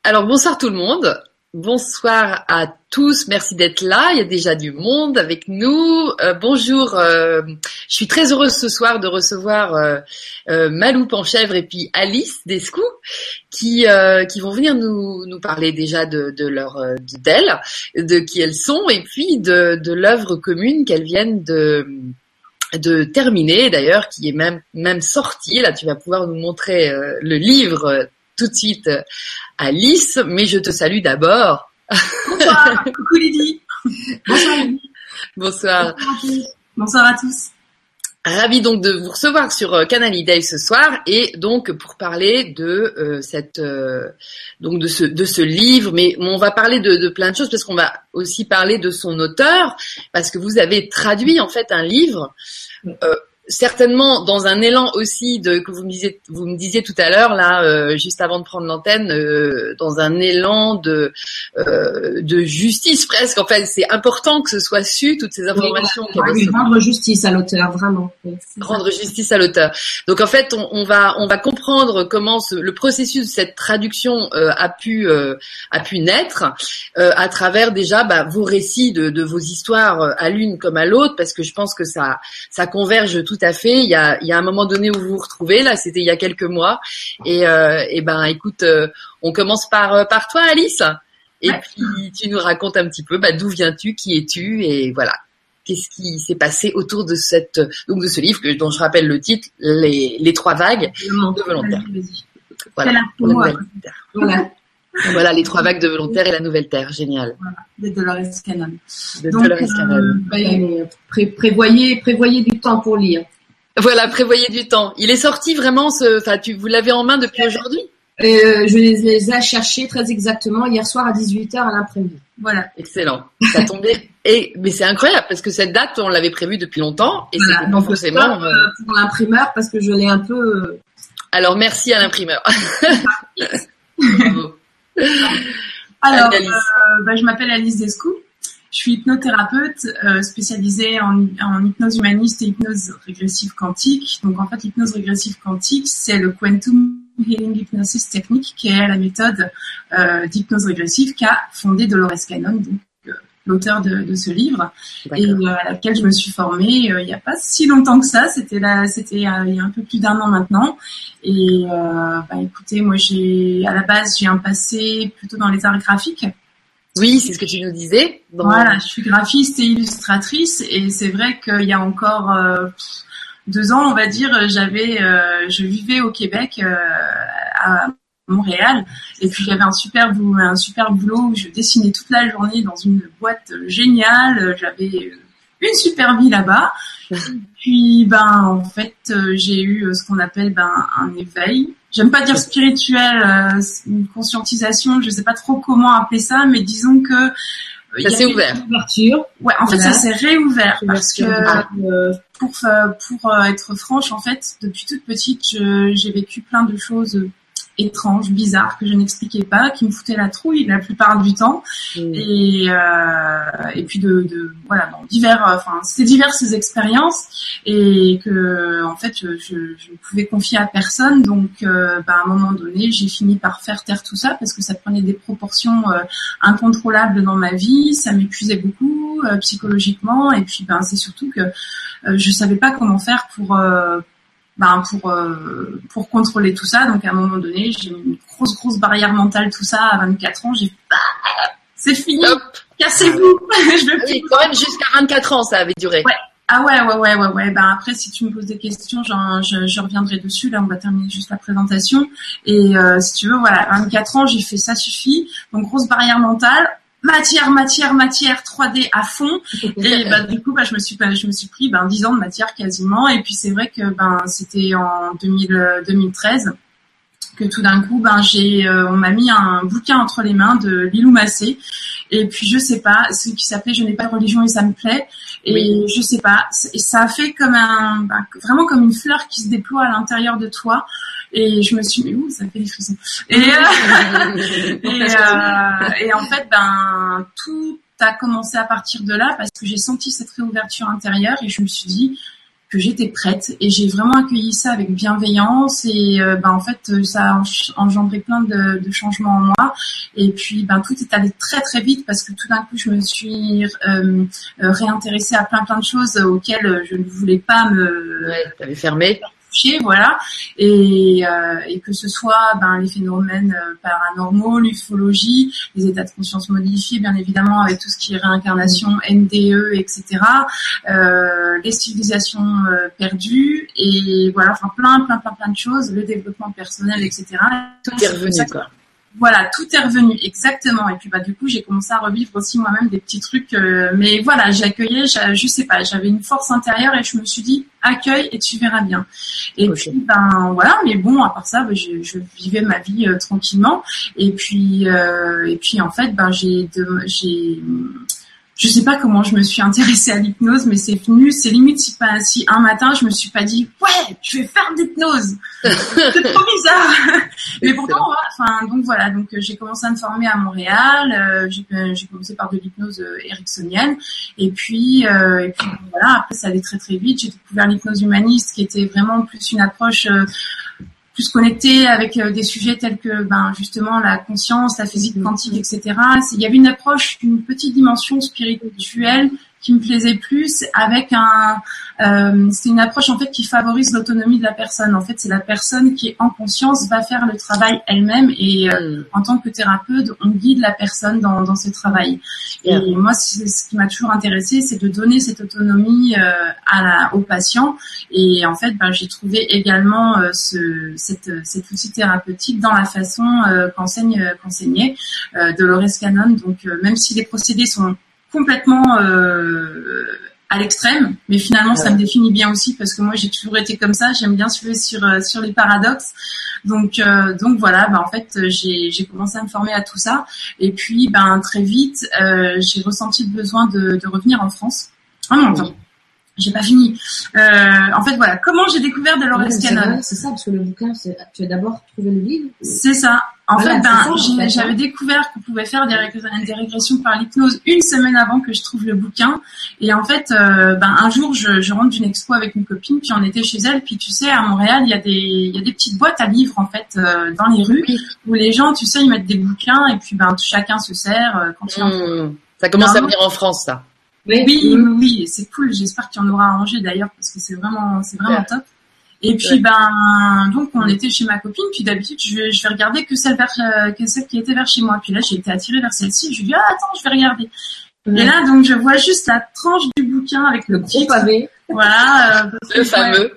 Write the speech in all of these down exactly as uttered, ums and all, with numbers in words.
Alors bonsoir tout le monde, bonsoir à tous, merci d'être là, il y a déjà du monde avec nous. Euh, bonjour, euh, je suis très heureuse ce soir de recevoir euh, euh, Malou Panchèvre et puis Alice Descou qui euh, qui vont venir nous nous parler déjà de de leur euh, d'elles, de qui elles sont et puis de de l'œuvre commune qu'elles viennent de de terminer d'ailleurs, qui est même même sortie. Là, tu vas pouvoir nous montrer euh, le livre euh, tout de suite, euh, Alice. Mais je te salue d'abord. Bonsoir, coucou Lydie. Bonsoir Lydie. Bonsoir. Bonsoir à tous. Bonsoir à tous. Ravi donc de vous recevoir sur euh, Canal Day ce soir et donc pour parler de euh, cette euh, donc de ce de ce livre, mais on va parler de, de plein de choses parce qu'on va aussi parler de son auteur parce que vous avez traduit en fait un livre. Euh, Certainement dans un élan aussi de que vous me disiez vous me disiez tout à l'heure là euh, juste avant de prendre l'antenne euh, dans un élan de euh, de justice presque. En fait, c'est important que ce soit su toutes ces informations. Oui, oui, rendre justice à l'auteur, vraiment. Oui, rendre justice à l'auteur. Donc en fait, on, on va on va comprendre comment ce, le processus de cette traduction euh, a pu euh, a pu naître euh, à travers déjà bah, vos récits de, de vos histoires euh, à l'une comme à l'autre, parce que je pense que ça ça converge tout à fait. Il y a il y a un moment donné où vous vous retrouvez. Là, c'était il y a quelques mois. Et euh, et ben écoute, euh, on commence par par toi, Alice. Et ouais. Puis tu nous racontes un petit peu bah, d'où viens-tu, qui es-tu, et voilà. Qu'est-ce qui s'est passé autour de cette donc de ce livre que, dont je rappelle le titre, les les trois vagues de volontaires. Voilà. Voilà. Voilà. Voilà, les trois vagues de volontaires et la nouvelle terre, génial. Voilà, de Dolores Cannon. De Dolores Cannon. Euh, bah, pré- prévoyez, prévoyez du temps pour lire. Voilà, prévoyez du temps. Il est sorti vraiment, ce, enfin, tu vous l'avez en main depuis aujourd'hui? Euh, je les, les ai cherchés très exactement hier soir à dix-huit heures à l'imprimeur. Voilà. Excellent. Ça tombait. Et mais c'est incroyable parce que cette date, on l'avait prévue depuis longtemps et voilà, c'est pas forcément pas, euh, pour l'imprimeur parce que je l'ai un peu. Euh... Alors merci à l'imprimeur. Alors, euh, bah, je m'appelle Alice Descou. Je suis hypnothérapeute euh, spécialisée en, en hypnose humaniste et hypnose régressive quantique. Donc, en fait, l'hypnose régressive quantique, c'est le Quantum Healing Hypnosis Technique, qui est la méthode euh, d'hypnose régressive qu'a fondée Dolores Cannon, donc euh, l'auteur de, de ce livre, et euh, à laquelle je me suis formée euh, il n'y a pas si longtemps que ça. C'était là, c'était euh, il y a un peu plus d'un an maintenant. Et euh, bah, écoutez, moi, j'ai à la base j'ai un passé plutôt dans les arts graphiques. Oui, c'est ce que tu nous disais. Bon. Voilà, je suis graphiste et illustratrice, et c'est vrai qu'il y a encore euh, deux ans, on va dire, j'avais, euh, je vivais au Québec, euh, à Montréal, et puis j'avais un super boulot, un super boulot où je dessinais toute la journée dans une boîte géniale. J'avais une super vie là-bas. Puis, ben, en fait, euh, j'ai eu ce qu'on appelle ben un éveil. J'aime pas dire spirituel, euh, une conscientisation, je sais pas trop comment appeler ça, mais disons que ça s'est ouvert. Ouverture. Ouais, en fait, voilà. Ça s'est réouvert parce que euh, pour pour être franche, en fait, depuis toute petite, je, j'ai vécu plein de choses étranges, bizarres, que je n'expliquais pas, qui me foutaient la trouille la plupart du temps. Mmh. Et euh, et puis de, de voilà, dans divers, enfin, c'était diverses expériences, et que en fait, je, je, je ne pouvais confier à personne. Donc, euh, bah, à un moment donné, j'ai fini par faire taire tout ça parce que ça prenait des proportions euh, incontrôlables dans ma vie. Ça m'épuisait beaucoup euh, psychologiquement, et puis ben c'est surtout que euh, je savais pas comment faire pour euh, ben pour euh, pour contrôler tout ça. Donc à un moment donné, j'ai mis une grosse grosse barrière mentale, tout ça à vingt-quatre ans. J'ai fait ah, c'est fini, Hop. Cassez-vous. Je veux plus. Oui, quand même jusqu'à vingt-quatre ans ça avait duré. Ouais. Ah ouais ouais ouais ouais ouais. Ben après, si tu me poses des questions, j'en, je je reviendrai dessus. Là, on va terminer juste la présentation. Et euh, si tu veux, voilà, vingt-quatre ans, j'ai fait ça suffit. Donc grosse barrière mentale. Matière, matière, matière, trois D à fond. Et bah du coup, bah je me suis, je me suis pris ben dix ans de matière quasiment. Et puis c'est vrai que ben c'était en deux mille, deux mille treize que tout d'un coup, ben j'ai, euh, on m'a mis un bouquin entre les mains de Lilou Massé. Et puis je sais pas, ce qui s'appelait Je n'ai pas de religion et ça me plaît. Et oui. Je sais pas, et ça a fait comme un, ben, vraiment comme une fleur qui se déploie à l'intérieur de toi. Et je me suis dit, ouh, ça me fait des frissons. Et, euh, et, euh, et en fait, ben, tout a commencé à partir de là parce que j'ai senti cette réouverture intérieure et je me suis dit, que j'étais prête, et j'ai vraiment accueilli ça avec bienveillance, et euh, ben en fait ça a engendré plein de, de changements en moi, et puis ben tout est allé très très vite parce que tout d'un coup je me suis euh, réintéressée à plein plein de choses auxquelles je ne voulais pas me ouais, t'avais fermé. Voilà, et, euh, et que ce soit ben les phénomènes paranormaux, l'ufologie, les états de conscience modifiés, bien évidemment, avec tout ce qui est réincarnation, N D E, et cetera, euh, les civilisations euh, perdues, et voilà, enfin plein, plein, plein, plein de choses, le développement personnel, et cetera. Tout est revenu, quoi. Voilà, tout est revenu, exactement. Et puis bah du coup, j'ai commencé à revivre aussi moi-même des petits trucs. Euh, mais voilà, j'accueillais, je sais pas, j'avais une force intérieure et je me suis dit, accueille et tu verras bien. Et okay. puis ben voilà, mais bon, à part ça, ben, je, je vivais ma vie euh, tranquillement. Et puis euh, et puis en fait, ben j'ai de, j'ai je sais pas comment je me suis intéressée à l'hypnose, mais c'est venu, c'est limite si pas si un matin je me suis pas dit ouais, je vais faire de l'hypnose. C'est trop bizarre. Mais pourtant, enfin donc voilà, donc j'ai commencé à me former à Montréal. Euh, j'ai, j'ai commencé par de l'hypnose euh, ericksonienne, et puis euh, et puis voilà, après ça allait très très vite. J'ai découvert l'hypnose humaniste, qui était vraiment plus une approche euh, plus connecté avec euh, des sujets tels que ben justement la conscience, la physique quantique, et cetera. Il y avait une approche, une petite dimension spirituelle qui me plaisait plus, avec un euh, c'est une approche en fait qui favorise l'autonomie de la personne. En fait, c'est la personne qui en conscience va faire le travail elle-même, et euh, en tant que thérapeute, on guide la personne dans dans ce travail. Et yeah. moi, c'est, ce qui m'a toujours intéressée, c'est de donner cette autonomie euh, à la, aux patients. Et en fait, ben, j'ai trouvé également euh, ce cette cet outil thérapeutique dans la façon euh, qu'enseigne qu'enseignait euh, Dolores Cannon. Donc euh, même si les procédés sont complètement euh, à l'extrême, mais finalement ouais. ça me définit bien aussi, parce que moi j'ai toujours été comme ça, j'aime bien suivre sur sur les paradoxes. Donc euh, donc voilà, ben en fait j'ai j'ai commencé à me former à tout ça, et puis ben très vite euh, j'ai ressenti le besoin de de revenir en France. Oh non, attends. J'ai pas fini. Euh, en fait, voilà. Comment j'ai découvert Dolores ouais, Cannon? C'est ça, parce que le bouquin, c'est, tu as d'abord trouvé le livre. C'est ça. En voilà, fait, ben, ça, j'ai, en fait, j'avais découvert qu'on pouvait faire des, rég- des régressions par l'hypnose une semaine avant que je trouve le bouquin. Et en fait, euh, ben, un jour, je, je rentre d'une expo avec une copine, puis on était chez elle, puis tu sais, à Montréal, il y a des, il y a des petites boîtes à livres, en fait, euh, dans les rues, où les gens, tu sais, ils mettent des bouquins, et puis, ben, chacun se sert, euh, quand il mmh. en... Ça commence à venir en France, ça. Oui, oui, oui, oui, c'est cool. J'espère qu'il y en aura à Angers d'ailleurs, parce que c'est vraiment, c'est vraiment ouais. top. Et puis, ouais. ben, donc, on était chez ma copine, puis d'habitude, je vais, je vais regarder que celle vers, que celle qui était vers chez moi. Puis là, j'ai été attirée vers celle-ci. Je lui dis, ah, attends, je vais regarder. Ouais. Et là, donc, je vois juste la tranche du bouquin avec le gros pavé. Voilà. Euh, le fameux.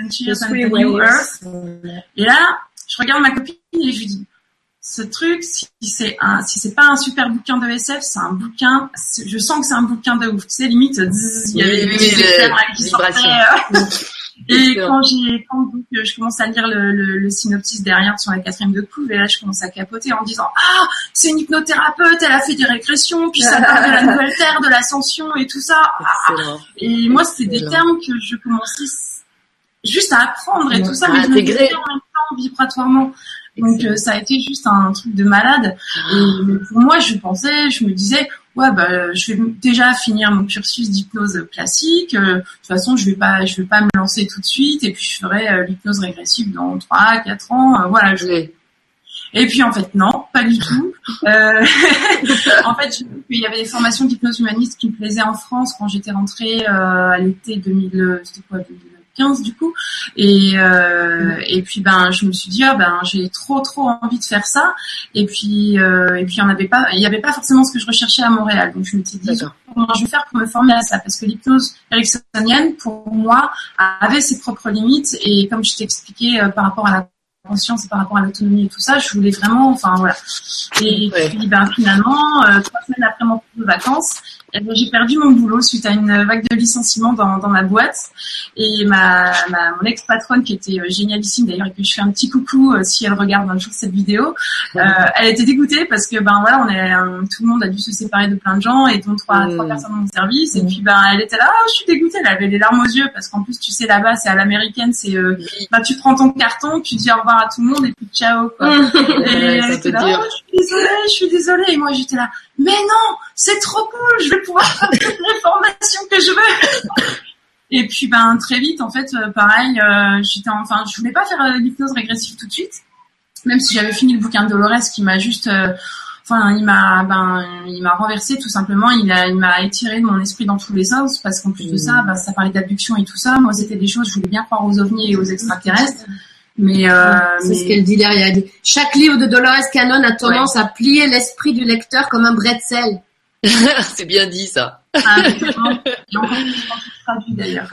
Earth. Et là, je regarde ma copine et je lui dis, ce truc, si c'est un, si c'est pas un super bouquin de S F, c'est un bouquin, c'est, je sens que c'est un bouquin de ouf. Tu sais, limite, il y avait oui, des oui, qui sortaient. Euh, et quand j'ai, quand donc, je commence à lire le, le, le synopsis derrière sur la quatrième de couve, et là, je commence à capoter en disant, ah, c'est une hypnothérapeute, elle a fait des régressions, puis ça parle de la nouvelle terre, de l'ascension et tout ça. Ah, et moi, c'est des termes que je commençais juste à apprendre et tout ça, mais je me disais en même temps vibratoirement. Donc euh, ça a été juste un truc de malade. Et pour moi, je pensais, je me disais, ouais, bah je vais déjà finir mon cursus d'hypnose classique. Euh, de toute façon, je vais pas, je vais pas me lancer tout de suite. Et puis je ferai euh, l'hypnose régressive dans trois, quatre ans. Euh, voilà. Je... Oui. Et puis en fait non, pas du tout. Euh... en fait, j'ai vu qu'il y avait des formations d'hypnose humaniste qui me plaisaient en France quand j'étais rentrée euh, à l'été deux mille. C'était quoi deux mille quinze du coup, et euh, et puis ben je me suis dit ah ben j'ai trop trop envie de faire ça, et puis euh, et puis il y en avait pas, il y avait pas forcément ce que je recherchais à Montréal, donc je me suis dit D'accord. comment je vais faire pour me former à ça, parce que l'hypnose ericksonienne pour moi avait ses propres limites, et comme je t'ai expliqué euh, par rapport à la conscience et par rapport à l'autonomie et tout ça, je voulais vraiment, enfin voilà. Et ouais. puis ben finalement, euh, trois semaines après mon cours de vacances, eh ben, j'ai perdu mon boulot suite à une vague de licenciements dans, dans ma boîte. Et ma, ma mon ex-patronne, qui était euh, génialissime d'ailleurs, et que je fais un petit coucou euh, si elle regarde un jour cette vidéo, euh, elle était dégoûtée parce que ben voilà, on est euh, tout le monde a dû se séparer de plein de gens, et dont trois mmh. trois personnes dans mon service. Mmh. Et puis ben elle était là, oh, je suis dégoûtée, elle avait les larmes aux yeux, parce qu'en plus tu sais là-bas c'est à l'américaine, c'est euh, mmh. bah tu prends ton carton, tu dis au revoir à tout le monde et puis ciao quoi. Mmh. Et elle était là, oh, je suis désolée, je suis désolée. Et moi j'étais là, mais non, c'est trop cool, je vais pouvoir faire toutes les formations que je veux. Et puis ben très vite en fait euh, pareil euh, j'étais enfin je voulais pas faire euh, l'hypnose régressive tout de suite, même si j'avais fini le bouquin de Dolores qui m'a juste euh, enfin il m'a ben il m'a renversé tout simplement, il a il m'a étiré de mon esprit dans tous les sens parce qu'en plus de ça ben ça parlait d'abduction et tout ça, moi c'était des choses, je voulais bien croire aux ovnis et aux extraterrestres. Mais, euh, c'est mais... ce qu'elle dit derrière. Elle dit, chaque livre de Dolores Cannon a tendance ouais. à plier l'esprit du lecteur comme un bretzel. C'est bien dit, ça. Ah, et encore plus traduit d'ailleurs.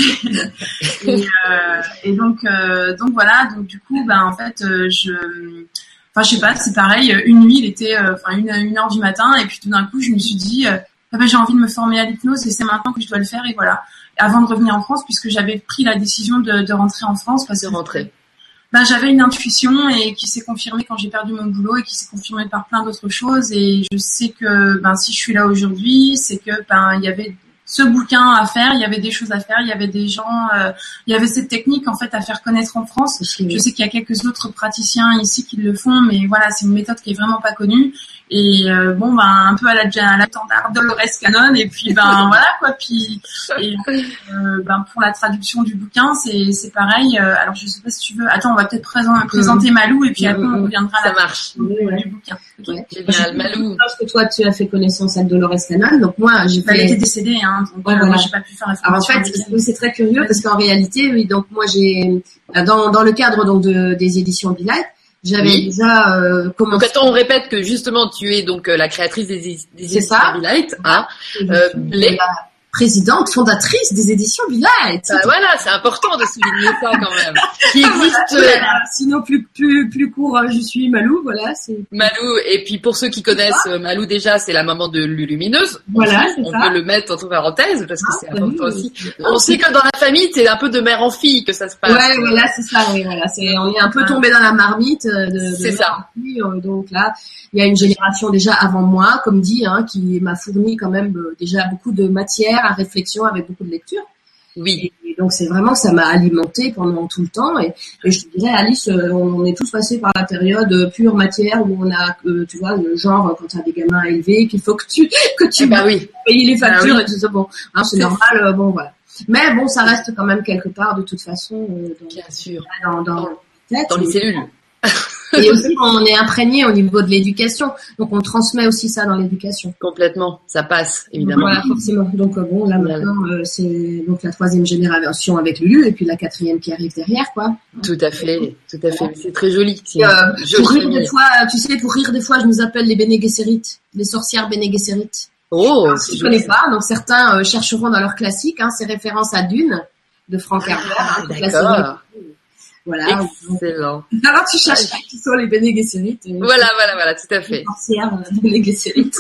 et, euh, et donc, euh, donc voilà. Donc du coup, ben en fait, euh, je, enfin je sais pas, c'est pareil. Une nuit, il était, enfin euh, une, une heure du matin, et puis tout d'un coup, je me suis dit, euh, ah ben, j'ai envie de me former à l'hypnose, et c'est maintenant que je dois le faire, et voilà. Avant de revenir en France, puisque j'avais pris la décision de, de rentrer en France, parce de que rentrer. Ben, j'avais une intuition et qui s'est confirmée quand j'ai perdu mon boulot et qui s'est confirmée par plein d'autres choses, et je sais que ben si je suis là aujourd'hui, c'est que ben il y avait ce bouquin à faire, il y avait des choses à faire, il y avait des gens, euh, il y avait cette technique en fait à faire connaître en France. Je sais qu'il y a quelques autres praticiens ici qui le font, mais voilà, c'est une méthode qui est vraiment pas connue. Et euh, bon, ben un peu à la à la standard Dolores Cannon, et puis ben voilà quoi. Puis et euh, ben pour la traduction du bouquin, c'est c'est pareil. Euh, alors je sais pas si tu veux. Attends, on va peut-être présenter, présenter Malou, et puis après on reviendra à ça la marche. Du, ouais. du bouquin. Okay. Ouais. Génial, Malou. Parce que toi, tu as fait connaissance avec Dolores Cannon, donc moi, j'ai fait. Elle était décédée, hein. Donc ouais, euh, voilà. Moi, j'ai pas pu faire la formation. Alors en fait, c'est très curieux parce qu'en réalité, oui, donc moi j'ai dans dans le cadre donc de des éditions Be-Light, j'avais oui. déjà euh, commencé. Donc attends, on répète que justement tu es donc euh, la créatrice des, des éditions Be-Light, hein, euh, les... la présidente fondatrice des éditions Be-Light. Bah, voilà, c'est important de souligner ça quand même. Qui existe. Voilà. Sinon plus plus plus court, je suis Malou, voilà. C'est... Malou, et puis pour ceux qui connaissent euh, Malou déjà, c'est la maman de Lulumineuse. Voilà, on, c'est on ça. peut le mettre entre parenthèses parce que ah, c'est bah important oui, aussi. Oui. On sait que dans la famille, c'est un peu de mère en fille que ça se passe. Ouais, voilà, c'est ça. Oui, voilà, c'est on est un peu tombé dans la marmite de. de c'est ça. Fille, donc là, il y a une génération déjà avant moi, comme dit, hein, qui m'a fourni quand même euh, déjà beaucoup de matière à réflexion avec beaucoup de lecture. Oui. Et, et donc c'est vraiment que ça m'a alimenté pendant tout le temps. Et, et je te dirais, Alice, euh, on est tous passés par la période pure matière où on a, euh, tu vois, le genre quand tu as des gamins à élever, qu'il faut que tu que tu eh ben oui. payes les factures ben oui. et tout ça. Bon, hein, c'est, c'est normal. Euh, bon voilà. Mais bon, ça reste quand même quelque part de toute façon. Euh, dans, Bien sûr. Dans, dans, dans, tête, dans les cellules. Et aussi, on est imprégné au niveau de l'éducation. Donc, on transmet aussi ça dans l'éducation. Complètement. Ça passe, évidemment. Voilà, forcément. Donc, bon, là, maintenant, euh, c'est donc la troisième génération avec Lulu et puis la quatrième qui arrive derrière, quoi. Tout à fait. Tout à fait. C'est très joli. C'est euh, pour rire des fois, tu sais, pour rire des fois, je nous appelle les Bene Gesserit, les sorcières Bene Gesserit. Oh, alors, si je connais pas. Donc, certains euh, chercheront dans leur classique, hein, c'est référence à Dune, de Frank Herbert. Ah, hein, d'accord. Voilà. Excellent. Alors tu cherches ah, qui sont les Bene Gesserit. Voilà, voilà, voilà, tout à fait. Les sorcières euh, Bene Gesserit.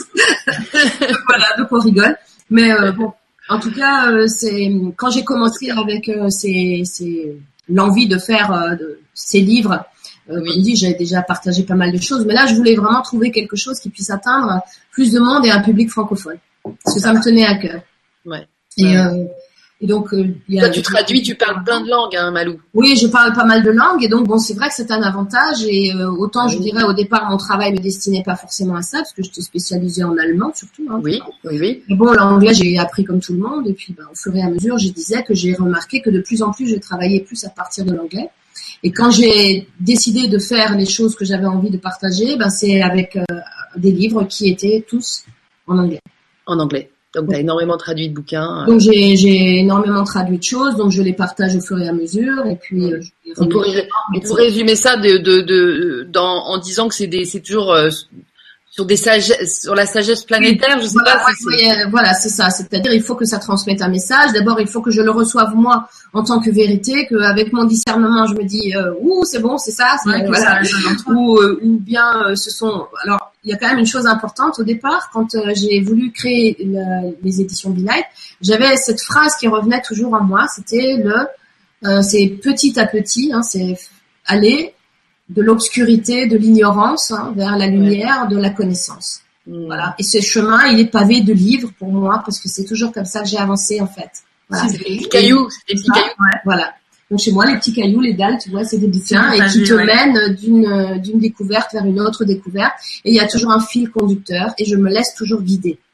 Voilà, donc on rigole. Mais euh, bon, en tout cas, euh, c'est quand j'ai commencé avec euh, ces, ces l'envie de faire euh, de, ces livres. Euh, oui. Comme dit, j'avais déjà partagé pas mal de choses, mais là, je voulais vraiment trouver quelque chose qui puisse atteindre plus de monde et un public francophone, parce que ça me tenait à cœur. Ouais. Et ouais. Euh, Et donc, euh, il y a Toi, tu traduis, tu parles plein de langues, hein, Malou. Oui, je parle pas mal de langues, et donc bon, c'est vrai que c'est un avantage. Et euh, autant, oui. je dirais, au départ, mon travail me destinait pas forcément à ça, parce que j'étais spécialisée en allemand surtout. Hein, oui, oui, oui. Mais bon, l'anglais, j'ai appris comme tout le monde, et puis, ben, au fur et à mesure, je disais que j'ai remarqué que de plus en plus, je travaillais plus à partir de l'anglais. Et quand j'ai décidé de faire les choses que j'avais envie de partager, ben, c'est avec euh, des livres qui étaient tous en anglais. En anglais. Donc, tu as énormément traduit de bouquins. Donc, j'ai, j'ai énormément traduit de choses, donc je les partage au fur et à mesure. Et puis, euh, je on, pourrait, on pourrait résumer ça de, de, de, dans, en disant que c'est, des, c'est toujours euh, sur, des sagesse, sur la sagesse planétaire, je sais voilà, pas. Ouais, si ouais, c'est... Voilà, c'est ça. C'est-à-dire, il faut que ça transmette un message. D'abord, il faut que je le reçoive moi en tant que vérité, qu'avec mon discernement, je me dis, euh, ouh, c'est bon, c'est ça. C'est ouais, voilà. ça ou, euh, ou bien, euh, ce sont... Alors, il y a quand même une chose importante au départ, quand euh, j'ai voulu créer le, les éditions Be-Light, j'avais cette phrase qui revenait toujours en moi, c'était le, euh, c'est petit à petit, hein, c'est aller de l'obscurité, de l'ignorance hein, vers la lumière, ouais. de la connaissance. Mmh. Voilà. Et ce chemin, il est pavé de livres pour moi, parce que c'est toujours comme ça que j'ai avancé en fait. Voilà. C'est des petits cailloux, c'est des petits cailloux. Ouais. Voilà. Donc chez moi, les petits cailloux, les dalles, tu vois, c'est des bouquins et qui te ouais. mènent d'une d'une découverte vers une autre découverte. Et il y a toujours un fil conducteur et je me laisse toujours guider.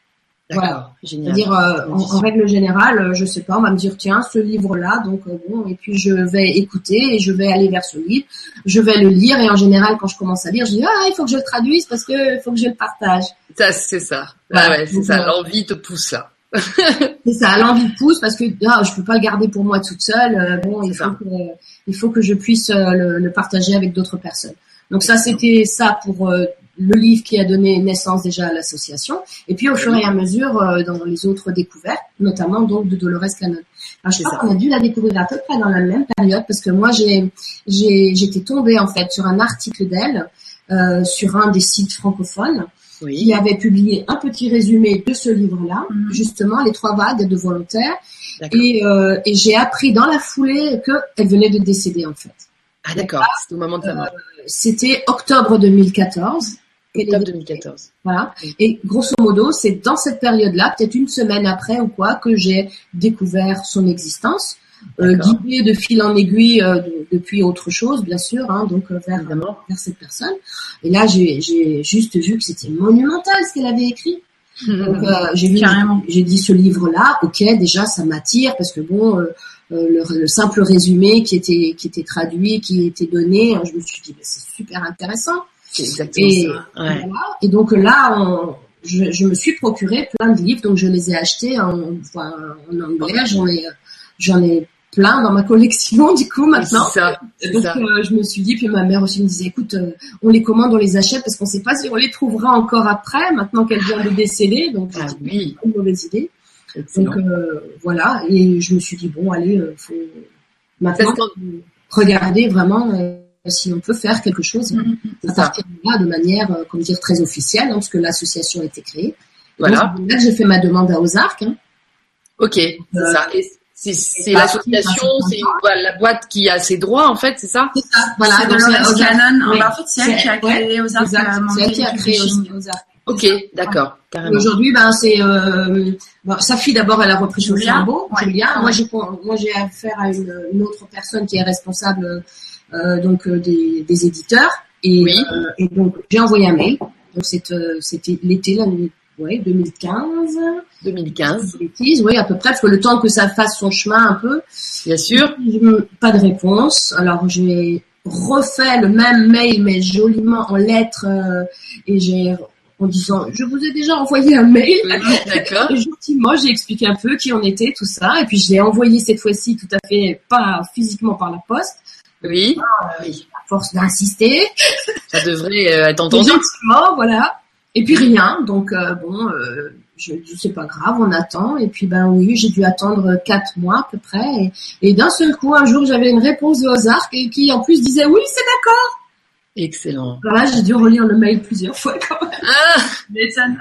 Voilà. Génial. C'est-à-dire, euh, en, en règle générale, je sais pas, on va me dire, tiens, ce livre-là, donc euh, bon, et puis je vais écouter et je vais aller vers ce livre, je vais le lire et en général, quand je commence à lire, je dis, ah, il faut que je le traduise parce que il faut que je le partage. Ça, c'est ça. Voilà. Ah ouais, c'est Donc, ça. euh, L'envie te pousse là. C'est ça, l'envie pousse parce que ah, je peux pas le garder pour moi toute seule. Euh, bon, il C'est faut ça. que il faut que je puisse euh, le, le partager avec d'autres personnes. Donc ça, c'était ça pour euh, le livre qui a donné naissance déjà à l'association. Et puis au fur et à mesure, euh, dans les autres découvertes, notamment donc de Dolores Cannon. Alors je C'est crois ça. qu'on a dû la découvrir à peu près dans la même période parce que moi j'ai j'ai j'étais tombée en fait sur un article d'elle euh, sur un des sites francophones. Oui. Qui avait publié un petit résumé de ce livre-là, Mhm. justement, les trois vagues de volontaires. D'accord. Et, euh, et j'ai appris dans la foulée qu'elle venait de décéder, en fait. Ah d'accord. C'était au moment de sa mort. C'était octobre deux mille quatorze. Et Octobre les- deux mille quatorze. Voilà. Oui. Et grosso modo, c'est dans cette période-là, peut-être une semaine après ou quoi, que j'ai découvert son existence. Euh, D'accord. guidée de fil en aiguille euh, de- depuis autre chose, bien sûr, hein, donc euh, vers, Évidemment. vers cette personne. Et là, j'ai, j'ai juste vu que c'était monumental ce qu'elle avait écrit. Donc, euh, j'ai vu, Carrément. j'ai dit ce livre-là, ok, déjà ça m'attire parce que bon, euh, euh, le, le simple résumé qui était qui était traduit, qui était donné, hein, je me suis dit bah, c'est super intéressant. C'est exactement Et, ça. Ouais. voilà. Et donc là, on, je, je me suis procuré plein de livres, donc je les ai achetés en, enfin, en anglais, j'en ai j'en ai plein dans ma collection du coup maintenant. C'est ça. C'est Donc ça. euh, je me suis dit, puis ma mère aussi me disait, écoute, euh, on les commande, on les achète parce qu'on sait pas si on les trouvera encore après, maintenant qu'elle vient de décéder, donc Ah c'est oui. une mauvaise idée. Excellent. Donc euh, voilà, et je me suis dit, bon, allez, euh, faut maintenant Parce regarder vraiment euh, si on peut faire quelque chose Mhm. C'est à ça. partir de là, de manière, euh, comment dire, très officielle, hein, parce que l'association a été créée. Voilà. Donc, c'est là que j'ai fait ma demande à Ozark. Hein. Ok. C'est Euh, ça. Et c'est, c'est pas- l'association, pas- c'est une- voilà, la boîte qui a ses droits en fait, c'est ça? C'est ça, voilà. C'est donc Dolores Ozark. Cannon. Oui. Bah, en fait, c'est elle C'est- qui a créé Ozark Exact. euh, C'est elle Mountain qui a créé Publishing. Ozark. Ok. D'accord. Et Carrément. aujourd'hui, ben c'est euh, bon, sa fille d'abord, elle a repris son Julia. flambeau, Ouais. Julia. Ouais. Moi, j'ai moi j'ai affaire à une, une autre personne qui est responsable euh, donc euh, des, des éditeurs. Et, Oui. euh, et donc j'ai envoyé un mail. Donc c'est, euh, c'était l'été l'année ouais deux mille quinze. deux mille quinze. Bêtises, oui à peu près parce que le temps que ça fasse son chemin un peu. Bien sûr. Pas de réponse. Alors j'ai refait le même mail mais joliment en lettres euh, et j'ai en disant je vous ai déjà envoyé un mail. D'accord. Et gentiment, j'ai expliqué un peu qui on était, tout ça, et puis je l'ai envoyé cette fois-ci tout à fait pas physiquement par la poste, Oui. Oui. à force d'insister, Ça devrait euh, être mais entendu. gentiment, voilà. Et puis rien, donc euh, bon, euh, je dis c'est pas grave, on attend. Et puis ben oui, j'ai dû attendre quatre mois à peu près, et, et d'un seul coup, un jour, j'avais une réponse de Ozark et qui en plus disait oui, c'est d'accord. Excellent. Voilà, j'ai dû relire le mail plusieurs fois quand même. Ah, M'étonne.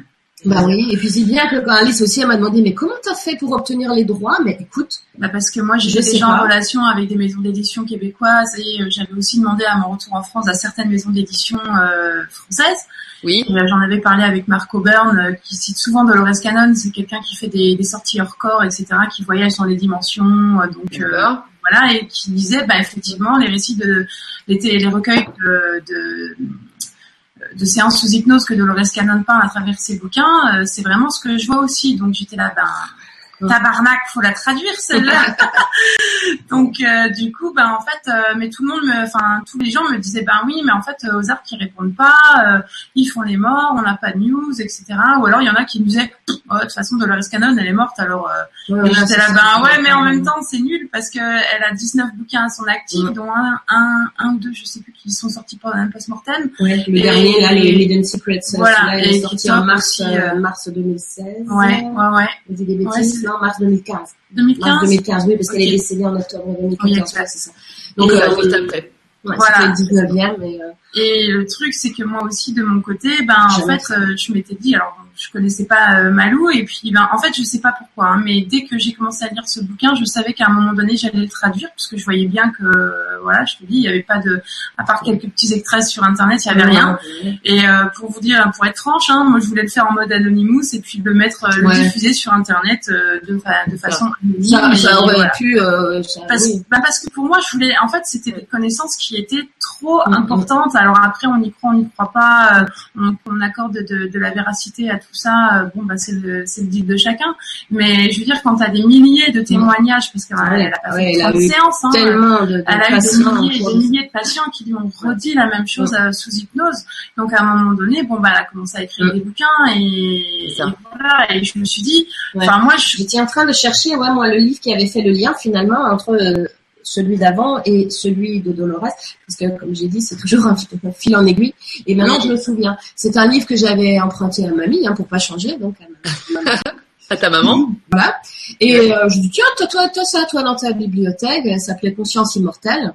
Bah oui, et puis c'est bien que quand Alice aussi elle m'a demandé mais comment t'as fait pour obtenir les droits? Mais écoute, Bah parce que moi Je j'étais sais déjà pas. en relation avec des maisons d'édition québécoises et euh, j'avais aussi demandé à mon retour en France à certaines maisons d'édition euh, françaises. oui. Et, euh, j'en avais parlé avec Marc Auburn euh, qui cite souvent Dolores Cannon, c'est quelqu'un qui fait des, des sorties hors corps, et cetera, qui voyage dans les dimensions, euh, donc euh, D'accord. voilà, et qui disait bah effectivement les récits de les, té- les recueils de, de de séances sous hypnose que Dolores Cannon peint à travers ses bouquins, euh, c'est vraiment ce que je vois aussi. Donc j'étais là, ben tabarnak, faut la traduire celle-là. Donc euh, du coup, ben en fait, euh, mais tout le monde, me, enfin tous les gens me disaient, ben oui, mais en fait, euh, Ozark ils répondent pas, euh, ils font les morts, on n'a pas de news, et cetera. Ou alors il y en a qui me disaient, oh, de toute façon Dolores Cannon elle est morte, alors euh, ouais, et j'étais c'est là, ça. ben ouais, mais en même temps c'est nul parce que elle a dix-neuf bouquins à son actif, Ouais. dont un, un, un ou deux, je sais plus, qui sont sortis par un post-mortem. Ouais, le Et- dernier, là, les Hidden Secrets, Voilà, celui-là, il et est sorti TikTok en mars, aussi, euh, euh, mars deux mille seize. Ouais, ouais, ouais. Je dis des Ouais, bêtises, c'est- non, mars deux mille quinze. deux mille Mars quinze. deux mille quinze, oui, parce qu'elle Ok. est décédée en octobre deux mille Oui, quatorze, exact. ouais, c'est ça. Donc, Donc, euh, euh, juste après. ouais, Voilà. c'était le dix-neuvième, mais, euh, Et le truc, c'est que moi aussi, de mon côté, ben en Jamais. fait, euh, je m'étais dit, alors je connaissais pas euh, Malou, et puis ben en fait, je sais pas pourquoi, hein, mais dès que j'ai commencé à lire ce bouquin, je savais qu'à un moment donné, j'allais le traduire, parce que je voyais bien que, euh, voilà, je te dis, il y avait pas de, à part quelques petits extraits sur Internet, il y avait rien. Et euh, pour vous dire, pour être franche, hein, moi je voulais le faire en mode Anonymous et puis le mettre, euh, le Ouais. diffuser sur Internet euh, de, fa- de façon anonyme. Ça, et ça aurait voilà. pu, euh, ça, Parce, oui. bah parce que pour moi, je voulais, en fait, c'était des connaissances qui étaient trop Mhm. importantes. Alors après, on y croit, on n'y croit pas, euh, on, on accorde de, de la véracité à tout tout ça, bon bah c'est le c'est le deal de chacun. Mais je veux dire, quand t'as des milliers de témoignages, parce qu'elle ouais, a pas ouais, fait trente séances, hein, tellement de, de elle a eu des milliers et des de... milliers de patients qui lui ont redit la même chose ouais. sous hypnose. Donc à un moment donné, bon bah elle a commencé à écrire mmh. des bouquins et, et voilà. Et je me suis dit, enfin ouais. moi je j'étais en train de chercher, ouais, moi le livre qui avait fait le lien finalement entre euh, celui d'avant et celui de Dolores, parce que comme j'ai dit, c'est toujours un fil en aiguille. Et maintenant, je me souviens, c'est un livre que j'avais emprunté à mamie, hein, pour pas changer, donc à, ma, à ta maman. Voilà. Et euh, je dis tiens, toi, toi, toi, ça, toi dans ta bibliothèque. Elle s'appelait Conscience immortelle.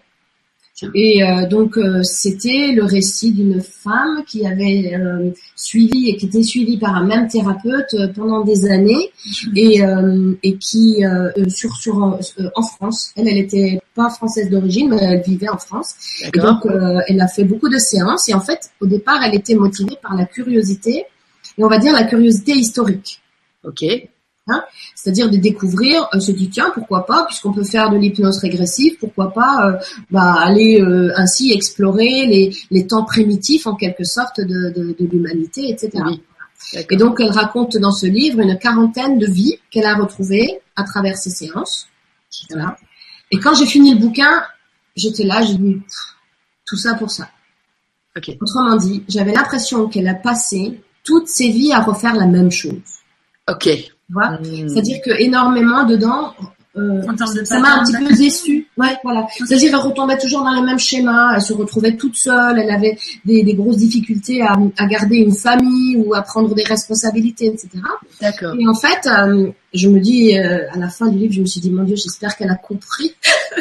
Et euh, donc euh, c'était le récit d'une femme qui avait euh, suivi et qui était suivie par un même thérapeute euh, pendant des années et euh, et qui euh, sur sur euh, en France. Elle elle était pas française d'origine, mais elle vivait en France. Et donc euh, elle a fait beaucoup de séances et en fait au départ elle était motivée par la curiosité et on va dire la curiosité historique. Ok. Hein, c'est-à-dire de découvrir, euh, se dit tiens pourquoi pas, puisqu'on peut faire de l'hypnose régressive, pourquoi pas euh, bah, aller euh, ainsi explorer les, les temps primitifs en quelque sorte de, de, de l'humanité, et cetera. Oui. Et donc elle raconte dans ce livre une quarantaine de vies qu'elle a retrouvées à travers ces séances. Voilà. Et quand j'ai fini le bouquin, j'étais là, j'ai dit tout ça pour ça. Okay. Autrement dit, j'avais l'impression qu'elle a passé toutes ses vies à refaire la même chose. Ok. Tu vois, mmh. C'est-à-dire que énormément dedans, euh, ça m'a un petit peu déçue. Ouais, voilà. C'est-à-dire elle retombait toujours dans le même schéma. Elle se retrouvait toute seule. Elle avait des, des grosses difficultés à, à garder une famille ou à prendre des responsabilités, et cetera. D'accord. Et en fait, euh, je me dis euh, à la fin du livre, je me suis dit mon Dieu, j'espère qu'elle a compris.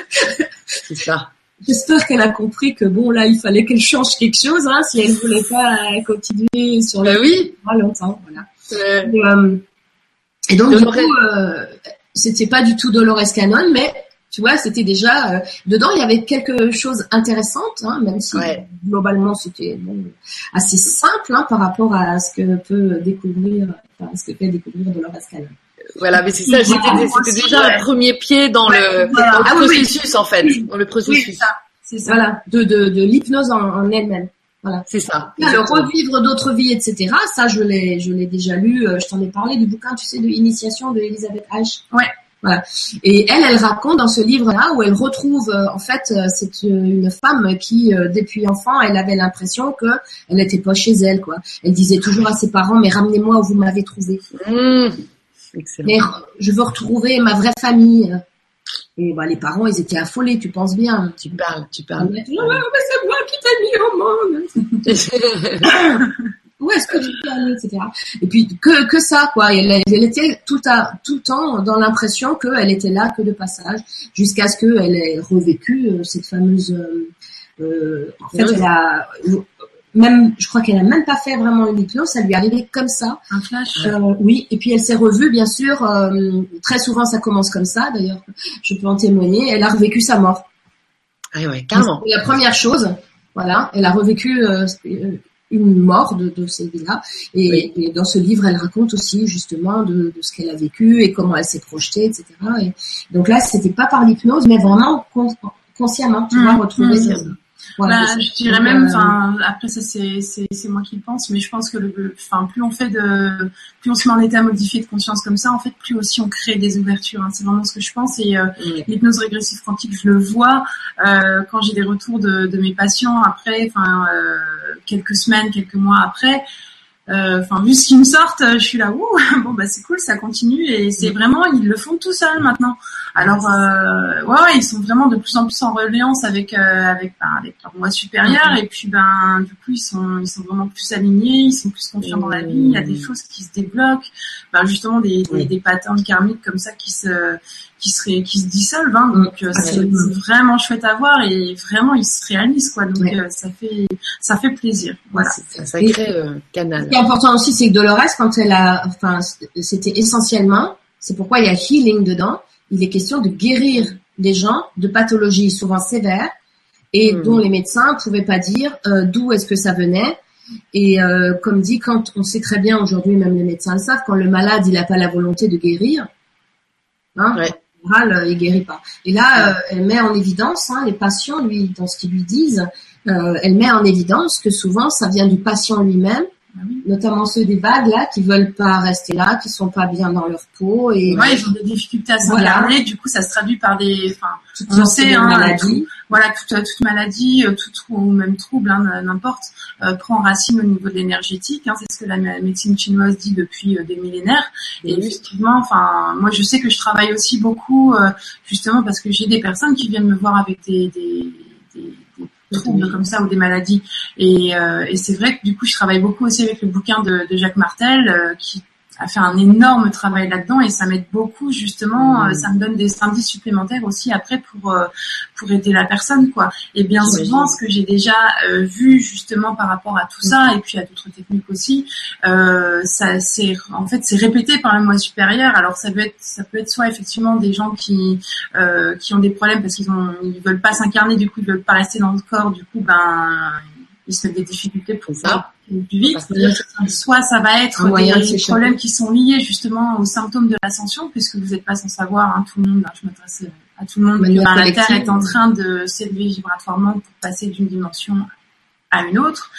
C'est ça. J'espère qu'elle a compris que bon là, il fallait qu'elle change quelque chose, hein, si elle voulait pas continuer sur le. Bah oui. Longtemps, voilà. Ouais. Et, euh, Et donc, Dolores. du coup, euh, c'était pas du tout Dolores Cannon, mais tu vois, c'était déjà euh, dedans. Il y avait quelque chose d'intéressant, hein, même si ouais. globalement c'était bon, assez simple hein, par rapport à ce que peut découvrir, enfin, ce que fait découvrir Dolores Cannon. Voilà, mais c'est ça. C'était, c'était déjà ouais. un premier pied dans ouais. le, voilà. dans le ah, processus oui, oui. en fait, oui. dans le processus. Oui, c'est ça. C'est ça. Voilà, de de, de l'hypnose en, en elle-même. Voilà. C'est ça. Alors, revivre d'autres vies, et cetera. Ça, je l'ai, je l'ai déjà lu. Je t'en ai parlé du bouquin, tu sais, de Initiation de Elisabeth H. Ouais. Voilà. Et elle, elle raconte dans ce livre-là où elle retrouve, en fait, c'est une femme qui, depuis enfant, elle avait l'impression que elle n'était pas chez elle, quoi. Elle disait toujours à ses parents, mais ramenez-moi où vous m'avez trouvé. Mmh. Excellent. Mais je veux retrouver ma vraie famille. Et bah, les parents, ils étaient affolés, tu penses bien. Tu parles, tu parles. Dit, oh, mais c'est moi qui t'ai mis au monde. Où est-ce que tu peux aller, et cetera. Et puis, que, que ça, quoi. Elle, elle était tout, à, tout le temps dans l'impression qu'elle était là que de passage, jusqu'à ce qu'elle ait revécu euh, cette fameuse... Euh, euh, en fait, elle a... Même, je crois qu'elle a même pas fait vraiment une hypnose, ça lui est arrivé comme ça. Un flash. Euh, oui, et puis elle s'est revue, bien sûr. Euh, très souvent, ça commence comme ça. D'ailleurs, je peux en témoigner. Elle a revécu sa mort. Ah ouais, carrément. C'est la première chose, voilà. Elle a revécu euh, une mort de, de ces vies-là. Et, oui. et dans ce livre, elle raconte aussi justement de, de ce qu'elle a vécu et comment elle s'est projetée, et cetera. Et donc là, c'était pas par l'hypnose, mais vraiment consciemment, tu mmh, vois, retrouver mmh. ça. Voilà, bah, je dirais même, enfin, euh... après ça c'est c'est c'est moi qui le pense, mais je pense que le, enfin, plus on fait de, plus on se met en état modifié de conscience comme ça, en fait, plus aussi on crée des ouvertures. Hein. C'est vraiment ce que je pense. Et euh, oui. l'hypnose régressive quantique, je le vois euh, quand j'ai des retours de, de mes patients après, enfin, euh, quelques semaines, quelques mois après. Enfin, euh, vu ce qu'ils me sortent, je suis là, ouh, bon bah c'est cool, ça continue et c'est vraiment, ils le font tout seuls maintenant. Alors, euh, ouais, ouais, ils sont vraiment de plus en plus en reliance avec euh, avec ben, avec leur moi supérieur et puis ben du coup ils sont ils sont vraiment plus alignés, ils sont plus confiants dans la vie. Il y a des choses qui se débloquent, ben justement des des, des patterns karmiques comme ça qui se qui se qui se dissolvent. Hein, donc euh, c'est vraiment chouette à voir et vraiment ils se réalisent quoi. Donc euh, ça fait ça fait plaisir. Voilà. C'est un sacré euh, canal. Ce qui est important aussi, c'est que Dolores, quand elle a, enfin, c'était essentiellement, c'est pourquoi il y a healing dedans. Il est question de guérir les gens de pathologies souvent sévères et mmh. dont les médecins ne pouvaient pas dire euh, d'où est-ce que ça venait. Et euh, comme dit, quand on sait très bien aujourd'hui, même les médecins le savent, quand le malade il n'a pas la volonté de guérir, hein, ouais. en général, il guérit pas. Et là, euh, elle met en évidence, hein, les patients, lui, dans ce qu'ils lui disent, euh, elle met en évidence que souvent ça vient du patient lui-même. oui. Notamment ceux des vagues là, qui veulent pas rester là, qui sont pas bien dans leur peau et ouais, ils ont des difficultés à s'incarner. Voilà. Du coup, ça se traduit par des, enfin, toutes on sait, hein, maladies. Tout, voilà, toute, toute maladie, tout ou même trouble, hein, n'importe, euh, prend racine au niveau de l'énergétique. Hein, c'est ce que la médecine chinoise dit depuis euh, des millénaires. Et oui. Effectivement, enfin, moi, je sais que je travaille aussi beaucoup, euh, justement parce que j'ai des personnes qui viennent me voir avec des, des, des, des troubles comme ça ou des maladies. Et, euh, et c'est vrai que du coup, je travaille beaucoup aussi avec le bouquin de, de Jacques Martel, euh, qui a fait un énorme travail là-dedans et ça m'aide beaucoup justement. Mmh. Euh, ça me donne des indices supplémentaires aussi après pour euh, pour aider la personne, quoi. Et bien oui, souvent, oui. ce que j'ai déjà euh, vu justement par rapport à tout mmh. ça et puis à d'autres techniques aussi, euh, ça c'est en fait c'est répété par le moi supérieur. Alors ça peut être ça peut être soit effectivement des gens qui euh, qui ont des problèmes parce qu'ils ont ils veulent pas s'incarner, du coup ils veulent pas rester dans le corps, du coup ben ils se mettent des difficultés pour ça. Plus vite, soit ça va être des problèmes qui sont liés justement aux symptômes de l'ascension, puisque vous n'êtes pas sans savoir, hein, tout le monde, je m'adresse à tout le monde, que ben, la Terre est en train de s'élever vibratoirement pour passer d'une dimension à une autre.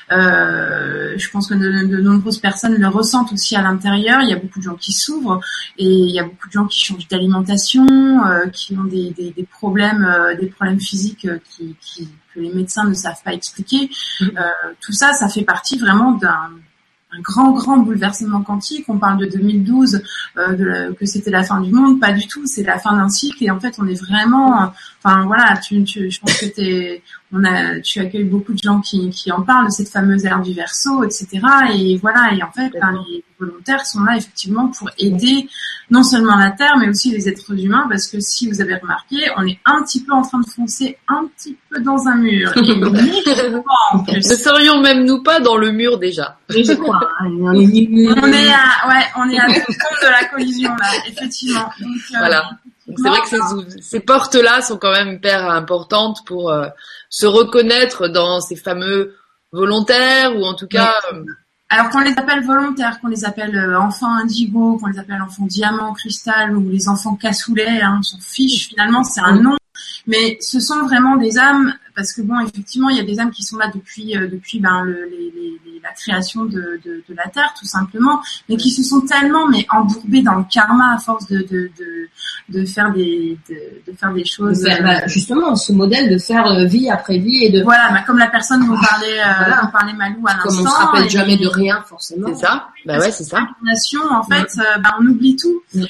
Euh, je pense que de, de nombreuses personnes le ressentent aussi à l'intérieur. Il y a beaucoup de gens qui s'ouvrent et il y a beaucoup de gens qui changent d'alimentation, euh, qui ont des, des, des problèmes, euh, des problèmes physiques euh, qui, qui, que les médecins ne savent pas expliquer. Euh, tout ça, ça fait partie vraiment d'un un grand, grand bouleversement quantique. On parle de deux mille douze, euh, de la, que c'était la fin du monde. Pas du tout. C'est la fin d'un cycle. Et en fait, on est vraiment, enfin, voilà, tu, tu, je pense que t'es, on a, tu accueilles beaucoup de gens qui, qui en parlent de cette fameuse ère du Verseau, et cetera. Et voilà. Et en fait, ben, les volontaires sont là effectivement pour aider non seulement la Terre, mais aussi les êtres humains, parce que si vous avez remarqué, on est un petit peu en train de foncer un petit peu dans un mur. Et en plus. Ne serions même nous pas dans le mur déjà? Je crois. Hein, on est, on est à, ouais, on est à deux secondes de la collision là, effectivement. Donc, euh, voilà. Donc, c'est vrai que ces, ces portes-là sont quand même hyper importantes pour euh, se reconnaître dans ces fameux volontaires ou en tout cas. Ouais. Euh, Alors qu'on les appelle volontaires, qu'on les appelle euh, enfants indigo, qu'on les appelle enfants diamant, cristal ou les enfants cassoulet, hein, on s'en fiche finalement, c'est un nom. Mais ce sont vraiment des âmes, parce que bon, effectivement, il y a des âmes qui sont là depuis euh, depuis ben le, les, les, les, la création de, de, de la Terre, tout simplement, mais qui se sont tellement mais embourbées dans le karma à force de de de, de faire des de, de faire des choses. Bah, bah, justement, ce modèle de faire euh, vie après vie et de voilà, bah, comme la personne dont parlait euh, voilà. dont parlait Malou à l'instant. Comme on se rappelle jamais de rien forcément. C'est ça. Bah ouais, c'est ça. Nation, en fait, ouais. euh, bah, on oublie tout. Ouais.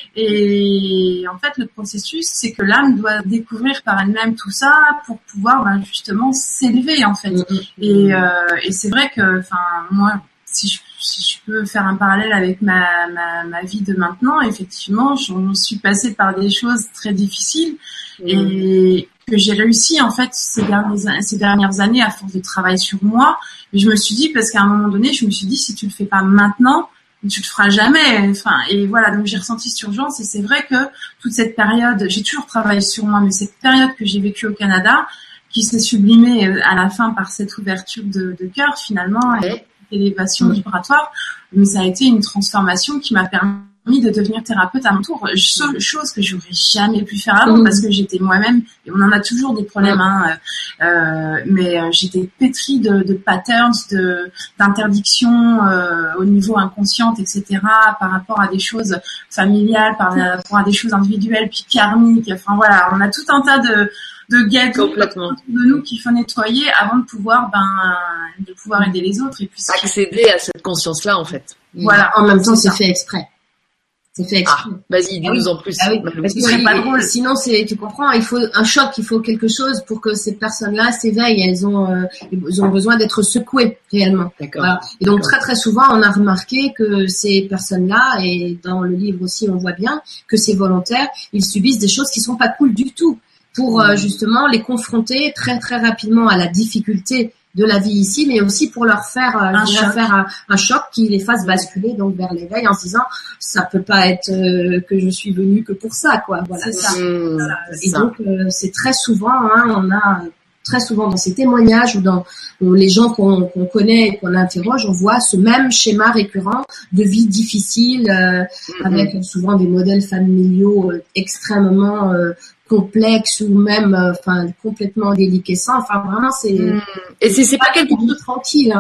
Et en fait, le processus, c'est que l'âme doit découvrir par elle-même tout ça pour pouvoir bah, justement s'élever, en fait. Ouais. Et, euh, et c'est vrai que, enfin, moi, si je, si je peux faire un parallèle avec ma, ma, ma vie de maintenant, effectivement, j'en suis passée par des choses très difficiles ouais. et que j'ai réussi, en fait, ces dernières, ces dernières années à force de travail sur moi. Mais je me suis dit, parce qu'à un moment donné, je me suis dit, si tu le fais pas maintenant, tu le feras jamais. Enfin, et voilà, donc j'ai ressenti cette urgence. Et c'est vrai que toute cette période, j'ai toujours travaillé sur moi, mais cette période que j'ai vécue au Canada, qui s'est sublimée à la fin par cette ouverture de, de cœur, finalement, ouais. et l'élévation ouais. vibratoire, mais ça a été une transformation qui m'a permis de devenir thérapeute à mon tour, chose que j'aurais jamais pu faire avant mmh. parce que j'étais moi-même, et on en a toujours des problèmes, hein, euh, mais euh, j'étais pétrie de, de patterns, de d'interdictions euh, au niveau inconscient, et cetera, par rapport à des choses familiales, par rapport à des choses individuelles, puis karmiques. Enfin voilà, on a tout un tas de de guettes de nous qu'il faut nettoyer avant de pouvoir ben de pouvoir aider les autres et puis accéder à cette conscience-là en fait. Voilà, en même temps c'est fait exprès. C'est fait exprès. Ah, vas-y, dis-nous ah oui. en plus. Ah oui, parce que c'est pas drôle. Sinon, c'est, tu comprends, il faut un choc, il faut quelque chose pour que ces personnes-là s'éveillent. Elles ont, euh, ils ont besoin d'être secouées réellement. D'accord. Voilà. Et donc très très souvent, on a remarqué que ces personnes-là, et dans le livre aussi, on voit bien que ces volontaires, ils subissent des choses qui sont pas cool du tout, pour euh, justement les confronter très très rapidement à la difficulté de la vie ici, mais aussi pour leur faire, euh, un, choc. faire un, un choc qui les fasse basculer donc vers l'éveil en se disant ça peut pas être euh, que je suis venue que pour ça, quoi. Voilà. C'est ça. Mmh, Et ça. donc euh, c'est très souvent, hein, on a très souvent dans ces témoignages ou dans ou les gens qu'on, qu'on connaît et qu'on interroge, on voit ce même schéma récurrent de vie difficile euh, mmh. avec souvent des modèles familiaux euh, extrêmement euh, complexe ou même enfin euh, complètement déliquescent, enfin vraiment c'est mmh. et c'est c'est pas quelque chose de tranquille, hein.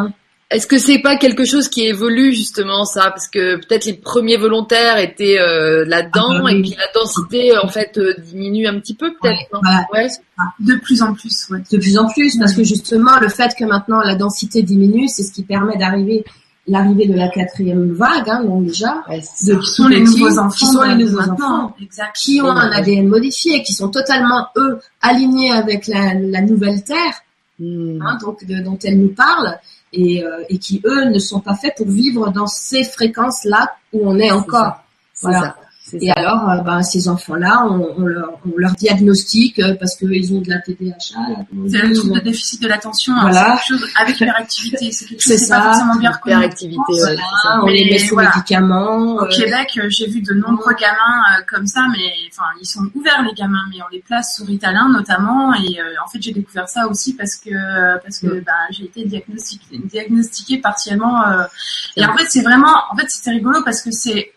Est-ce que c'est pas quelque chose qui évolue justement ça, parce que peut-être les premiers volontaires étaient euh, là-dedans ah, bah, oui. et puis la densité en fait euh, diminue un petit peu peut-être. Ouais, bah, ouais. De plus en plus, ouais. De plus en plus, parce que justement le fait que maintenant la densité diminue, c'est ce qui permet d'arriver l'arrivée de la quatrième vague, hein, donc déjà, ouais, de, qui sont les nouveaux enfants, qui sont les nouveaux enfants, exact. Qui ont un A D N modifié, qui sont totalement eux alignés avec la, la nouvelle Terre, mm. hein, donc de, dont elle nous parle. Et, euh, et qui, eux, ne sont pas faits pour vivre dans ces fréquences-là où on est encore. C'est voilà. ça. C'est et ça. alors, euh, ben, ces enfants-là, on, on, leur, on leur diagnostique euh, parce qu'ils ont de la T D A H. Là, c'est le trouble de déficit de l'attention. Voilà. Hein, c'est quelque chose avec hyperactivité. C'est quelque chose c'est qui ça. pas forcément bien reconnu. Hyperactivité, ouais, voilà. On les met sous voilà. médicaments. Au euh... Québec, j'ai vu de nombreux gamins euh, comme ça, mais enfin, ils sont ouverts les gamins, mais on les place sous Ritalin notamment. Et euh, en fait, j'ai découvert ça aussi parce que parce que bah, j'ai été diagnostiquée, diagnostiquée partiellement. Euh, et en fait, c'est vraiment, en fait, c'était rigolo parce que c'est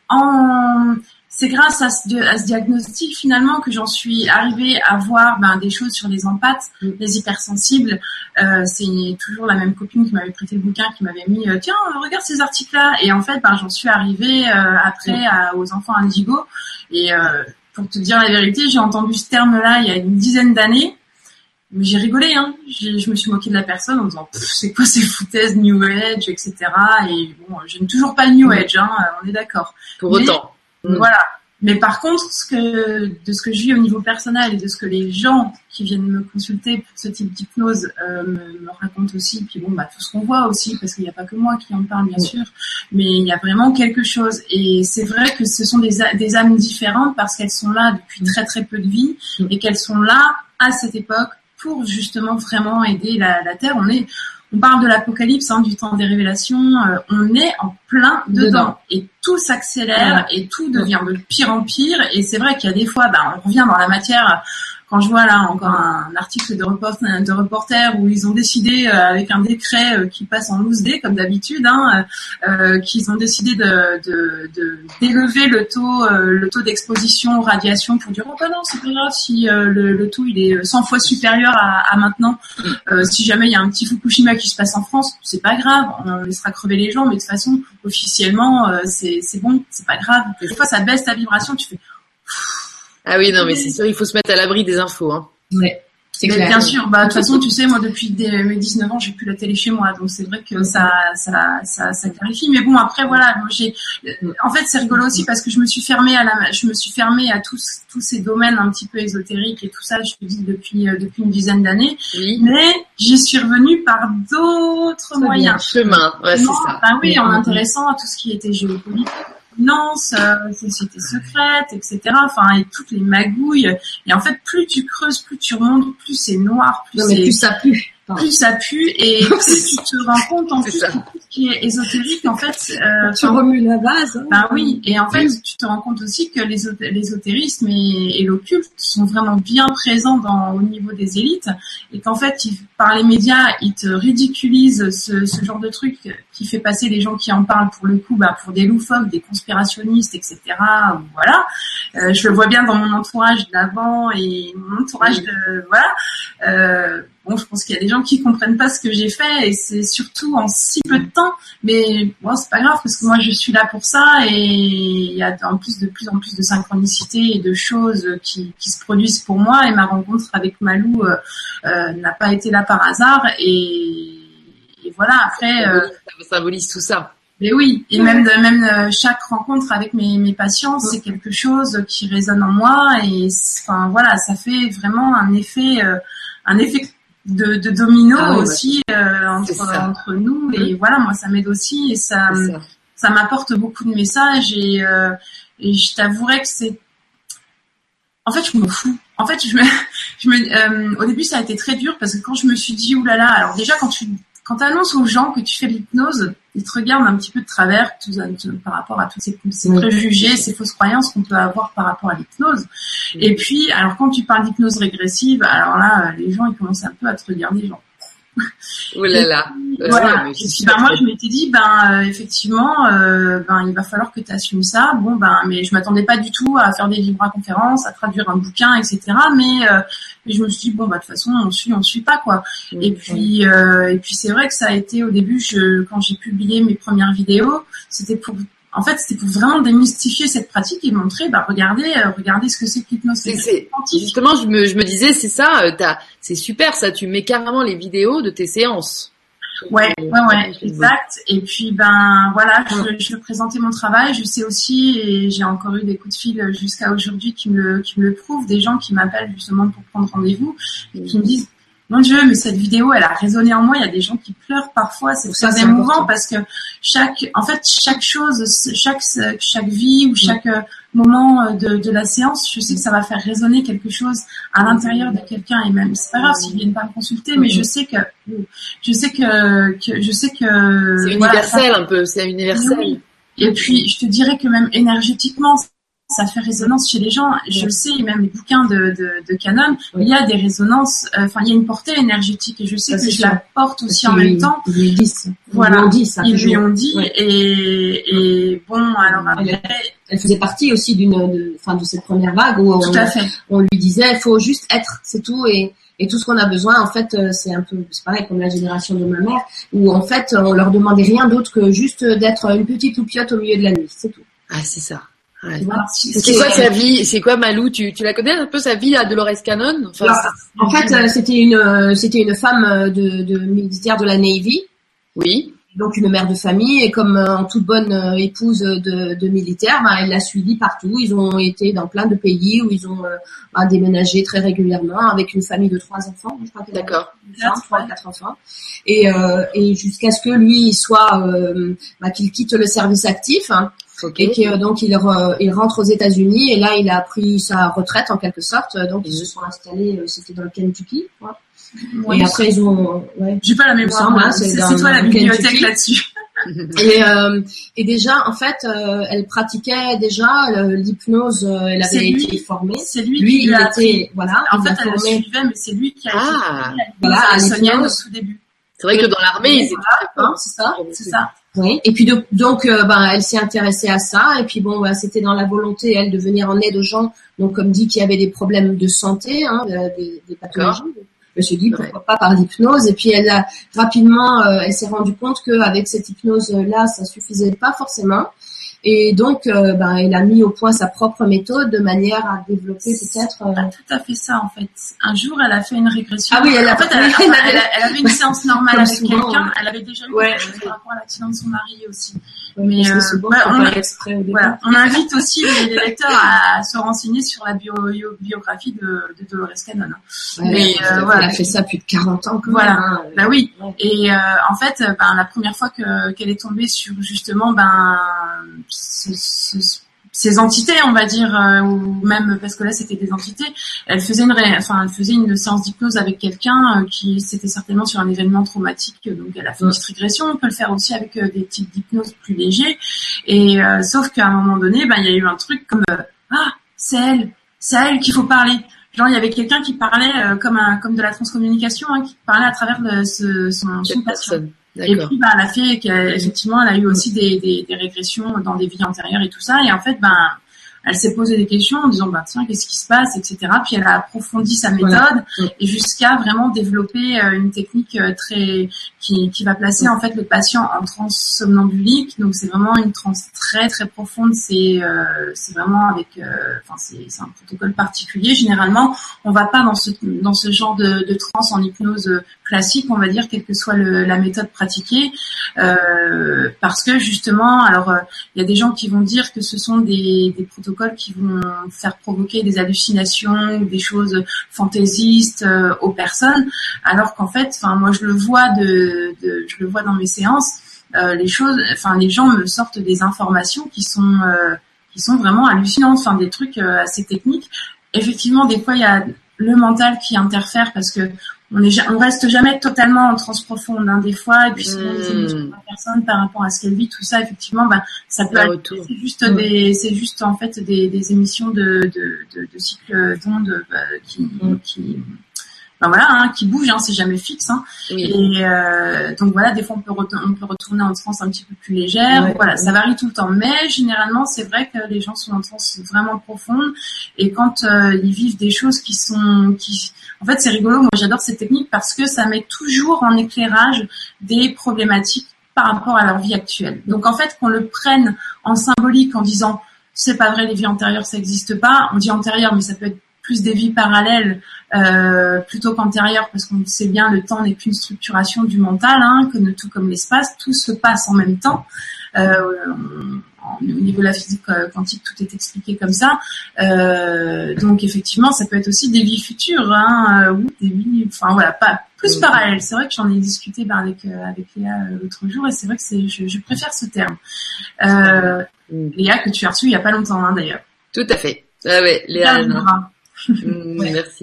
en C'est grâce à ce, à ce diagnostic finalement que j'en suis arrivée à voir ben, des choses sur les empathes, mm. les hypersensibles. Euh, c'est toujours la même copine qui m'avait prêté le bouquin, qui m'avait mis euh, « Tiens, regarde ces articles-là ». Et en fait, ben, j'en suis arrivée euh, après mm. à, aux enfants indigo. Et euh, pour te dire la vérité, j'ai entendu ce terme-là il y a une dizaine d'années. Mais j'ai rigolé, hein. J'ai, je me suis moquée de la personne en disant « C'est quoi ces foutaises New Age, et cetera » Et bon, je n'aime toujours pas le New Age, hein, on est d'accord. Pour Mais, autant. Voilà. Mais par contre, ce que, de ce que je vis au niveau personnel et de ce que les gens qui viennent me consulter pour ce type d'hypnose euh, me, me racontent aussi, puis bon, bah tout ce qu'on voit aussi, parce qu'il n'y a pas que moi qui en parle, bien sûr, mais il y a vraiment quelque chose. Et c'est vrai que ce sont des, des âmes différentes parce qu'elles sont là depuis très très peu de vie et qu'elles sont là à cette époque pour justement vraiment aider la, la Terre. On est On parle de l'apocalypse, hein, du temps des révélations. Euh, on est en plein dedans, dedans. Et tout s'accélère ouais. et tout devient de pire en pire. Et c'est vrai qu'il y a des fois, bah, on revient dans la matière. Quand je vois là encore un article de reporter, de reporter où ils ont décidé euh, avec un décret euh, qui passe en douze D comme d'habitude, hein, euh, qu'ils ont décidé de, de, de d'élever le taux, euh, le taux d'exposition aux radiations pour dire oh bah non c'est pas grave si euh, le, le taux il est cent fois supérieur à, à maintenant. Euh, si jamais il y a un petit Fukushima qui se passe en France, c'est pas grave, on laissera crever les gens, mais de toute façon officiellement euh, c'est c'est bon, c'est pas grave. Des fois ça baisse ta vibration, tu fais ah oui, non, mais c'est sûr, il faut se mettre à l'abri des infos, hein. Ouais, c'est mais clair. Bien sûr, bah, de toute façon, tu sais, moi, depuis des, mes dix-neuf ans, j'ai plus la télé chez moi, donc c'est vrai que ça, ça, ça, ça clarifie. Mais bon, après, voilà, moi, j'ai, en fait, c'est rigolo aussi parce que je me suis fermée à la, je me suis fermée à tous, tous ces domaines un petit peu ésotériques et tout ça, je te dis, depuis, depuis une dizaine d'années. Oui. Mais j'y suis revenue par d'autres ça moyens. Chemin, ouais, non, c'est ça. Bah oui, en m'intéressant à tout ce qui était géopolitique. Finance, euh, société secrète, et cetera. Enfin, et toutes les magouilles. Et en fait, plus tu creuses, plus tu remontes, plus c'est noir, plus non, c'est... mais plus ça pue. Plus ça pue et plus tu te rends compte en plus que tout ce qui est ésotérique, en fait... Euh, tu remues la base. Hein. Ben oui, et en fait, oui. tu te rends compte aussi que l'ésotérisme et, et l'occulte sont vraiment bien présents dans, au niveau des élites et qu'en fait, ils, par les médias, ils te ridiculisent ce, ce genre de truc qui fait passer les gens qui en parlent pour le coup ben, pour des loufoques, des conspirationnistes, et cetera. Voilà. Euh, je le vois bien dans mon entourage d'avant et mon entourage de... Voilà. Euh, Bon, je pense qu'il y a des gens qui comprennent pas ce que j'ai fait et c'est surtout en si peu de temps. Mais bon, c'est pas grave parce que moi je suis là pour ça et il y a en plus de plus en plus de synchronicité et de choses qui, qui se produisent pour moi. Et ma rencontre avec Malou euh, euh, n'a pas été là par hasard et, et voilà. Après, euh, ça symbolise tout ça. Mais oui, et même de, même euh, chaque rencontre avec mes, mes patients, c'est quelque chose qui résonne en moi et enfin voilà, ça fait vraiment un effet, euh, un effet de, de domino ah, oui, aussi euh, entre, entre nous et mmh. voilà, moi ça m'aide aussi et ça, ça. ça m'apporte beaucoup de messages et, euh, et je t'avouerais que c'est, en fait je m'en fous. En fait je me, je me, euh, au début ça a été très dur parce que quand je me suis dit oulala, alors déjà quand tu Quand tu annonces aux gens que tu fais de l'hypnose, ils te regardent un petit peu de travers tout, tout, par rapport à tous ces, ces préjugés, ces fausses croyances qu'on peut avoir par rapport à l'hypnose. Et puis, alors quand tu parles d'hypnose régressive, alors là, les gens ils commencent un peu à te regarder genre Oh là là. Euh, voilà. Et puis, ben, moi, je m'étais dit, ben, euh, effectivement, euh, ben, il va falloir que tu assumes ça. Bon, ben, mais je m'attendais pas du tout à faire des vibra-conférences, à traduire un bouquin, et cetera. Mais, euh, mais je me suis dit, bon, bah, de toute façon, on suit, on suit pas, quoi. Mmh, et puis, euh, et puis, c'est vrai que ça a été, au début, je, quand j'ai publié mes premières vidéos, c'était pour, en fait, c'était pour vraiment démystifier cette pratique et montrer, bah, regardez, euh, regardez ce que c'est que l'hypnose. C'est, c'est, justement, je me, je me disais, c'est ça, euh, t'as, c'est super, ça, tu mets carrément les vidéos de tes séances. Ouais, ouais, ouais, exact. Et puis, ben, voilà, je, je présentais mon travail. Je sais aussi, et j'ai encore eu des coups de fil jusqu'à aujourd'hui qui me le, qui me le prouvent, des gens qui m'appellent justement pour prendre rendez-vous et qui me disent, mon Dieu, mais cette vidéo, elle a résonné en moi. Il y a des gens qui pleurent parfois. C'est très émouvant parce que chaque, en fait, chaque chose, chaque, chaque vie ou chaque mmh. moment de, de la séance, je sais que ça va faire résonner quelque chose à l'intérieur de quelqu'un. Et même, c'est pas grave s'ils viennent pas me consulter, mais je sais que, je sais que, que je sais que. C'est universel, voilà, un peu. C'est universel. Oui. Et puis, je te dirais que même énergétiquement, ça fait résonance chez les gens. Je le sais, même les bouquins de, de, de Canon, oui. il y a des résonances, enfin, euh, il y a une portée énergétique et je sais ça, que je sûr. la porte aussi Parce en même temps. Ils lui disent. Voilà. Ils lui ont dit ça. Ils lui ont dit oui. et, et bon, alors après. Elle, elle faisait partie aussi d'une, de, enfin, de cette première vague où tout on, à fait. on lui disait, il faut juste être, c'est tout et, et tout ce qu'on a besoin, en fait, c'est un peu, c'est pareil comme la génération de ma mère où en fait, on leur demandait rien d'autre que juste d'être une petite loupiote au milieu de la nuit, c'est tout. Ah, c'est ça. Ouais. Voilà. C'est, c'est quoi sa vie? C'est quoi Malou? Tu, tu la connais un peu sa vie à Dolores Cannon? Enfin, alors, en fait, euh, c'était une, c'était une femme de, de militaire de la Navy. Oui. Donc une mère de famille et comme euh, en toute bonne euh, épouse de, de militaire, bah, elle l'a suivi partout. Ils ont été dans plein de pays où ils ont euh, bah, déménagé très régulièrement avec une famille de trois enfants. Je crois qu'elle D'accord. A trois, quatre enfants. Et, euh, et jusqu'à ce que lui soit, euh, bah, qu'il quitte le service actif. Hein, okay. Et que donc il, re, il rentre aux États-Unis et là il a pris sa retraite en quelque sorte. Donc ils se sont installés, c'était dans le Kentucky. Ouais. Oui, et après ils ont, ouais. J'ai pas la mémoire. Semble, hein, c'est, c'est, c'est toi la bibliothèque là-dessus. et, euh, et déjà, en fait, euh, elle pratiquait déjà euh, l'hypnose. Euh, elle avait c'est été lui, formée. C'est lui, lui qui il l'a était, appris. voilà. En fait, elle la suivait, mais c'est lui qui a ah, été voilà, à Sonia au tout début. C'est vrai que dans l'armée, ils étaient très forts. C'est ça, c'est ça. Oui. Et puis de, donc, euh, ben, elle s'est intéressée à ça. Et puis bon, ben, c'était dans la volonté, elle, de venir en aide aux gens. Donc, comme dit, qui avaient des problèmes de santé, hein, des, des pathologies. Je me suis dit pourquoi ouais. pas par l'hypnose et puis elle a rapidement euh, elle s'est rendue compte qu'avec cette hypnose là ça suffisait pas forcément et donc euh, ben elle a mis au point sa propre méthode de manière à développer peut-être euh... ah, tout à fait ça en fait. Un jour elle a fait une régression. Ah oui, elle a en fait elle, elle, elle, elle avait une séance normale avec souvent, quelqu'un, ouais. Elle avait déjà eu ouais. par rapport à l'accident de son mari aussi. Ouais, mais euh, souvent, ouais, on, exprès au voilà, on invite aussi les, les lecteurs à se renseigner sur la bio, bio, biographie de, de Dolores Cannon. Ouais, mais euh, voilà, elle a fait ça depuis de quarante ans quand voilà. même. Hein. Bah oui. Et euh, en fait, ben la première fois que qu'elle est tombée sur justement ben ce, ce, ces entités, on va dire, euh, ou même parce que là c'était des entités, elle faisait une, ré... enfin elle faisait une séance d'hypnose avec quelqu'un euh, qui c'était certainement sur un événement traumatique, donc elle a fait une petite régression. On peut le faire aussi avec euh, des types d'hypnose plus légers. Et euh, sauf qu'à un moment donné, ben il y a eu un truc comme euh, ah c'est elle, c'est à elle qu'il faut parler. Genre il y avait quelqu'un qui parlait euh, comme un comme de la transcommunication, hein, qui parlait à travers de ce, son, son patient. Et puis, ben, elle a fait qu'effectivement, elle a eu aussi des, des, des régressions dans des vies antérieures et tout ça. Et en fait, ben, elle s'est posé des questions en disant, bah, tiens, qu'est-ce qui se passe, et cetera. Puis elle a approfondi sa méthode voilà. Et jusqu'à vraiment développer une technique très, qui, qui va placer, en fait, le patient en transe somnambulique. Donc, c'est vraiment une transe très, très profonde. C'est, euh, c'est vraiment avec, euh, enfin, c'est, c'est un protocole particulier. Généralement, on va pas dans ce, dans ce genre de, de transe en hypnose classique, on va dire, quelle que soit le, la méthode pratiquée, euh, parce que justement, alors, il euh, y a des gens qui vont dire que ce sont des, des protocoles qui vont faire provoquer des hallucinations, des choses fantaisistes euh, aux personnes, alors qu'en fait, enfin moi je le vois de, de je le vois dans mes séances, euh, les choses, enfin les gens me sortent des informations qui sont euh, qui sont vraiment hallucinantes, enfin des trucs euh, assez techniques. Effectivement, des fois il y a le mental qui interfère parce que on est, on reste jamais totalement en transe profonde, hein, des fois, et puis selon les émotions de la personne par rapport à ce qu'elle vit, tout ça, effectivement, ben, ça peut être, c'est juste mmh. des, c'est juste, en fait, des, des émissions de, de, de, de cycles d'ondes, euh, qui, mmh. qui, ben voilà, hein, qui bouge, hein, c'est jamais fixe. Hein. Oui. Et euh, donc voilà, des fois on peut, re- on peut retourner en transe un petit peu plus légère. Ouais, voilà, ouais. ça varie tout le temps. Mais généralement, c'est vrai que les gens sont en transe vraiment profonde. Et quand euh, ils vivent des choses qui sont, qui, en fait, c'est rigolo. Moi, j'adore cette technique parce que ça met toujours en éclairage des problématiques par rapport à leur vie actuelle. Donc en fait, qu'on le prenne en symbolique en disant c'est pas vrai, les vies antérieures ça n'existe pas. On dit antérieures, mais ça peut être plus des vies parallèles euh, plutôt qu'antérieures, parce qu'on sait bien le temps n'est qu'une structuration du mental, hein, que tout comme l'espace, tout se passe en même temps. Euh, au niveau de la physique quantique, tout est expliqué comme ça. Euh, donc effectivement, ça peut être aussi des vies futures, hein, ou des vies, enfin voilà, pas plus Oui. parallèles. C'est vrai que j'en ai discuté ben, avec euh, avec Léa euh, l'autre jour, et c'est vrai que c'est, je, je préfère ce terme. Euh, Mm. Léa, que tu as reçu il y a pas longtemps, hein, d'ailleurs. Tout à fait. Ah ouais, Léa. Bien, Anna. Mm, Ouais. Merci.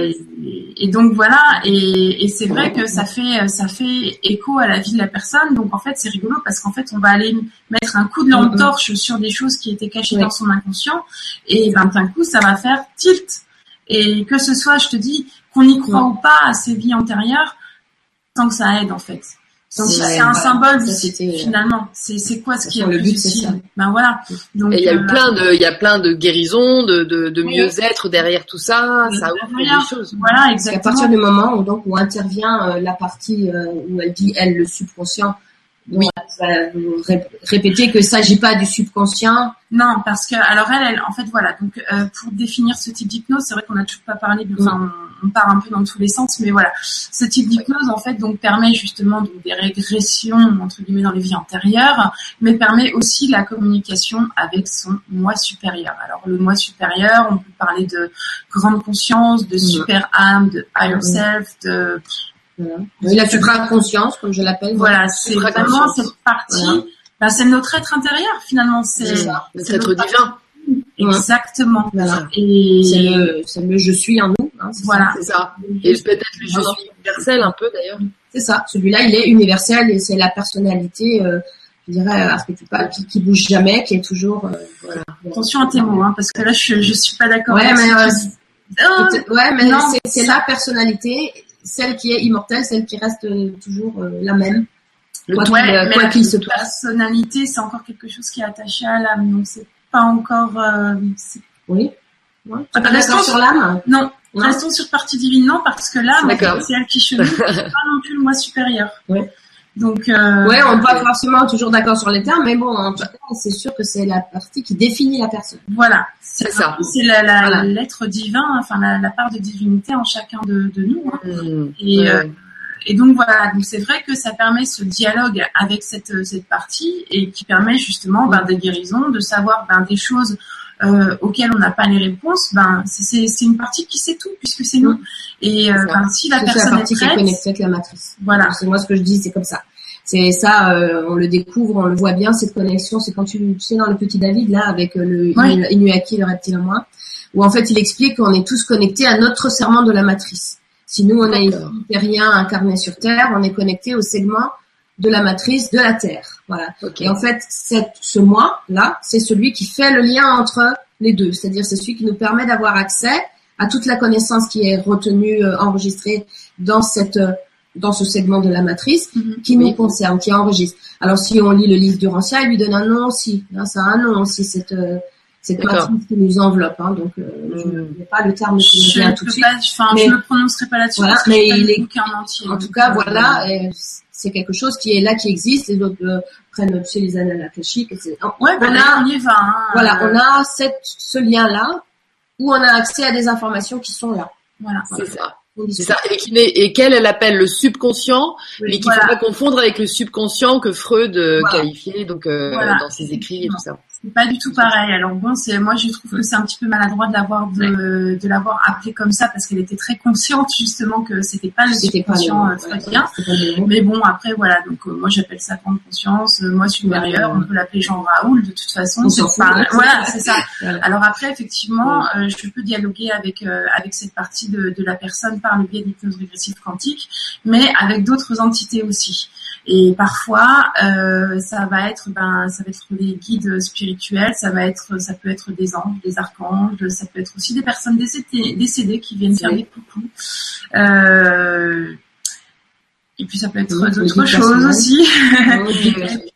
Et, et donc voilà, et, et c'est vrai que ça fait ça fait écho à la vie de la personne. Donc en fait c'est rigolo parce qu'en fait on va aller mettre un coup de lampe torche sur des choses qui étaient cachées Oui. dans son inconscient, et ben d'un coup ça va faire tilt. Et que ce soit, je te dis, qu'on y croit Oui. ou pas à ses vies antérieures, tant que ça aide en fait. Donc Ouais, c'est un voilà. symbole Ça, aussi, c'était, euh, finalement. C'est c'est quoi ce qui est le le but, plus c'est utile? ça. Ben voilà. Donc Et il y a eu euh, plein de, il y a plein de guérisons, de, de, de Oui. mieux-être derrière tout ça. Oui, Ça ouvre derrière. des choses. voilà, Parce qu'à exactement. partir du moment où donc où intervient euh, la partie euh, où elle dit elle le subconscient, Oui. on va vous ré- répéter que ça s'agit pas du subconscient. Non, parce que alors elle, elle en fait voilà. Donc euh, pour définir ce type d'hypnose, c'est vrai qu'on n'a toujours pas parlé. De, enfin, on, on part un peu dans tous les sens, mais voilà, ce type d'hypnose en fait donc permet justement donc, des régressions entre guillemets dans les vies antérieures, mais permet aussi la communication avec son moi supérieur. Alors le moi supérieur, on peut parler de grande conscience, de super âme, de higher Mhm. self, de Voilà. Oui, la supraconscience, comme je l'appelle. voilà, c'est Supraconscience. vraiment cette partie. Voilà. Ben, c'est notre être intérieur finalement. C'est C'est ça. Notre c'est être notre divin. Exactement. Voilà. Et C'est le, c'est le je suis en nous. Hein, c'est voilà. C'est ça. Et peut-être le je suis universel un peu d'ailleurs. ça. C'est ça. Celui-là, il est universel et c'est la personnalité, euh, je dirais, archétypale, qui, qui bouge jamais, qui est toujours. Euh, voilà. Attention à tes mots, hein, parce que là, je je suis pas d'accord. Ouais, avec mais, ce que euh, tu dis. Ah, Peut-être- Ouais, mais Non, c'est, c'est ça- la personnalité, celle qui est immortelle, celle qui reste euh, toujours euh, la même. Le Quoi tout. qu'il, ouais, euh, mais quoi la qu'il se passe. personnalité, c'est encore quelque chose qui est attaché à l'âme, donc c'est pas encore. Euh, c'est- Oui. Ouais. Tu Ah, es restons d'accord sur l'âme? Non, Non. restons sur partie divine, non, parce que l'âme, D'accord. c'est elle qui chemine, c'est pas non plus le moi supérieur. Ouais. Donc. Euh, Ouais, on n'est pas forcément toujours d'accord sur les termes, mais bon, en tout cas, c'est sûr que c'est la partie qui définit la personne. Voilà, C'est ça. c'est la, la- Voilà. l'être divin, enfin la, la part de divinité en chacun de, de nous. Hein. Mm. Et, Ouais. euh, et donc voilà, donc c'est vrai que ça permet ce dialogue avec cette cette partie et qui permet justement ben, des guérisons, de savoir ben, des choses euh, auxquelles on n'a pas les réponses. Ben c'est c'est c'est une partie qui sait tout puisque c'est nous. Et euh, C'est ça. ben, si la C'est la personne est partie qui est prête, connectée avec la matrice. voilà, C'est moi ce que je dis, c'est comme ça. C'est ça, euh, on le découvre, on le voit bien, cette connexion. C'est quand tu, tu sais, dans le petit David, là, avec euh, le Oui. Inu- Inuaki, le reptile en moi, où en fait, il explique qu'on est tous connectés à notre serment de la matrice. Si nous, on est D'accord. terrien incarné sur Terre, on est connecté au segment de la matrice de la Terre. Voilà. Ok. Et en fait, cette, ce moi-là, c'est celui qui fait le lien entre les deux. C'est-à-dire, c'est celui qui nous permet d'avoir accès à toute la connaissance qui est retenue, euh, enregistrée dans cette, euh, dans ce segment de la matrice, Mhm. qui nous Oui. concerne, qui enregistre. Alors, si on lit le livre du Rancia, il lui donne un nom aussi. Hein, ça a un nom aussi, cette, euh, cette D'accord. matrice qui nous enveloppe. Hein, donc, euh, je Mm. n'ai pas le terme qui me je vient ne tout de peux suite. pas, enfin Mais- je me prononcerai pas là-dessus. Voilà, parce que mais j'ai pas il lu est- le bouquin en entier. En Donc, tout cas, euh, voilà, et c'est quelque chose qui est là, qui existe. Les autres euh, prennent chez les annales akashiques. et c'est- Ouais, ben on là, a, on y va. Hein, voilà, euh, on a cette, ce lien-là où on a accès à des informations qui sont là. Voilà. C'est ça. On C'est discute. ça. Et, qui n'est- et qu'elle, elle appelle le subconscient, Oui, mais qu'il voilà. faut pas confondre avec le subconscient que Freud euh, Voilà. qualifiait donc euh, Voilà. dans ses écrits et tout ça. C'est pas du tout pareil. Alors bon, c'est moi je trouve que c'est un petit peu maladroit de l'avoir de, de l'avoir appelé comme ça parce qu'elle était très consciente justement que c'était pas le C'était pas subconscient le- euh, voilà, freudien. c'était pas le mot. Mais bon, après voilà, donc euh, moi j'appelle ça grande conscience, euh, moi supérieur, Ouais. on peut l'appeler Jean Raoul de toute façon. On c'est s'en fout, pas- ouais. voilà, c'est ça. Voilà. Alors après effectivement, euh, je peux dialoguer avec euh, avec cette partie de, de la personne par le biais d'hypnose régressive quantique, mais avec d'autres entités aussi. Et parfois, euh, ça va être ben ça va être les guides spirituels spirituels, ça va être, ça peut être des anges, des archanges, ça peut être aussi des personnes décédées, décédées qui viennent faire des coucous. Euh, et puis ça peut être oui, d'autres choses aussi. Oui,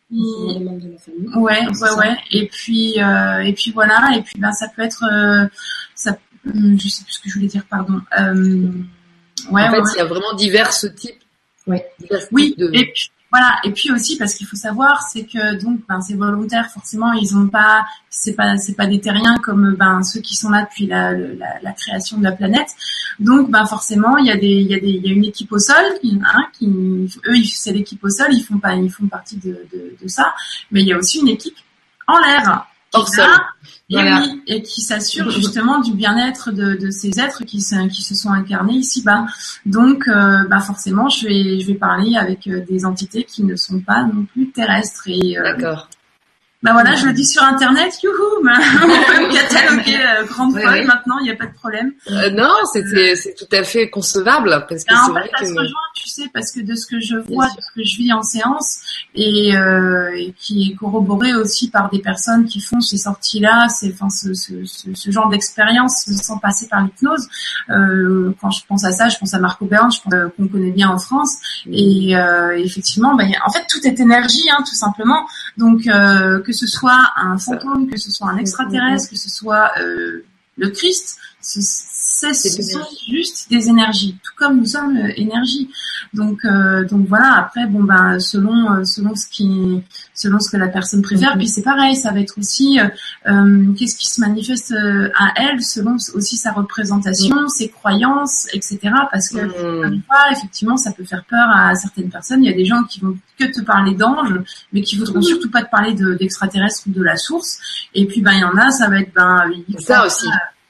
puis, ouais, ouais, ouais. Et puis, euh, et puis voilà. Et puis ben ça peut être, euh, ça, je sais plus ce que je voulais dire, pardon. Euh, ouais, en fait, ouais. il y a vraiment divers types. Ouais. Divers oui. Types de... Et puis, voilà. Et puis aussi parce qu'il faut savoir, c'est que donc ben c'est volontaire forcément, ils ont pas, c'est pas c'est pas des terriens comme ben ceux qui sont là depuis la, la, la création de la planète. Donc ben forcément il y a des il y a des il y a une équipe au sol, hein, qui eux c'est l'équipe au sol, ils font pas ils font partie de, de de ça, mais il y a aussi une équipe en l'air. Hors sol. Et, voilà. oui, et qui s'assure justement du bien-être de, de ces êtres qui se, qui se sont incarnés ici-bas. Donc, euh, bah forcément, je vais, je vais parler avec euh, des entités qui ne sont pas non plus terrestres. Et, euh, D'accord. Bah voilà, je le dis sur Internet, youhou, bah, on peut me cataloguer euh, grande ouais, folle ouais. maintenant, il n'y a pas de problème. Euh, non, c'est, c'est, c'est tout à fait concevable parce que ben, c'est en fait, vrai ça que se rejoint, tu sais, parce que de ce que je vois, de ce que je vis en séance, et, euh, et qui est corroboré aussi par des personnes qui font ces sorties-là, c'est, enfin, ce, ce, ce, ce genre d'expérience sans passer par l'hypnose. Euh, quand je pense à ça, je pense à Marco Bern, je pense euh, qu'on connaît bien en France, et euh, effectivement, ben, en fait, tout est énergie, hein, tout simplement. Donc, euh, que ce soit un fantôme, que ce soit un extraterrestre, que ce soit euh, le Christ, ce, c'est, ce sont juste des énergies, tout comme nous sommes euh, énergie. Donc, euh, donc voilà. Après, bon ben, selon euh, selon ce qui, selon ce que la personne préfère. Mm-hmm. Puis c'est pareil, ça va être aussi euh, qu'est-ce qui se manifeste euh, à elle, selon aussi sa représentation, mm-hmm. ses croyances, et cetera. Parce que mm-hmm. fois, effectivement, ça peut faire peur à certaines personnes. Il y a des gens qui vont que te parler d'anges, mais qui voudront mm-hmm. surtout pas te parler de, d'extraterrestres ou de la source. Et puis ben il y en a, ça va être ben ça aussi.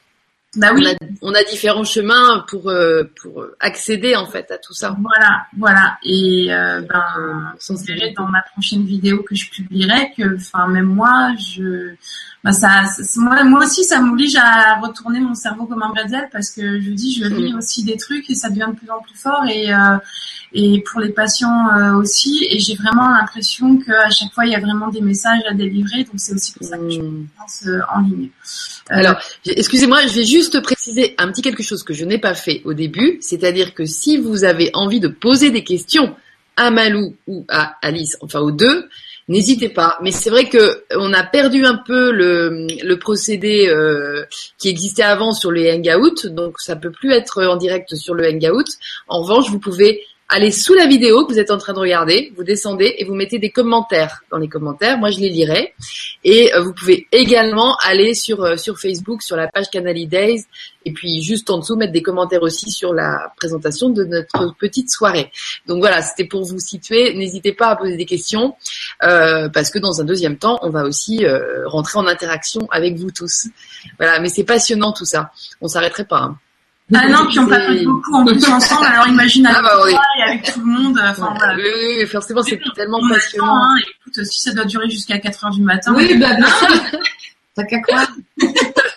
Bah oui. On a, on a différents chemins pour euh, pour accéder en fait à tout ça. Voilà, voilà. Et euh, ben, vous verrez dans ma prochaine vidéo que je publierai que, enfin, même moi, je, ben ça, ça moi, moi aussi, ça m'oblige à retourner mon cerveau comme un bretzel parce que je dis, je vis mmh. aussi des trucs et ça devient de plus en plus fort et euh, et pour les patients euh, aussi. Et j'ai vraiment l'impression que à chaque fois, il y a vraiment des messages à délivrer. Donc c'est aussi pour ça que je pense euh, en ligne. Euh, Alors, excusez-moi, je vais juste préciser un petit quelque chose que je n'ai pas fait au début, c'est-à-dire que si vous avez envie de poser des questions à Malou ou à Alice, enfin aux deux, n'hésitez pas. Mais c'est vrai que on a perdu un peu le, le procédé euh, qui existait avant sur les hangouts, donc ça peut plus être en direct sur le hangout. En revanche, vous pouvez allez sous la vidéo que vous êtes en train de regarder, vous descendez et vous mettez des commentaires dans les commentaires. Moi, je les lirai. Et euh, vous pouvez également aller sur euh, sur Facebook, sur la page Canali Days, et puis juste en dessous mettre des commentaires aussi sur la présentation de notre petite soirée. Donc voilà, c'était pour vous situer. N'hésitez pas à poser des questions euh, parce que dans un deuxième temps, on va aussi euh, rentrer en interaction avec vous tous. Voilà, mais c'est passionnant tout ça. On s'arrêterait pas. Hein. Ah non, puis on papote beaucoup en plus ensemble, alors imagine avec ah bah oui. toi et avec tout le monde. Enfin, ouais, voilà. Oui, oui, forcément, c'est tellement on passionnant. Attend, hein, écoute, si ça doit durer jusqu'à quatre heures du matin. Oui, bah bien sûr. T'as qu'à quoi? Pas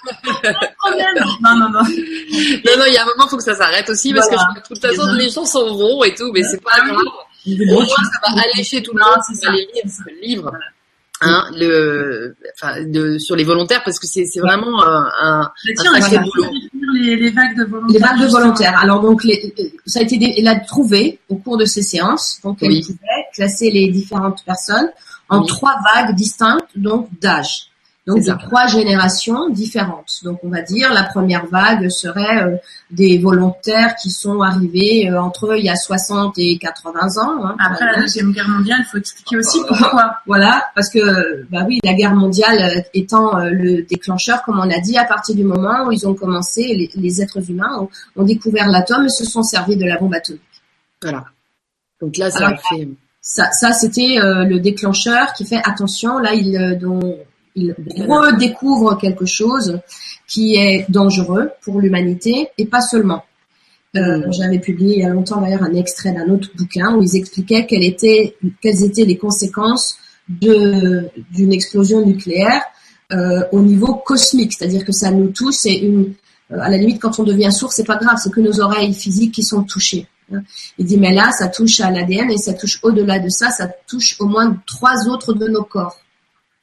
de problème. Non, non, non. Non, non, il y a un moment, il faut que ça s'arrête aussi, parce voilà. que de toute façon, les gens s'en vont et tout, mais c'est pas grave. Au moins, ça va allécher tout le monde, ça va les lire, le livre. Hein, le, enfin, de, sur les volontaires, parce que c'est, c'est vraiment un, un, tiens, un sacré boulot. Les, les vagues de volontaires. Les vagues de volontaires. Alors donc, les, ça a été, il a trouvé au cours de ces séances, donc elle oui. pouvait classer les différentes personnes en oui. trois vagues distinctes, donc d'âge. Donc de trois générations différentes. Donc on va dire la première vague serait euh, des volontaires qui sont arrivés euh, entre il y a soixante et quatre-vingts ans. Hein, Après la deuxième guerre mondiale, il faut expliquer aussi pourquoi. Voilà, parce que bah oui, la guerre mondiale étant euh, le déclencheur, comme on a dit, à partir du moment où ils ont commencé, les, les êtres humains ont, ont découvert l'atome et se sont servis de la bombe atomique. Voilà. Donc là, ça Alors, fait. Ça, ça c'était euh, le déclencheur qui fait attention. Là, il euh, dont il redécouvre quelque chose qui est dangereux pour l'humanité et pas seulement. Euh, mmh. J'avais publié il y a longtemps d'ailleurs un extrait d'un autre bouquin où ils expliquaient quelles étaient, quelles étaient les conséquences de, d'une explosion nucléaire euh, au niveau cosmique, c'est-à-dire que ça nous touche. C'est une, euh, à la limite, quand on devient sourd, c'est pas grave, c'est que nos oreilles physiques qui sont touchées. Hein. Il dit mais là, ça touche à l'A D N et ça touche au-delà de ça, ça touche au moins trois autres de nos corps.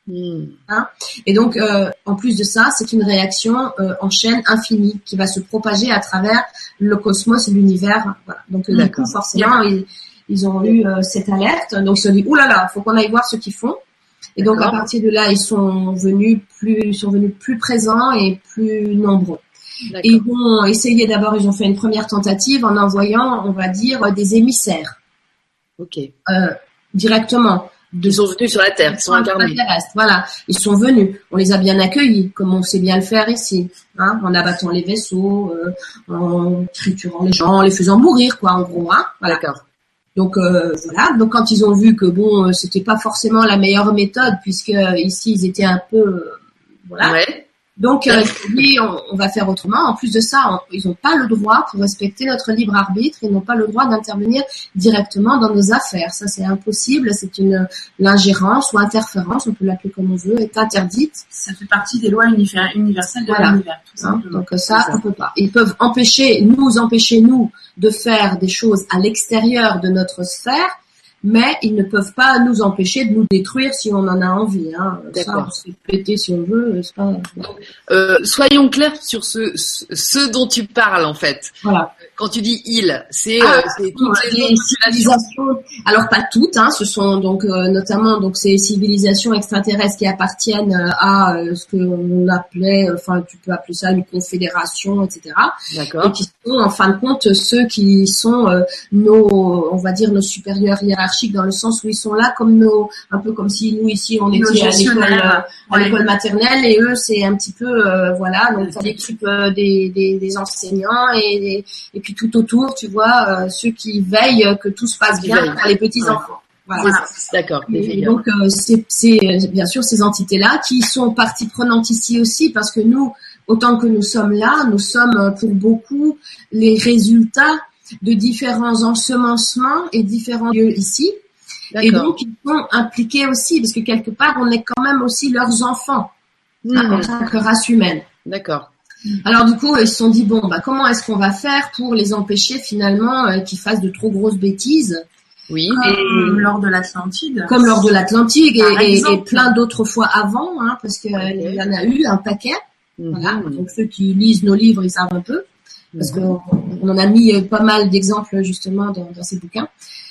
Mmh. Hein, et donc, euh, en plus de ça, c'est une réaction euh, en chaîne infinie qui va se propager à travers le cosmos et l'univers. Voilà. Donc, euh, du coup, forcément, ils, ils ont eu euh, cette alerte. Donc, ils se sont dit, ouh là là, faut qu'on aille voir ce qu'ils font. Et donc, à partir de là, ils sont venus plus, ils sont venus plus présents et plus nombreux. Et ils ont essayé d'abord, ils ont fait une première tentative en envoyant, on va dire, des émissaires. Ok. Euh, directement. Ils sont venus sur la Terre, ils sont incarnés. Voilà, ils sont venus. On les a bien accueillis, comme on sait bien le faire ici, hein, en abattant les vaisseaux, euh, en triturant les gens, en les faisant mourir, quoi, en gros, hein. Voilà. D'accord. Donc euh, voilà. Donc quand ils ont vu que bon, euh, c'était pas forcément la meilleure méthode, puisque euh, ici ils étaient un peu, euh, voilà. Ouais. Donc, euh, oui, on, on va faire autrement. En plus de ça, on, ils n'ont pas le droit, pour respecter notre libre arbitre, ils n'ont pas le droit d'intervenir directement dans nos affaires. Ça, c'est impossible. C'est une l'ingérence ou interférence, on peut l'appeler comme on veut, est interdite. Ça fait partie des lois universelles de voilà. l'univers. Tout hein, donc ça, on peut pas. Ils peuvent empêcher, nous empêcher nous de faire des choses à l'extérieur de notre sphère. Mais ils ne peuvent pas nous empêcher de nous détruire si on en a envie. Hein. Ça, on se fait péter si on veut. C'est pas... euh, soyons clairs sur ce, ce, ce dont tu parles en fait. Voilà. Quand tu dis ils, c'est, ah, euh, c'est toutes les civilisations. Alors pas toutes, hein. Ce sont donc euh, notamment donc ces civilisations extraterrestres qui appartiennent euh, à euh, ce qu'on appelait, enfin tu peux appeler ça une confédération, et cetera. D'accord. Et qui sont en fin de compte ceux qui sont euh, nos, on va dire nos supérieurs hiérarchiques dans le sens où ils sont là comme nos, un peu comme si nous ici on était à l'école, euh, à l'école maternelle et eux c'est un petit peu euh, voilà donc ça l'équipe euh, des, des des enseignants et et puis tout autour tu vois euh, ceux qui veillent que tout se passe bien pour les petits enfants. Ouais. Voilà. D'accord. Et donc euh, c'est c'est bien sûr ces entités là qui sont partie prenante ici aussi parce que nous autant que nous sommes là nous sommes pour beaucoup les résultats de différents ensemencements et différents lieux ici. Et donc, ils sont impliqués aussi, parce que quelque part, on est quand même aussi leurs enfants, mmh. hein, en tant que race humaine. D'accord. Alors du coup, ils se sont dit, bon, bah comment est-ce qu'on va faire pour les empêcher finalement euh, qu'ils fassent de trop grosses bêtises. Oui. Comme et, lors de l'Atlantide. Comme lors de l'Atlantide et, et, et plein d'autres fois avant, hein, parce qu'il okay. y en a eu un paquet. Mmh. Voilà. Donc ceux qui lisent nos livres, ils savent un peu. Parce qu'on on en a mis pas mal d'exemples justement dans, dans ces bouquins.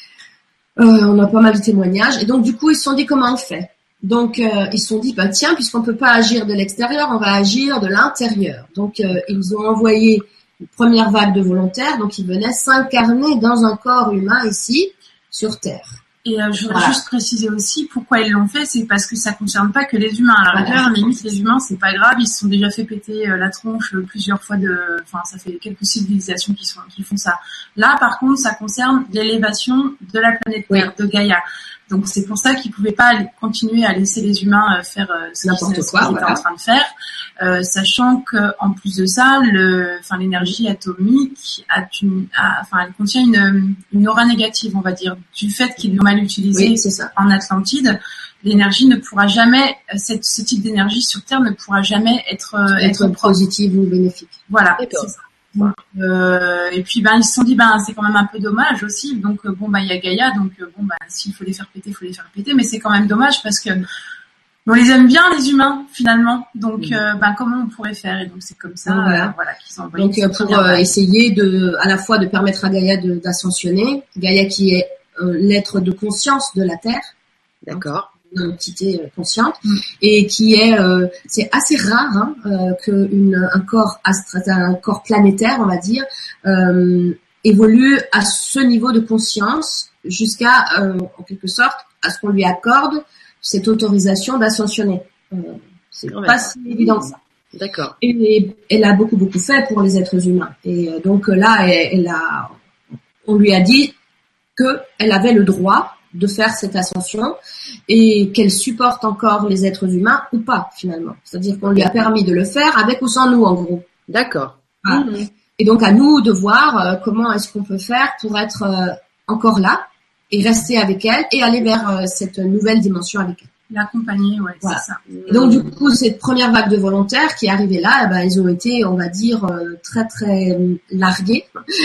Euh, on a pas mal de témoignages. Et donc du coup, ils se sont dit comment on fait. Donc euh, ils se sont dit, bah tiens, puisqu'on peut pas agir de l'extérieur, on va agir de l'intérieur. Donc euh, ils ont envoyé une première vague de volontaires, donc ils venaient s'incarner dans un corps humain ici, sur Terre. Et euh, je voudrais voilà. juste préciser aussi pourquoi ils l'ont fait, c'est parce que ça concerne pas que les humains. À la rigueur, limite les humains, c'est pas grave, ils se sont déjà fait péter euh, la tronche euh, plusieurs fois de, enfin ça fait quelques civilisations qui sont qui font ça. Là, par contre, ça concerne l'élévation de la planète Terre, oui. de Gaïa. Donc c'est pour ça qu'ils pouvaient pas continuer à laisser les humains euh, faire euh, ce qu'ils étaient voilà. en train de faire, euh, sachant que en plus de ça, le, enfin l'énergie atomique a une, a, enfin elle contient une, une aura négative, on va dire, du fait qu'ils l'ont mal utilisé oui, c'est ça. en Atlantide. L'énergie ne pourra jamais, cette, ce type d'énergie sur Terre ne pourra jamais être euh, être, être positive ou bénéfique. Voilà, c'est ça. Donc, euh, et puis ben ils se sont dit ben c'est quand même un peu dommage aussi, donc euh, bon ben il y a Gaïa, donc euh, bon ben s'il faut les faire péter, il faut les faire péter, mais c'est quand même dommage parce que on les aime bien les humains finalement, donc euh, ben comment on pourrait faire, et donc c'est comme ça voilà, euh, voilà qu'ils ont envoyé. Donc euh, pour euh, essayer de à la fois de permettre à Gaïa de, d'ascensionner, Gaïa qui est euh, l'être de conscience de la Terre. D'accord. Une entité consciente mm. et qui est euh, c'est assez rare hein, euh, que une un corps astra, un corps planétaire on va dire euh, évolue à ce niveau de conscience jusqu'à euh, en quelque sorte à ce qu'on lui accorde cette autorisation d'ascensionner. Euh, c'est ouais. pas si évident que ça. D'accord. Et, et elle a beaucoup beaucoup fait pour les êtres humains et euh, donc là elle, elle a on lui a dit que elle avait le droit de faire cette ascension et qu'elle supporte encore les êtres humains ou pas finalement. C'est-à-dire qu'on lui a permis de le faire avec ou sans nous en gros. D'accord. Voilà. Mmh. Et donc à nous de voir euh, comment est-ce qu'on peut faire pour être euh, encore là et rester avec elle et aller vers euh, cette nouvelle dimension avec elle. L'accompagner, ouais, voilà. C'est ça. Et donc du coup cette première vague de volontaires qui est arrivée là, eh ben, ils ont été, on va dire, euh, très très largués.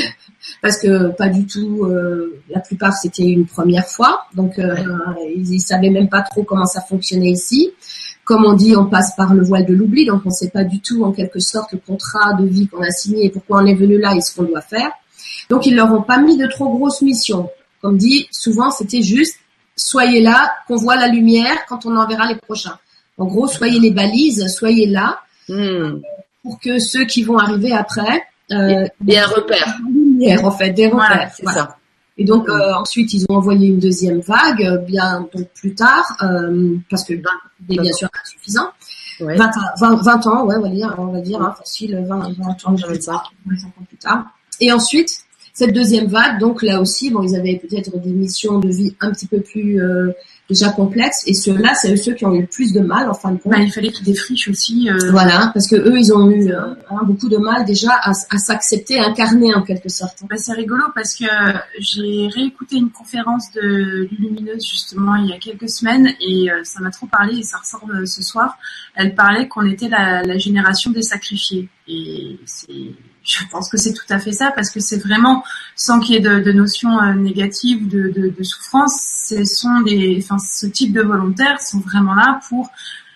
parce que pas du tout. Euh, la plupart c'était une première fois, donc euh, ouais. ils, ils savaient même pas trop comment ça fonctionnait ici. Comme on dit, on passe par le voile de l'oubli, donc on sait pas du tout en quelque sorte le contrat de vie qu'on a signé et pourquoi on est venu là et ce qu'on doit faire. Donc ils leur ont pas mis de trop grosses missions. Comme dit, souvent c'était juste soyez là, qu'on voit la lumière quand on enverra les prochains. En gros, soyez les balises, soyez là mmh. pour que ceux qui vont arriver après euh, et un repère. Lumière, en fait, des repères. Voilà, c'est voilà. ça. Et donc mmh. euh, ensuite ils ont envoyé une deuxième vague, bien donc plus tard, euh, parce que c'était bien sûr insuffisant. Ouais. vingt, vingt, vingt ans, ouais, on va dire, on va dire, hein, facile, vingt, vingt ans, vingt-cinq ans plus tard. Et ensuite, cette deuxième vague, donc là aussi, bon, ils avaient peut-être des missions de vie un petit peu plus euh, déjà complexes, et ceux-là, c'est ceux qui ont eu le plus de mal en fin de compte. Bah, il fallait qu'ils défrichent aussi. Euh... Voilà, parce que eux, ils ont eu euh, hein, beaucoup de mal déjà à, à s'accepter, à incarner en quelque sorte. Bah, c'est rigolo parce que j'ai réécouté une conférence de Lumineuse justement il y a quelques semaines et euh, ça m'a trop parlé et ça ressort euh, ce soir. Elle parlait qu'on était la, la génération des sacrifiés et c'est je pense que c'est tout à fait ça parce que c'est vraiment sans qu'il y ait de, de notions euh, négatives de, de, de souffrance, ce sont des, enfin ce type de volontaires sont vraiment là pour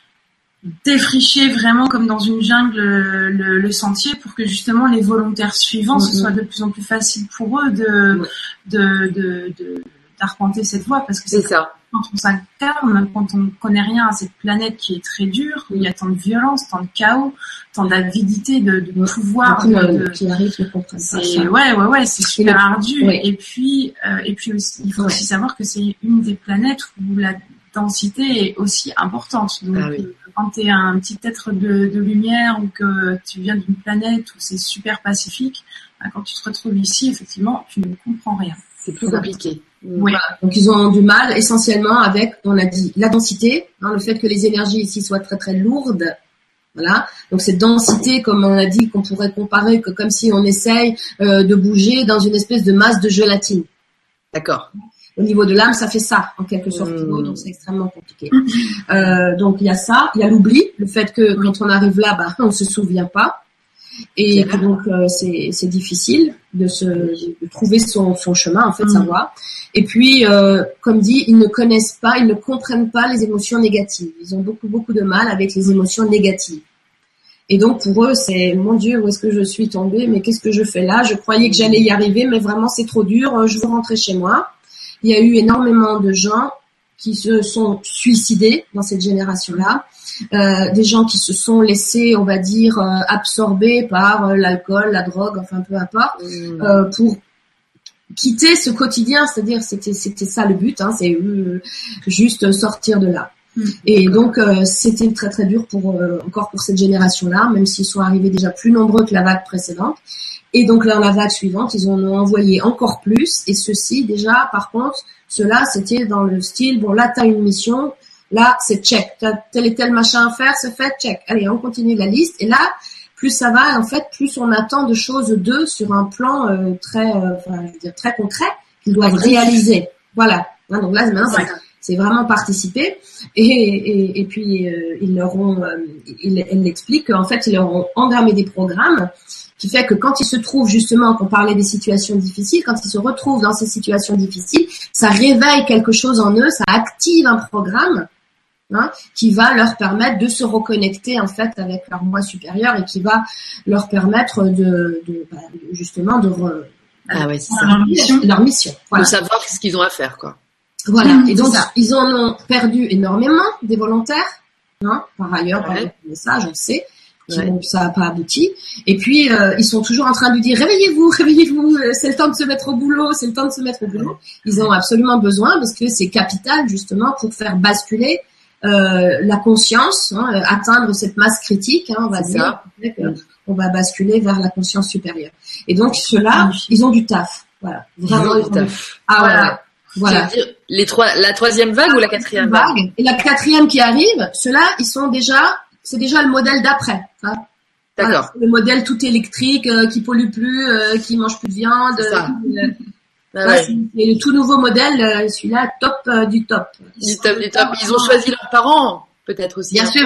défricher vraiment comme dans une jungle le, le sentier pour que justement les volontaires suivants mm-hmm. ce soit de plus en plus facile pour eux de mm-hmm. de, de, de d'arpenter cette voie parce que c'est, c'est ça. Quand on s'incarne, quand on connaît rien à cette planète qui est très dure, où il y a tant de violence, tant de chaos, tant d'avidité, de, de mmh. pouvoir, de, de, qui arrive, je comprends. C'est ouais, ouais, ouais, c'est super ardu. Oui. Et puis, euh, et puis aussi, il faut ouais. aussi savoir que c'est une des planètes où la densité est aussi importante. Donc, ah oui. quand t'es un petit être de, de lumière ou que tu viens d'une planète où c'est super pacifique, bah, quand tu te retrouves ici, effectivement, tu ne comprends rien. C'est plus compliqué. Oui. Voilà. Donc ils ont du mal essentiellement avec, on a dit, la densité, hein, le fait que les énergies ici soient très très lourdes. Voilà. Donc cette densité, comme on a dit, qu'on pourrait comparer que comme si on essaye euh, de bouger dans une espèce de masse de gélatine. D'accord. Au niveau de l'âme, ça fait ça en quelque sorte. Mmh. Donc c'est extrêmement compliqué. Euh, donc il y a ça, il y a l'oubli, le fait que quand on arrive là, bah on se souvient pas. Et que donc euh, c'est c'est difficile de se de trouver son son chemin en fait, mmh. sa voie. Et puis euh, comme dit, ils ne connaissent pas, ils ne comprennent pas les émotions négatives. Ils ont beaucoup beaucoup de mal avec les émotions négatives. Et donc pour eux, c'est mon Dieu, où est-ce que je suis tombée? Mais qu'est-ce que je fais là? Je croyais que j'allais y arriver, mais vraiment c'est trop dur. Je veux rentrer chez moi. Il y a eu énormément de gens qui se sont suicidés dans cette génération-là. Euh, des gens qui se sont laissés, on va dire, euh, absorbés par euh, l'alcool, la drogue, enfin peu importe, mmh. euh, pour quitter ce quotidien, c'est-à-dire c'était c'était ça le but, hein, c'est euh, juste sortir de là. Mmh. Et donc euh, c'était très très dur pour euh, encore pour cette génération-là, même s'ils sont arrivés déjà plus nombreux que la vague précédente. Et donc là, la vague suivante, ils en ont envoyé encore plus. Et ceci, déjà, par contre, cela, c'était dans le style, bon, là, t'as une mission, là, c'est check. T'as tel et tel machin à faire, c'est fait, check. Allez, on continue la liste. Et là, plus ça va, en fait, plus on attend de choses d'eux sur un plan euh, très, euh, enfin, je veux dire, très concret qu'ils doivent réaliser. Voilà. Hein, donc là, maintenant, ouais. c'est, c'est vraiment participer. Et, et, et puis, euh, ils leur ont, euh, ils, ils l'expliquent qu'en fait, ils leur ont engrammé des programmes qui fait que quand ils se trouvent justement, qu'on parlait des situations difficiles, quand ils se retrouvent dans ces situations difficiles, ça réveille quelque chose en eux, ça active un programme hein, qui va leur permettre de se reconnecter en fait avec leur moi supérieur et qui va leur permettre de, de bah, justement de re, ah ouais, c'est ça. Leur mission, leur mission voilà. De savoir ce qu'ils ont à faire quoi. Voilà. Mmh, et donc ils en ont perdu énormément des volontaires. Hein, par ailleurs, ouais. par le message, on le sait. Qui ouais. ça n'a pas abouti. Et puis, euh, ils sont toujours en train de lui dire « Réveillez-vous, réveillez-vous, c'est le temps de se mettre au boulot, c'est le temps de se mettre au boulot. » Ils ont absolument besoin parce que c'est capital justement pour faire basculer euh, la conscience, hein, atteindre cette masse critique, hein, on va c'est dire. Euh, on va basculer vers la conscience supérieure. Et donc, ceux-là, ils ont du taf. Voilà. Vraiment, ils ont du taf. Ah ouais, ouais. Voilà. Dire les trois, la troisième vague ou la quatrième vague? vague Et la quatrième qui arrive, ceux-là, ils sont déjà... C'est déjà le modèle d'après. Hein. D'accord. Voilà, le modèle tout électrique, euh, qui pollue plus, euh, qui mange plus de viande. C'est ça. Euh, ah ouais. C'est le tout nouveau modèle, euh, celui-là, top euh, du top. Du top du top. Ils ont choisi leurs parents, peut-être aussi. Bien sûr.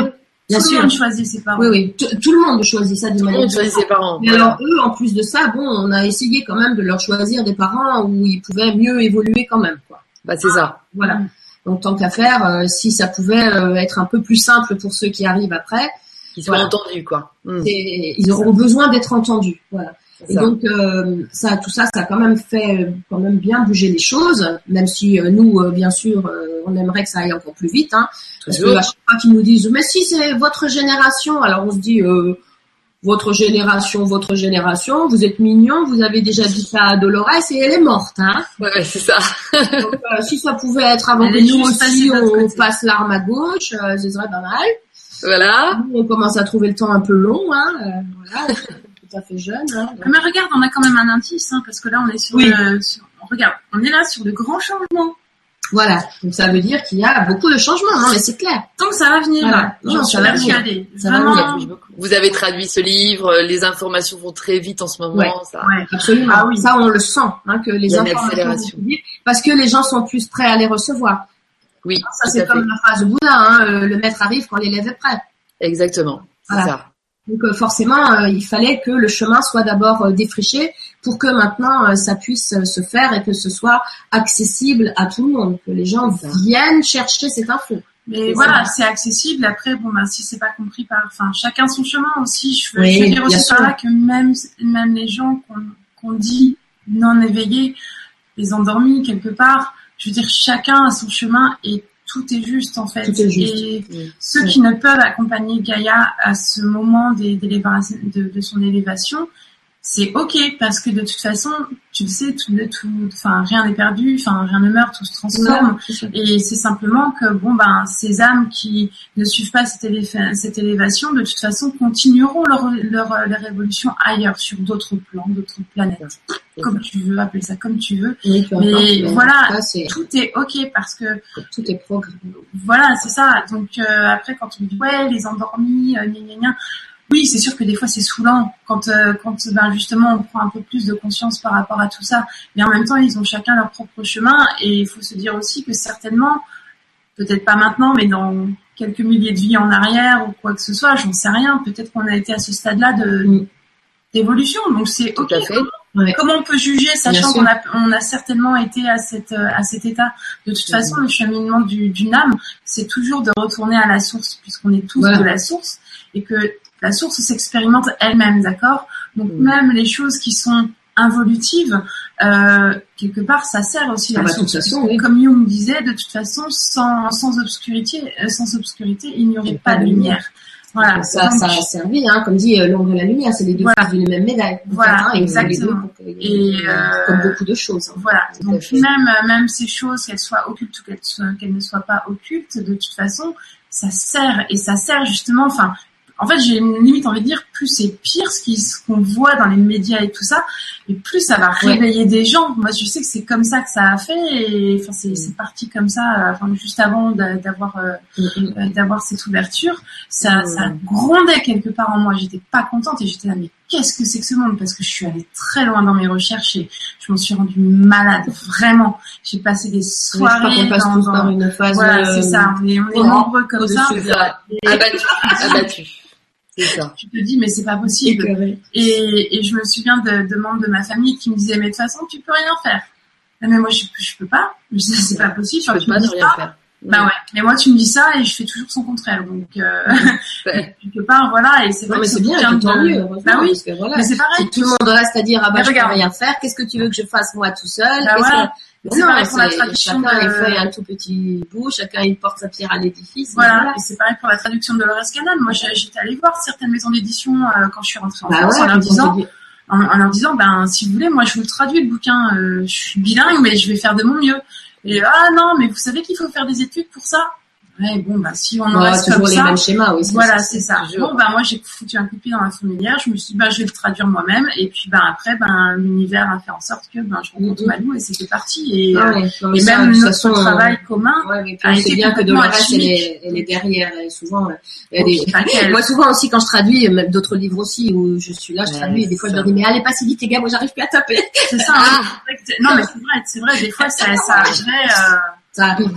Bien tout sûr. le monde choisit ses parents. Oui, oui. T- tout le monde choisit ça d'une Tout le manière. monde choisit ses parents. Mais Voilà. alors eux, en plus de ça, bon, on a essayé quand même de leur choisir des parents où ils pouvaient mieux évoluer quand même, quoi. Bah, c'est ça. Voilà. Mm. Donc tant qu'à faire, euh, si ça pouvait euh, être un peu plus simple pour ceux qui arrivent après, Qu'ils soient Voilà. entendus, quoi. Mmh. c'est- ils auront besoin d'être entendus. Voilà. C'est Et ça. donc euh, ça, tout ça, ça a quand même fait euh, quand même bien bouger les choses, même si euh, nous, euh, bien sûr, euh, on aimerait que ça aille encore plus vite, hein, parce que Toujours. à chaque fois qu'ils nous disent mais si c'est votre génération, alors on se dit euh, votre génération, votre génération, vous êtes mignons, vous avez déjà dit ça à Dolores et elle est morte, hein. Ouais, ouais, c'est ça. Donc euh, si ça pouvait être avant Elle que est nous juste aussi passée de l'autre on côté. passe l'arme à gauche, euh, ce serait pas mal. Voilà. Nous, on commence à trouver le temps un peu long, hein. euh, voilà, tout à fait jeune. Hein, donc. Mais regarde, on a quand même un indice, hein, parce que là, on est sur, Oui. le, sur- regarde, on est là sur de grands changements. Voilà, donc ça veut dire qu'il y a beaucoup de changements, non mais c'est clair. Donc ça va venir. Voilà. J'en Non, suis ça va venir. persuadée. Ça va Vraiment. venir. Vous avez traduit ce livre, les informations vont très vite en ce moment. Ouais. Ça. Ouais. Absolument. Ah oui. Ça on le sent, hein, que Il les y a une informations accélération. vont plus vite, parce que les gens sont plus prêts à les recevoir. Oui, Ça tout c'est à fait. comme la phrase de Bouddha, hein, euh, le maître arrive quand l'élève est prêt. Exactement. C'est Voilà. ça. Donc euh, forcément, euh, il fallait que le chemin soit d'abord euh, défriché pour que maintenant euh, ça puisse euh, se faire et que ce soit accessible à tout le monde, que les gens C'est ça. viennent chercher cette info. Mais C'est voilà, ça. c'est accessible. Après, bon, ben, si c'est pas compris par, enfin, chacun son chemin aussi. Je veux, Oui, je veux dire bien aussi sûr. par là que même, même les gens qu'on, qu'on dit non éveillés, les endormis quelque part, je veux dire, chacun a son chemin et tout est juste en fait. Tout est juste. Et Mm. ceux Oui. qui ne peuvent accompagner Gaïa à ce moment des, d'élévation- de, de son élévation, c'est ok parce que de toute façon, tu le sais, tout, tout, enfin rien n'est perdu, enfin rien ne meurt, tout se transforme. Ouais, c'est ça. Et c'est simplement que bon ben ces âmes qui ne suivent pas cette, élé- cette élévation, de toute façon, continueront leur, leur, leur évolution ailleurs, sur d'autres plans, d'autres planètes, C'est comme ça. tu veux appeler ça, comme tu veux. Oui, peu Mais importe, mais voilà. en tout cas, c'est, Tout est ok parce que tout est programmé. voilà, c'est ça. Donc euh, après, quand on dit ouais, les endormis, euh, gna, gna, gna. Oui, c'est sûr que des fois c'est saoulant quand euh, quand ben justement on prend un peu plus de conscience par rapport à tout ça. Mais en même temps, ils ont chacun leur propre chemin et il faut se dire aussi que certainement, peut-être pas maintenant, mais dans quelques milliers de vies en arrière ou quoi que ce soit, j'en sais rien. Peut-être qu'on a été à ce stade-là de Mm. d'évolution. Donc c'est Tout ok. à fait. Ouais. Comment on peut juger, Bien sachant sûr. qu'on a, on a certainement été à cette, euh, à cet état. De toute façon, le cheminement du, d'une âme, c'est toujours de retourner à la source, puisqu'on est tous Voilà. de la source, et que la source s'expérimente elle-même, d'accord? Donc Mm. même les choses qui sont involutives, euh, quelque part, ça sert aussi Ah la bah, de source. toute façon, Puisque, oui. Comme Jung disait, de toute façon, sans, sans obscurité, euh, sans obscurité, il n'y aurait pas de lumière. Voilà. Ça, Donc, ça a servi, hein, comme dit euh, l'ombre et la lumière, c'est les deux Voilà. faces d'une même médaille. En Voilà, fait, hein, et vous avez les deux exactement. pour que- Et, euh, comme beaucoup de choses. hein. Voilà. Tout à Donc fait. même euh, même ces choses, qu'elles soient occultes ou qu'elles, soient- qu'elles ne soient pas occultes, de toute façon, ça sert et ça sert justement. Enfin, en fait, j'ai une limite envie de dire, plus c'est pire ce, qui, ce qu'on voit dans les médias et tout ça, et plus ça va Ouais. réveiller des gens. Moi, je sais que c'est comme ça que ça a fait, et enfin, c'est, c'est parti comme ça. euh, Enfin, juste avant d'a- d'avoir euh, Mhm. euh, d'avoir cette ouverture, ça, Mm. ça grondait quelque part en moi. J'étais pas contente et j'étais là, mais qu'est-ce que c'est que ce monde? Parce que je suis allée très loin dans mes recherches et je m'en suis rendue malade, vraiment. J'ai passé des Oui, je crois soirées qu'on passe dans, tous dans- par une phase. voilà, euh, c'est ça. On est, on est voilà. nombreux comme Au-dessus ça. de C'est ça. Et Abattu. Abattu. C'est ça. tu te dis, mais c'est pas possible. écœuré. Et, et je me souviens de, de membres de ma famille qui me disaient, mais de toute façon, tu peux rien faire. Ah, mais moi, je, je peux pas. Je dis, c'est pas possible. Je Enfin, peux tu me pas ne dis rien ça. faire. Bah ouais. Mais moi, tu me dis ça et je fais toujours son contraire. Donc, euh, Ouais. quelque part, voilà. Et c'est vrai Non, mais que c'est ce bien, bouquin et tant de- mieux, heureusement, Bah oui. parce que voilà. Mais c'est pareil. Si tout le monde reste à dire, ah bah, Mais je peux regarde. rien faire, qu'est-ce que tu veux que je fasse moi tout seul? Bah Qu'est-ce voilà. que- C'est Non, pareil pour la c'est- traduction chacun de- il fait un tout petit bout, chacun il porte sa pierre à l'édifice. Voilà, et c'est pareil pour la traduction de Dolores Cannon. Moi, j'ai- j'étais allée voir certaines maisons d'édition euh, quand je suis rentrée en Bah France ouais, en leur quand on disant, te dit- en, en leur disant, ben si vous voulez, moi je vous le traduis le bouquin. Euh, je suis bilingue, mais je vais faire de mon mieux. Et ah non, mais vous savez qu'il faut faire des études pour ça. Ouais, bon, bah si on en Ouais, reste toujours comme les ça. mêmes schémas, oui. c'est Voilà, ça. c'est ça. toujours. Bon, ben moi j'ai foutu un coup de pied dans la fourmilière. Je me suis dit, ben je vais le traduire moi-même. Et puis ben après, ben l'univers a fait en sorte que ben je rencontre Mhm. Malou et c'était parti. Et, Ah euh, ouais, non, mais et ça, même de toute notre façon, travail commun. Ouais, mais puis a on sait été bien que complètement Dolores, elle alchimique. est, elle est derrière, et souvent, elle Bon, est... c'est pas qu'elle. Moi, souvent aussi, quand je traduis, même d'autres livres aussi, où je suis là, je Ouais, traduis, et des fois, je ça. leur dis, mais allez pas si vite, les gars, moi, j'arrive plus à taper. C'est ça. hein. C'est vrai que c'est- Non, mais c'est vrai, c'est vrai. Des fois, ça, ça arriverait. Euh, Ça arrive, euh,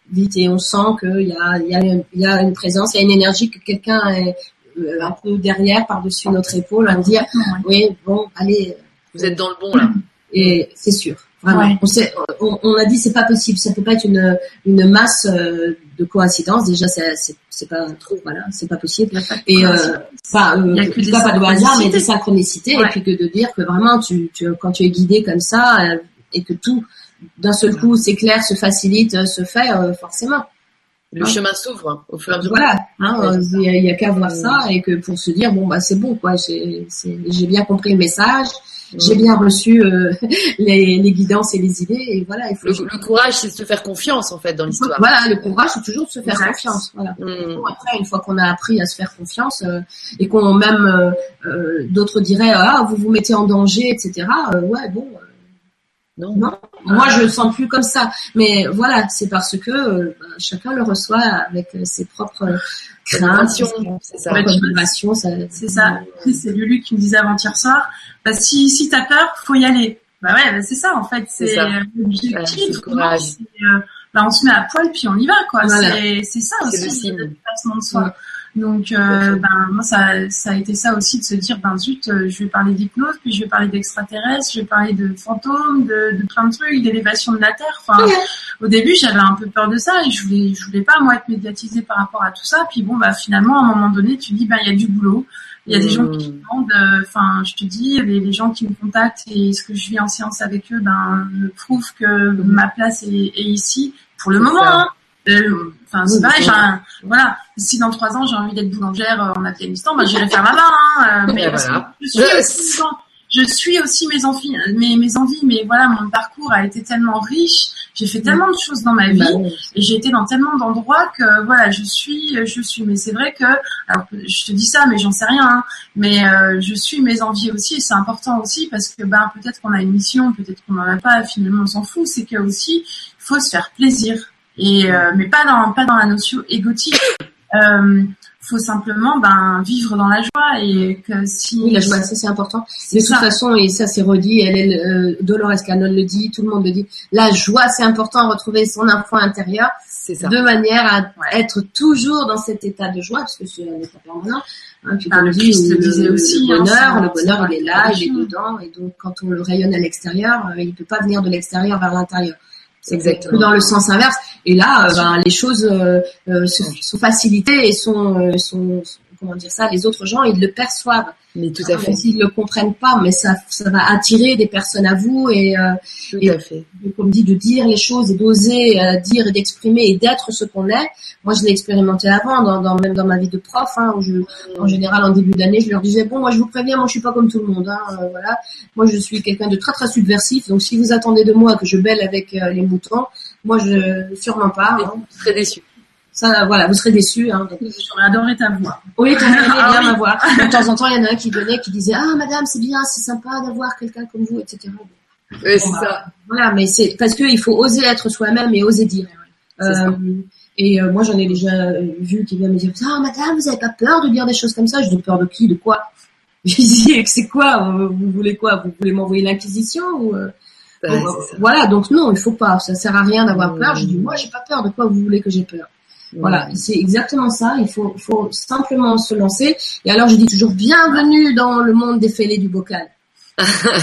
vite et on sent qu'il y a, il y a, une, il y a une présence, il y a une énergie que quelqu'un est euh, un peu derrière, par-dessus notre épaule, à me dire, oui, bon, allez. Vous êtes dans le bon là. Et c'est sûr. Vraiment. Ouais. On, sait, on, on a dit c'est pas possible, ça peut pas être une une masse euh, de coïncidences. Déjà c'est c'est c'est pas trop, voilà, c'est pas possible. Et euh, pas euh, c'est pas, pas de hasard, mais des synchronicités. Ouais. Et puis que de dire que vraiment tu tu quand tu es guidé comme ça euh, et que tout d'un seul coup s'éclaire, se facilite, se fait euh, forcément. Le hein. chemin s'ouvre au fur et à mesure. Voilà, hein, il y a, y a qu'à voir ça et que pour se dire bon bah c'est bon quoi, j'ai c'est, j'ai bien compris le message. J'ai bien reçu euh, les, les guidances et les idées et voilà. Il faut le, le courage, c'est de se faire confiance en fait dans l'histoire. Voilà, le courage, c'est toujours de se faire exact. confiance. Voilà. Mm. Bon, après, une fois qu'on a appris à se faire confiance euh, et qu'on même euh, euh, d'autres diraient ah vous vous mettez en danger, et cetera. Euh, ouais bon. Euh, non. non. Ah. Moi, je le sens plus comme ça. Mais voilà, c'est parce que euh, chacun le reçoit avec euh, ses propres craintes, c'est ça. Vibration, ça. C'est ça. C'est Lulu qui me disait avant-hier soir. Bah, si si t'as peur, faut y aller. Bah ouais, bah, c'est ça en fait. C'est, c'est l'objectif. Ouais, c'est le courage. C'est, euh, bah, on se met à poil puis on y va quoi. Voilà. C'est c'est ça c'est aussi le dépassement de soi. Ouais. Donc, euh, ben moi ça, ça a été ça aussi de se dire ben zut, euh, je vais parler d'hypnose, puis je vais parler d'extraterrestres, je vais parler de fantômes, de, de plein de trucs, d'élévation de la terre. Enfin, ouais. Au début j'avais un peu peur de ça et je voulais, je voulais pas moi être médiatisée par rapport à tout ça. Puis bon bah finalement à un moment donné tu dis ben il y a du boulot, il y a mmh. des gens qui me demandent, enfin euh, je te dis les, les gens qui me contactent et ce que je vis en séance avec eux ben me prouve que mmh. ma place est, est ici pour le c'est moment. Hein. Euh, Enfin, c'est pareil, j'ai un, voilà. Si dans trois ans j'ai envie d'être boulangère en Afghanistan, ben j'irai faire là-bas. Hein, euh, mais voilà. je suis aussi, je suis aussi mes envies, mes, mes envies. Mais voilà, mon parcours a été tellement riche. J'ai fait tellement de choses dans ma vie bah, et j'ai été dans tellement d'endroits que voilà, je suis, je suis. Mais c'est vrai que, alors je te dis ça, mais j'en sais rien. Hein, mais euh, je suis mes envies aussi et c'est important aussi parce que ben peut-être qu'on a une mission, peut-être qu'on n'en a pas. Finalement, on s'en fout. C'est que aussi, il faut se faire plaisir. Et euh, mais pas dans pas dans la notion égotique. Euh, faut simplement ben vivre dans la joie et que si oui, la joie ça c'est important. C'est de ça. Toute façon et ça c'est redit, elle, elle euh, Dolores Cannon le dit, tout le monde le dit. La joie c'est important, retrouver son enfant intérieur c'est ça. De manière à ouais. être toujours dans cet état de joie parce que c'est un état permanent. Hein, puis ben, comme dit, le, le, aussi, le bonheur, hein, le bonheur il est là, il est dedans et donc quand on le rayonne à l'extérieur, il peut pas venir de l'extérieur vers l'intérieur. C'est exactement dans le sens inverse. Et là, euh, ben, les choses euh, euh, sont facilitées et sont, euh, sont, sont, comment dire ça, les autres gens, ils le perçoivent. Mais tout à fait. Même s'ils le comprennent pas, mais ça, ça va attirer des personnes à vous et, euh, tout et à fait. Comme dit, de dire les choses et d'oser euh, dire et d'exprimer et d'être ce qu'on est. Moi, je l'ai expérimenté avant, dans, dans, même dans ma vie de prof, hein, où je, mmh. en général, en début d'année, je leur disais bon, moi, je vous préviens, moi, je suis pas comme tout le monde, hein, euh, voilà. Moi, je suis quelqu'un de très très subversif, donc si vous attendez de moi que je bêle avec euh, les moutons, moi, je sûrement pas. Hein. Vous serez déçus. Ça, voilà, vous serez déçus. Hein, j'aurais adoré ta voix. Oui, tu aurais ah, bien oui. ma voix. De temps en temps, il y en a un qui venait, qui disait ah madame, c'est bien, c'est sympa d'avoir quelqu'un comme vous, et cetera. Oui, bon, c'est bah, ça. Voilà, mais c'est parce que il faut oser être soi-même et oser dire. C'est euh, ça. Et euh, moi, j'en ai déjà vu qui viennent me dire ah madame, vous avez pas peur de dire des choses comme ça? Je dis peur de qui, de quoi? Je dis c'est quoi? Vous voulez quoi? Vous voulez m'envoyer l'inquisition ou euh, ouais, bon, voilà, donc non, il faut pas. Ça sert à rien d'avoir peur. Je dis moi, j'ai pas peur. De quoi vous voulez que j'ai peur? Voilà, c'est exactement ça. Il faut, faut simplement se lancer. Et alors, je dis toujours bienvenue dans le monde des fêlés du bocal. Hein,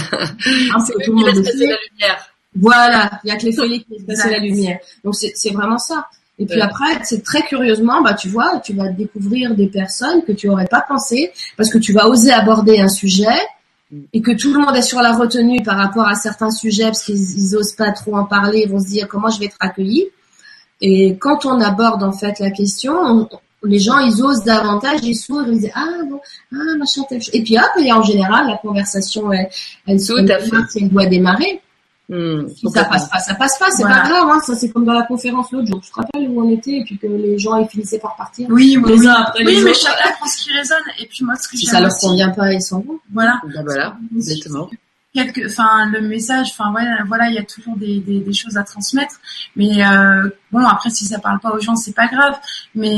c'est que tout le monde laisse passer la lumière. Voilà, il y a que les fêlés qui laissent passer la lumière. Donc c'est, c'est vraiment ça. Et puis ouais. après, c'est très curieusement, bah tu vois, tu vas découvrir des personnes que tu aurais pas pensé parce que tu vas oser aborder un sujet et que tout le monde est sur la retenue par rapport à certains sujets parce qu'ils ils osent pas trop en parler. Ils vont se dire comment je vais être accueilli. Et quand on aborde en fait la question, on, les gens ils osent davantage, ils s'ouvrent, ils disent ah bon, ah machin tel chose. Et puis hop, et en général la conversation elle, elle, elle, elle, elle doit démarrer. Mmh, si ça passe pas, ça passe pas, c'est voilà. Pas grave. Hein, ça c'est comme dans la conférence l'autre jour. Je te rappelle où on était et puis que les gens ils finissaient par partir. Oui, oui, les oui. uns après oui les mais autres. chacun prend ce qui résonne. Et puis moi ce que si j'aime ça leur aussi, convient pas, ils s'en vont. Voilà. Ben voilà, exactement. Quelque, enfin le message, enfin voilà, voilà, il y a toujours des, des, des choses à transmettre. Mais euh, bon, après si ça parle pas aux gens, c'est pas grave. Mais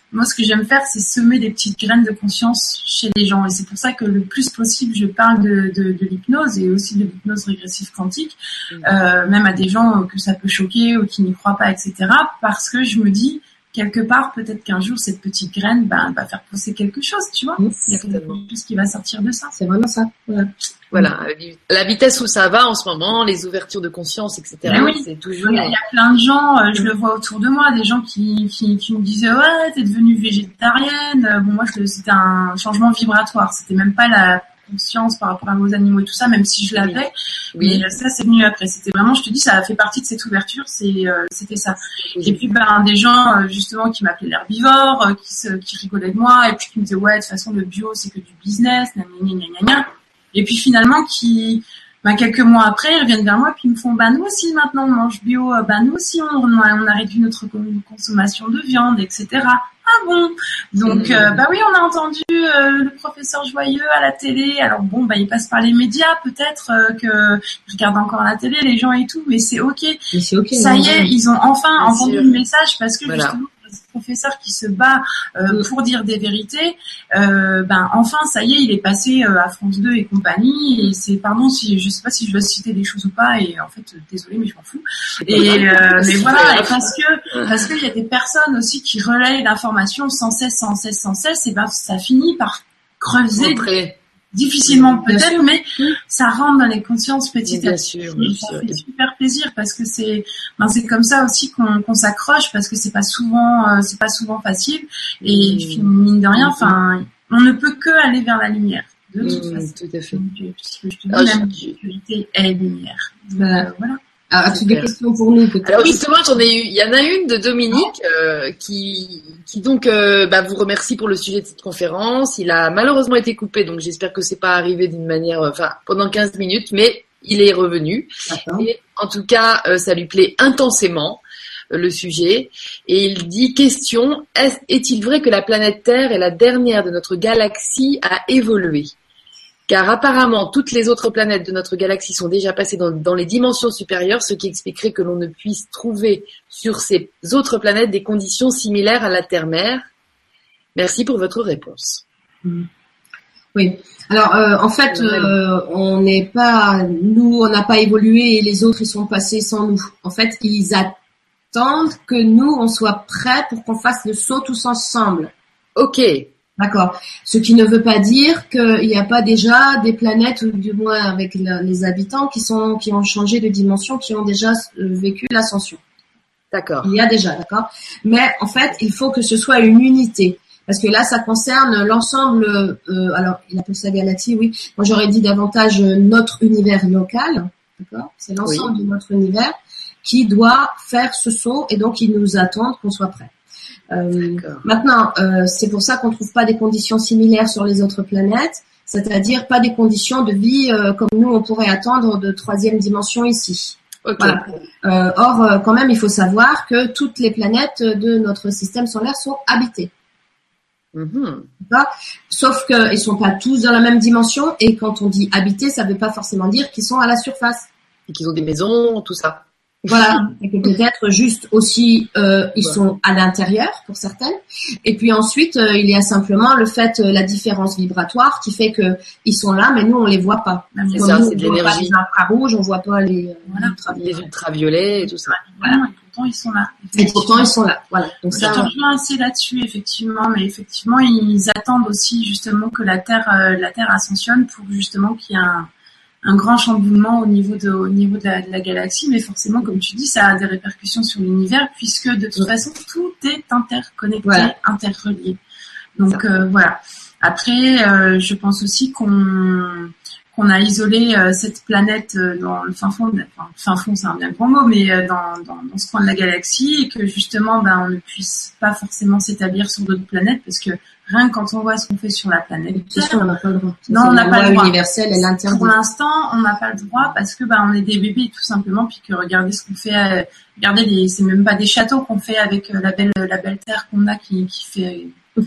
moi, ce que j'aime faire, c'est semer des petites graines de conscience chez les gens. Et c'est pour ça que le plus possible, je parle de, de, de l'hypnose et aussi de l'hypnose régressive quantique, euh, même à des gens que ça peut choquer ou qui n'y croient pas, et cetera. Parce que je me dis, quelque part, peut-être qu'un jour, cette petite graine ben, va faire pousser quelque chose, tu vois. Mmh, il y a quelque chose qui va sortir de ça. C'est vraiment ça. Voilà. Voilà. La vitesse où ça va en ce moment, les ouvertures de conscience, et cetera. Oui, c'est toujours. Il y, a, il y a plein de gens, euh, je le vois autour de moi, des gens qui, qui, qui me disaient ouais, t'es devenue végétarienne. Bon, moi, je, c'était un changement vibratoire. C'était même pas la conscience par rapport à vos animaux et tout ça, même si je l'avais. Oui. Mais ça, c'est venu après. C'était vraiment, je te dis, ça a fait partie de cette ouverture. C'est, euh, c'était ça. Oui. Et puis, ben, des gens euh, justement qui m'appelaient l'herbivore, euh, qui, se, qui rigolaient de moi, et puis qui me disaient ouais, de toute façon, le bio, c'est que du business, gna gna gna gna gna. Et puis finalement, qui, ben, quelques mois après, ils reviennent vers moi, puis ils me font, bah nous aussi maintenant on mange bio, bah nous aussi on, on a réduit notre consommation de viande, et cetera. Ah bon? Donc, mmh. euh, bah oui, on a entendu euh, le professeur Joyeux à la télé. Alors bon, bah il passe par les médias, peut-être euh, que je regarde encore la télé, les gens et tout, mais c'est ok. Mais c'est ok. Ça y est, ils ont enfin Bien entendu sûr. le message parce que voilà. justement, ce professeur qui se bat euh, pour dire des vérités, euh, ben enfin ça y est, il est passé euh, à France deux et compagnie. Et c'est, pardon si je sais pas si je dois citer des choses ou pas. Et en fait, euh, désolé, mais je m'en fous. Et euh, mais voilà, et parce que parce qu'il y a des personnes aussi qui relayent l'information sans cesse, sans cesse, sans cesse. Et ben ça finit par creuser. Après. Difficilement peut-être, mais ça rentre dans les consciences petit à petit. Sûr, ça fait super plaisir parce que c'est, ben c'est comme ça aussi qu'on, qu'on s'accroche parce que c'est pas souvent, euh, c'est pas souvent facile et mmh. mine de rien, enfin, on ne peut que aller vers la lumière. De toute mmh, façon. Tout à fait. Puisque je te dis, ah, même la sécurité est lumière. Voilà. voilà. Alors, as-tu des questions pour nous peut-être? Alors justement, j'en ai eu. Il y en a une de Dominique euh, qui, qui donc euh, bah, vous remercie pour le sujet de cette conférence. Il a malheureusement été coupé, donc j'espère que c'est pas arrivé d'une manière, enfin pendant quinze minutes, mais il est revenu. D'accord. Et en tout cas, euh, ça lui plaît intensément euh, le sujet. Et il dit question est, est-il vrai que la planète Terre est la dernière de notre galaxie à évoluer? Car apparemment, toutes les autres planètes de notre galaxie sont déjà passées dans, dans les dimensions supérieures, ce qui expliquerait que l'on ne puisse trouver sur ces autres planètes des conditions similaires à la Terre-Mère. Merci pour votre réponse. Oui. Alors, euh, en fait, euh, on n'est pas, nous, on n'a pas évolué et les autres, ils sont passés sans nous. En fait, ils attendent que nous, on soit prêts pour qu'on fasse le saut tous ensemble. Ok. D'accord. Ce qui ne veut pas dire qu'il n'y a pas déjà des planètes, ou du moins avec la, les habitants, qui sont, qui ont changé de dimension, qui ont déjà vécu l'ascension. D'accord. Il y a déjà, d'accord. Mais en fait, il faut que ce soit une unité, parce que là, ça concerne l'ensemble. Euh, alors, il appelle ça galaxie, oui. Moi, j'aurais dit davantage notre univers local, d'accord. C'est l'ensemble oui. de notre univers qui doit faire ce saut, et donc ils nous attendent qu'on soit prêts. Euh, maintenant, euh, c'est pour ça qu'on trouve pas des conditions similaires sur les autres planètes, c'est-à-dire pas des conditions de vie euh, comme nous on pourrait attendre de troisième dimension ici. Okay. Voilà. Euh, or, euh, quand même, il faut savoir que toutes les planètes de notre système solaire sont habitées. Mm-hmm. Sauf qu'ils sont pas tous dans la même dimension, et quand on dit habité, ça veut pas forcément dire qu'ils sont à la surface. Et qu'ils ont des maisons, tout ça. Voilà, et que peut-être juste aussi euh, ils ouais. sont à l'intérieur pour certaines, et puis ensuite euh, il y a simplement le fait euh, la différence vibratoire qui fait que ils sont là, mais nous on les voit pas. C'est Comme ça, nous, c'est de on l'énergie. Voit pas les infrarouges, on voit pas les, voilà. les ultraviolets et tout ça. Voilà, et pourtant ils sont là. Et pourtant ils sont là. Voilà. Donc je ça. te rejoins assez là-dessus effectivement, mais effectivement ils attendent aussi justement que la Terre, euh, la Terre ascensionne pour justement qu'il y ait un un grand chamboulement au niveau de, au niveau de la, de la galaxie, mais forcément, comme tu dis, ça a des répercussions sur l'univers, puisque de toute ouais. façon, tout est interconnecté, voilà. interrelié. Donc euh, voilà. Après, euh, je pense aussi qu'on qu'on a isolé euh, cette planète euh, dans le fin fond, de, enfin, fin fond, c'est un bien grand mot, mais euh, dans, dans, dans ce coin de la galaxie, et que justement, ben, on ne puisse pas forcément s'établir sur d'autres planètes, parce que rien que quand on voit ce qu'on fait sur la planète Terre, on n'a pas le droit. Non, on n'a pas le droit. Universelle, elle interdit. Pour l'instant, on n'a pas le droit parce que ben on est des bébés tout simplement, puis que regardez ce qu'on fait, euh, regardez les, c'est même pas des châteaux qu'on fait avec euh, la belle la belle terre qu'on a qui qui fait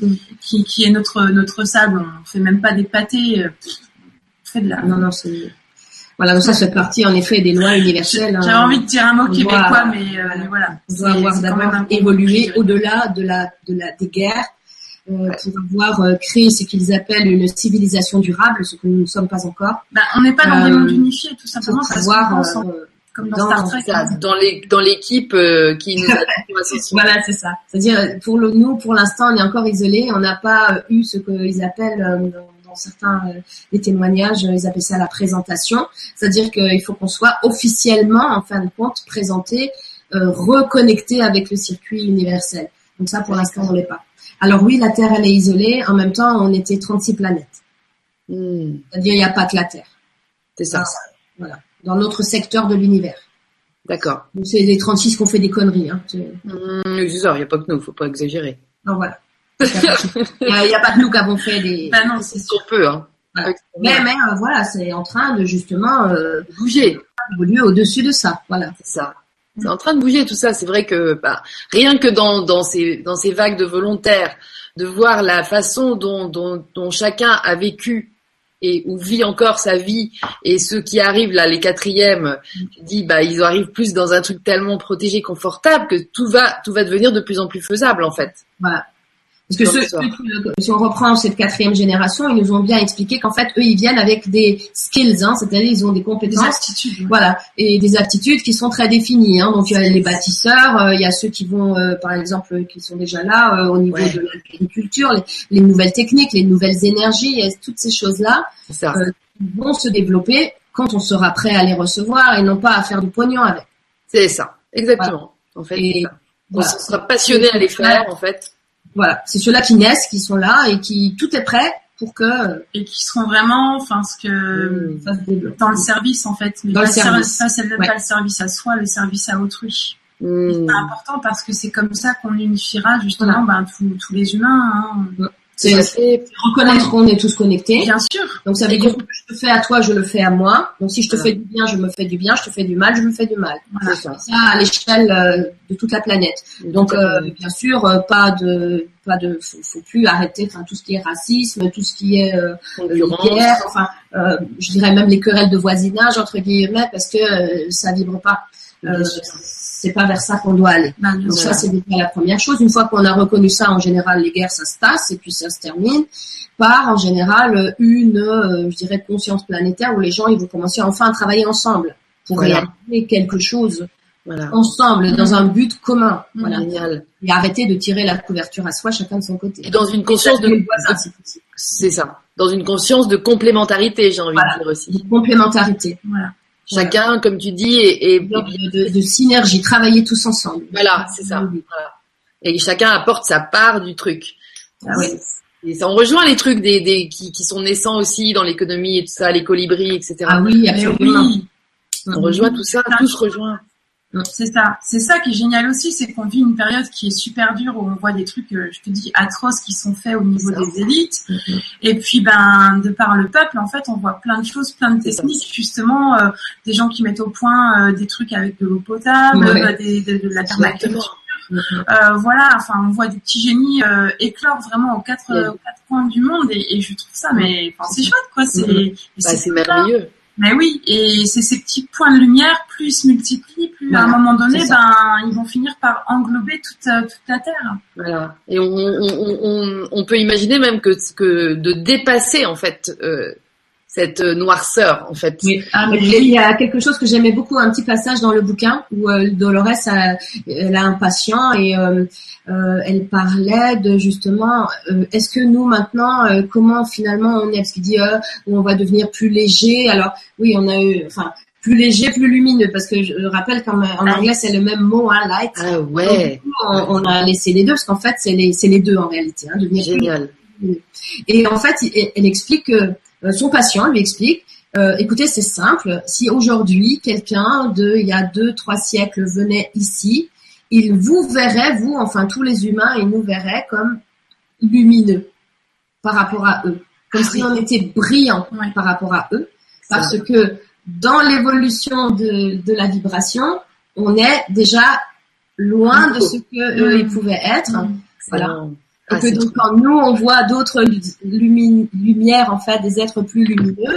qui qui est notre notre sable. On fait même pas des pâtés. Euh, on fait de la. Non non c'est. Voilà, donc ça fait partie en effet des lois universelles. J'avais hein. envie de dire un mot On québécois, doit- mais euh, voilà. On doit C'est- avoir c'est quand d'abord même un évolué compliqué. au-delà de la, de la, des guerres euh, pour avoir euh, créé ce qu'ils appellent une civilisation durable, ce que nous ne sommes pas encore. Bah, on n'est pas dans Euh, des mondes unifiés, tout Pour simplement, parce qu'on pouvoir, pense en- euh, comme dans, dans- Star Trek. Ça, hein. dans les dans l'équipe euh, qui nous a ascension. Voilà, c'est ça. C'est-à-dire, pour le, nous, pour l'instant, on est encore isolés. On n'a pas euh, eu ce qu'ils appellent, euh, dans, dans certains euh, des témoignages, ils appellent ça la présentation. C'est-à-dire qu'il faut qu'on soit officiellement, en fin de compte, présenté, euh, reconnecté avec le circuit universel. Donc ça, pour l'instant, on l'est pas. Alors oui, la Terre, elle est isolée. En même temps, on était trente-six planètes. Hmm, C'est-à-dire, il n'y a pas que la Terre. c'est ça. Voilà. Dans notre secteur de l'univers. D'accord. Donc, c'est les trente-six qui ont fait des conneries, hein. C'est- Hmm, c'est ça. Il y a pas que nous. Faut pas exagérer. Donc voilà. Il n'y a, il y a pas que nous qui avons fait des... Bah non, c'est C'est sûr peu, hein. Voilà. Avec- Mais, mais euh, voilà, c'est en train de justement euh, bouger. évoluer au-dessus de ça. Voilà. C'est ça. C'est en train de bouger tout ça. C'est vrai que bah, rien que dans dans ces dans ces vagues de volontaires, de voir la façon dont dont, dont chacun a vécu et ou vit encore sa vie, et ceux qui arrivent là, les quatrièmes, tu dis bah ils arrivent plus dans un truc tellement protégé, confortable que tout va tout va devenir de plus en plus faisable en fait. Voilà. Parce que ceux, ceux qui, si on reprend cette quatrième génération, ils nous ont bien expliqué qu'en fait, eux, ils viennent avec des skills, hein, c'est-à-dire ils ont des des compétences, aptitudes. voilà, et des aptitudes qui sont très définies. Hein. Donc il y a les bâtisseurs, euh, il y a ceux qui vont, euh, par exemple, qui sont déjà là euh, au niveau Ouais. de l'agriculture, les, les nouvelles techniques, les nouvelles énergies, et toutes ces choses-là C'est ça. Euh, vont se développer quand on sera prêt à les recevoir et non pas à faire du pognon avec. C'est ça. Exactement. En fait, Et c'est ça. On voilà. sera passionné à les faire en fait. Voilà, c'est ceux-là qui naissent, qui sont là et qui tout est prêt pour que euh, Et qui seront vraiment, enfin, ce que, Mmh. ça se développe. dans le service, en fait. Mais Dans pas le service. Ça, c'est Ouais. pas le service à soi, le service à autrui. Hmm. C'est important parce que c'est comme ça qu'on unifiera, justement, ben, tous, tous les humains, hein. C'est Ça fait- reconnaître qu'on est tous connectés. Bien sûr. Donc ça veut Et dire que je te fais à toi, je le fais à moi. Donc si je te Voilà. fais du bien, je me fais du bien. Je te fais du mal, je me fais du mal. Voilà. C'est ça. Ça à l'échelle euh, de toute la planète. Donc euh, bien sûr, euh, pas de, pas de, faut, faut plus arrêter. Enfin tout ce qui est racisme, tout ce qui est euh, Concurrence. guerre, enfin euh, je dirais même les querelles de voisinage entre guillemets, parce que euh, ça vibre pas. Euh, Bien sûr. c'est pas vers ça qu'on doit aller. Ben, bien Donc sûr. ça, c'est déjà la première chose. Une fois qu'on a reconnu ça, en général, les guerres, ça se passe et puis ça se termine par, en général, une, euh, je dirais, conscience planétaire où les gens, ils vont commencer enfin à travailler ensemble pour Voilà. réaliser quelque chose Voilà. ensemble, dans un but commun. Mmh. Voilà. Génial. Et arrêter de tirer la couverture à soi, chacun de son côté. Et dans une conscience Et de, le voisin, si possible. c'est ça. Dans une conscience de complémentarité, j'ai envie Voilà. de dire aussi. Une complémentarité. Voilà. Chacun, comme tu dis, et, et, De, de, de synergie, travailler tous ensemble. voilà, c'est ça. Oui. Voilà. Et chacun apporte sa part du truc. Ah oui. Et ça, on rejoint les trucs des, des qui, qui sont naissants aussi dans l'économie et tout ça, les colibris, et cetera. Ah oui, Mais absolument. oui, On rejoint tout ça, tout se rejoint. c'est ça. C'est ça qui est génial aussi, c'est qu'on vit une période qui est super dure où on voit des trucs, euh, je te dis, atroces qui sont faits au niveau Ça. des élites. Mhm. Et puis, ben, de par le peuple, en fait, on voit plein de choses, plein de C'est ça. techniques, justement, euh, des gens qui mettent au point euh, des trucs avec de l'eau potable, Ouais. euh, des, de, de la Exactement. permaculture. Euh, voilà, enfin, on voit des petits génies euh, éclore vraiment aux quatre, Ouais. aux quatre coins du monde et, et je trouve ça, mais enfin, c'est chouette, quoi. C'est, Mhm. et Bah, c'est tout ça. merveilleux. Mais oui, et c'est ces petits points de lumière, plus ils se multiplient, plus à un Voilà, moment donné, c'est ça. ben, ils vont finir par englober toute, euh, toute la Terre. Voilà. Et on, on, on, on, on peut imaginer même que, que de dépasser en fait euh, cette noirceur en fait. Oui. Ah, mais Il y a quelque chose que j'aimais beaucoup, un petit passage dans le bouquin où euh, Dolores a, elle a un patient et euh, euh, elle parlait de justement, euh, est-ce que nous maintenant, euh, comment finalement on est, parce qu'il dit, euh, on va devenir plus léger. Alors oui, on a eu, enfin, plus léger, plus lumineux, parce que je rappelle qu'en en anglais c'est le même mot, hein, light. Ah Donc, ouais, du coup, on, on a laissé les deux, parce qu'en fait c'est les, c'est les deux en réalité, hein, devenir plus génial. et en fait, il- elle explique que euh, son patient lui explique, euh, écoutez, c'est simple. Si aujourd'hui quelqu'un de il y a deux, trois siècles venait ici, il vous verrait, vous, enfin tous les humains, ils nous verraient comme lumineux par rapport à eux, comme si on était brillants Ouais. par rapport à eux, C'est parce que dans l'évolution de, de la vibration, on est déjà loin de ce que eux, ils pouvaient être. Voilà. Excellent. Et Ah, que c'est donc quand nous on voit d'autres lumi- lumières, en fait, des êtres plus lumineux,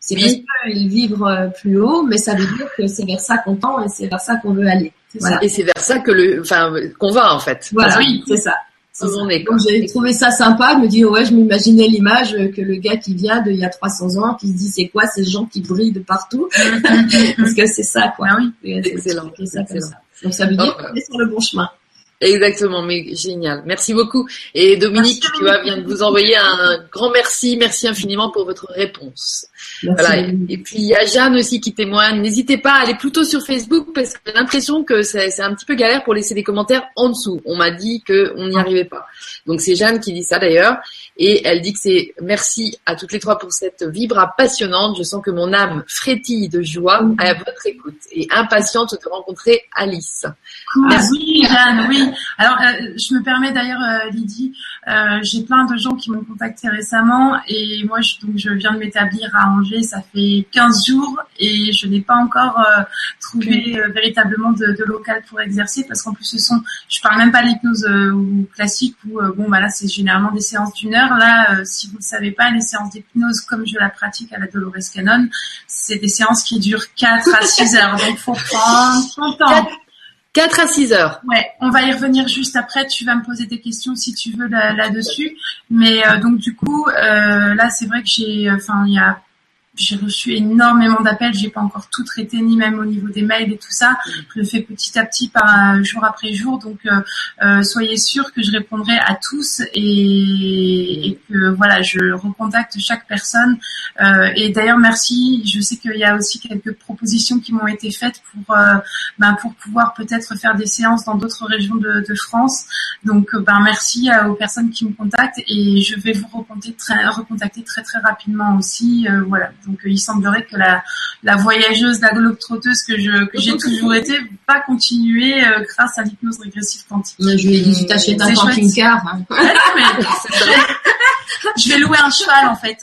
C'est Oui. parce qu'ils vivent euh, plus haut, mais ça veut dire que c'est vers ça qu'on tend et c'est vers ça qu'on veut aller. C'est Voilà. ça. Et c'est vers ça que le, enfin, qu'on va en fait. Voilà, Parce que oui, c'est ça. C'est ça. on est, quoi. Donc j'ai trouvé ça sympa de me dire ouais, je m'imaginais l'image que le gars qui vient d'il y a trois cents ans, qui se dit c'est quoi ces gens qui brillent de partout, parce que c'est ça quoi. Ah oui. Et C'est excellent. c'est ça, comme Excellent. ça. Donc ça veut dire Oh, qu'on est sur le bon chemin. Exactement, mais génial. Merci beaucoup. Et Dominique, Merci. tu vois, vient de vous envoyer un grand merci. Merci infiniment pour votre réponse. Merci. Voilà. Et puis, il y a Jeanne aussi qui témoigne. N'hésitez pas à aller plutôt sur Facebook parce que j'ai l'impression que c'est, c'est un petit peu galère pour laisser des commentaires en dessous. On m'a dit qu'on n'y arrivait pas. Donc, c'est Jeanne qui dit ça d'ailleurs. Et elle dit que c'est merci à toutes les trois pour cette vibra passionnante. Je sens que mon âme frétille de joie à votre écoute et impatiente de rencontrer Alice. Cool. Merci. Oui, Jeanne, oui. Alors, euh, je me permets d'ailleurs, euh, Lydie, euh, j'ai plein de gens qui m'ont contacté récemment et moi, je, donc, je viens de m'établir à Angers, ça fait quinze jours et je n'ai pas encore euh, trouvé euh, véritablement de, de local pour exercer parce qu'en plus, ce sont, je parle même pas l'hypnose euh, ou classique où, euh, bon, bah là, c'est généralement des séances d'une heure. Là, euh, si vous ne savez pas, les séances d'hypnose, comme je la pratique à la Dolores Cannon, c'est des séances qui durent quatre à six heures. Donc, faut prendre son temps. quatre à six heures. Ouais, on va y revenir juste après. Tu vas me poser des questions si tu veux là, là-dessus. Mais euh, donc du coup, euh, là c'est vrai que j'ai, enfin il y a, j'ai reçu énormément d'appels. J'ai pas encore tout traité, ni même au niveau des mails et tout ça. Je le fais petit à petit, par jour après jour. Donc euh, euh, soyez sûrs que je répondrai à tous et, et que voilà, je recontacte chaque personne. Euh, et d'ailleurs merci. Je sais qu'il y a aussi quelques propositions qui m'ont été faites pour euh, ben, pour pouvoir peut-être faire des séances dans d'autres régions de, de France. Donc ben merci aux personnes qui me contactent et je vais vous recontacter très, recontacter très très rapidement aussi. Euh, voilà. Donc il semblerait que la, la voyageuse, la globe-trotteuse que je que j'ai toujours été va continuer euh, grâce à l'hypnose régressive quantique. Je lui ai dit, tu t'achètes un C'est camping-car. Hein. Ouais, non, mais je vais louer un cheval en fait.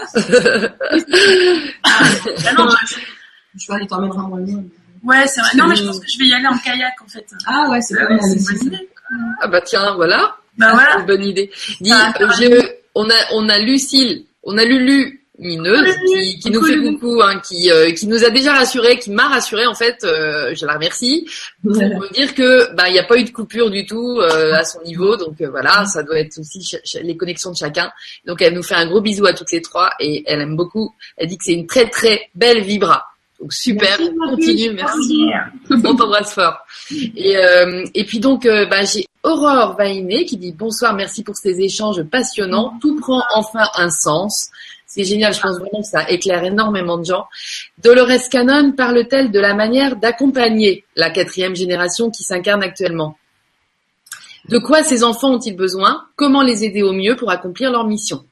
Ah, non, je- Je vais aller t'emmènera moins loin. Ouais, c'est vrai. Non, mais je pense que je vais y aller en kayak en fait. Ah ouais, c'est Ouais, pas mal c'est une aussi. bonne idée. Ah bah tiens, voilà. Bah C'est voilà. une bonne idée. Dis, Ah, euh, je, on a, on a Lucille, on a Lulu Mineuse qui, qui nous Coucou, fait Lulu. coucou, hein, qui, euh, qui nous a déjà rassuré, qui m'a rassuré en fait. Euh, je la remercie pour Voilà. me dire que bah il n'y a pas eu de coupure du tout euh, à son niveau. Donc euh, voilà, ça doit être aussi ch- ch- les connexions de chacun. Donc elle nous fait un gros bisou à toutes les trois et elle aime beaucoup. Elle dit que c'est une très très belle vibra. Donc super, Merci, ma continue, fille. merci. Yeah. On t'embrasse fort. Et, euh, et puis donc, euh, bah, j'ai Aurore Vainé qui dit bonsoir, merci pour ces échanges passionnants. Tout prend enfin un sens. C'est génial, je pense vraiment que ça éclaire énormément de gens. Dolores Cannon parle-t-elle de la manière d'accompagner la quatrième génération qui s'incarne actuellement? De quoi ces enfants ont-ils besoin? Comment les aider au mieux pour accomplir leur mission?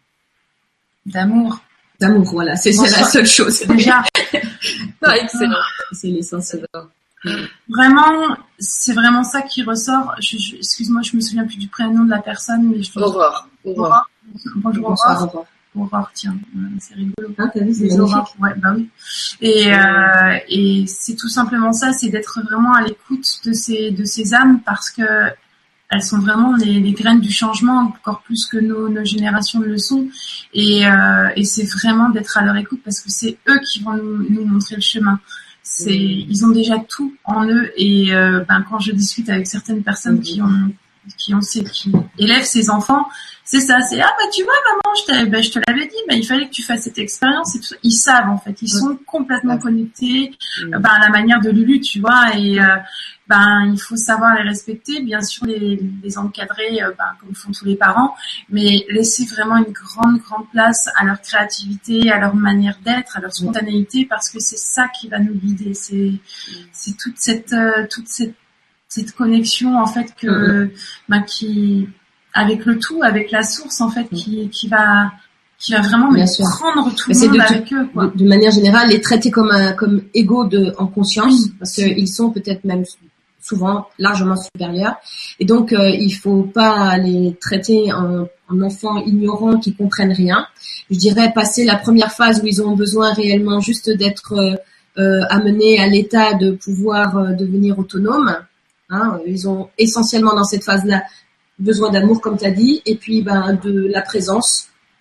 D'amour. D'amour, voilà. C'est c'est la seule chose. Déjà, Ah, excellent. C'est l'essentiel. vraiment, c'est vraiment ça qui ressort. Je, je, excuse-moi, je me souviens plus du prénom de la personne, mais je Aurore. Aurore. Aurore. Bonjour Bonsoir, Aurore. au revoir. Aurore, tiens, euh, c'est rigolo. Hein, t'as vu, c'est Les magnifique. aurores, ouais, bah oui. Et, euh, et c'est tout simplement ça, c'est d'être vraiment à l'écoute de ces, de ces âmes parce que elles sont vraiment les, les graines du changement, encore plus que nos, nos générations le sont. Et, euh, et c'est vraiment d'être à leur écoute parce que c'est eux qui vont nous, nous montrer le chemin. C'est, ils ont déjà tout en eux. Et euh, ben, quand je discute avec certaines personnes qui ont, qui ont, ces, qui élèvent ces enfants, c'est ça. C'est ah bah tu vois maman, je, t'avais, ben, je te l'avais dit, mais il fallait que tu fasses cette expérience. Et tout ça. Ils savent en fait, ils sont complètement connectés. Mm. Ben, à la manière de Lulu, tu vois. Et euh, ben il faut savoir les respecter, bien sûr les, les encadrer, euh, ben, comme font tous les parents, mais laisser vraiment une grande grande place à leur créativité, à leur manière d'être, à leur spontanéité, parce que c'est ça qui va nous guider. C'est c'est toute cette euh, toute cette cette connexion en fait que Mm-hmm. ben qui avec le tout, avec la source en fait qui qui va qui va vraiment Bien mais sûr. prendre tout Mais le c'est monde de, avec eux quoi. de, de manière générale, les traiter comme un, comme égaux de, en conscience, Oui. parce qu'ils sont peut-être même souvent largement supérieurs. Et donc, euh, il faut pas les traiter en, en enfants ignorants qui comprennent rien. Je dirais passer la première phase où ils ont besoin réellement juste d'être euh, euh, amenés à l'état de pouvoir euh, devenir autonomes. Hein, ils ont essentiellement dans cette phase-là besoin d'amour, comme tu as dit, et puis ben de la présence.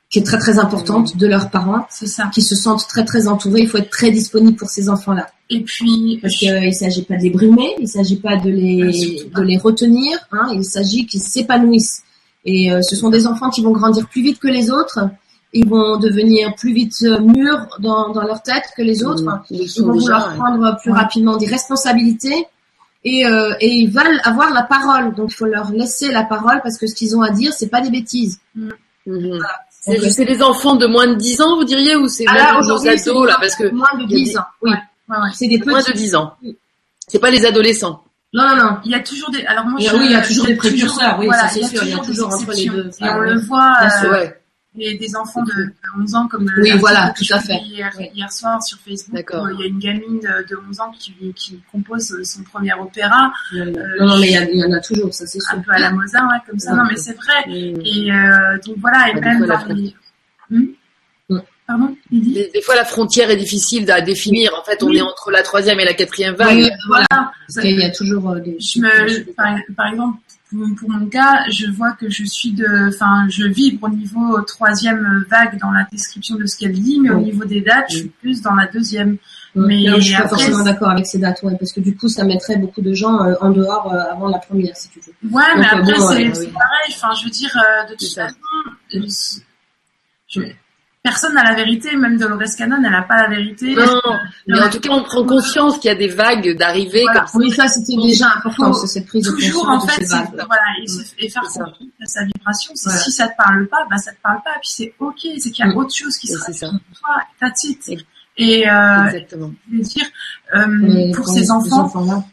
qui est très très importante de leurs parents, c'est ça, qui se sentent très très entourés. Il faut être très disponible pour ces enfants-là. Et puis parce qu'il ne s'agit pas de les brimer, il ne s'agit pas de les de les retenir, hein, il s'agit qu'ils s'épanouissent. Et euh, ce sont des enfants qui vont grandir plus vite que les autres. Ils vont devenir plus vite mûrs dans, dans leur tête que les autres. Mmh, ils, ils vont vouloir déjà, prendre ouais. plus ouais. rapidement des responsabilités et, euh, et ils veulent avoir la parole. Donc, il faut leur laisser la parole parce que ce qu'ils ont à dire, c'est pas des bêtises. Mmh. Voilà. C'est, Donc, c'est les enfants de moins de dix ans, vous diriez, ou c'est même nos ados là, parce que moins de dix ans. Oui, ouais, ouais. c'est des petits. Moins de dix ans. C'est pas les adolescents. Non, non, non. Il y a toujours des. Alors moi, je... oui, il y a toujours des précurseurs. Oui, voilà, ça c'est sûr. Il y a toujours entre les deux. Et on le voit. Euh, Et des enfants de, de onze ans comme oui voilà tout à fait hier, oui. hier soir sur Facebook où il y a une gamine de, de onze ans qui, qui compose son premier opéra non, euh, non mais il y, y en a toujours ça c'est sûr un peu à la Mozart ouais, comme ça ouais. Non mais c'est vrai mmh. et euh, donc voilà et ah, même dans les hmm mmh. Pardon des, des fois la frontière est difficile à définir en fait on oui. est entre la troisième et la quatrième vague oui, voilà parce qu'il y a toujours euh, des je me par, par exemple pour mon cas, je vois que je suis de, enfin, je vibre au niveau troisième vague dans la description de ce qu'elle dit, mais oui. au niveau des dates, oui. je suis plus dans la deuxième. Oui. Mais non, je suis pas après, forcément d'accord avec ces dates, ouais, parce que du coup, ça mettrait beaucoup de gens euh, en dehors euh, avant la première, si tu veux. Ouais, donc, mais après, bon, c'est, ouais, c'est oui. pareil. Enfin, je veux dire, euh, de toute façon, je, personne n'a la vérité, même Dolores Cannon, elle n'a pas la vérité. Non, mais en tout cas, on prend conscience qu'il y a des vagues d'arrivée voilà. comme ça. Oui, ça, c'était déjà important, c'est cette prise de conscience. Toujours, en fait, c'est, voilà, et, se, et faire comprendre sa vibration. C'est voilà. Si ça te parle pas, bah, ça te parle pas. Puis c'est ok, c'est qu'il y a autre chose qui sera sur toi, that's it. Et, et euh, exactement. Je veux dire, euh, pour ces enfants,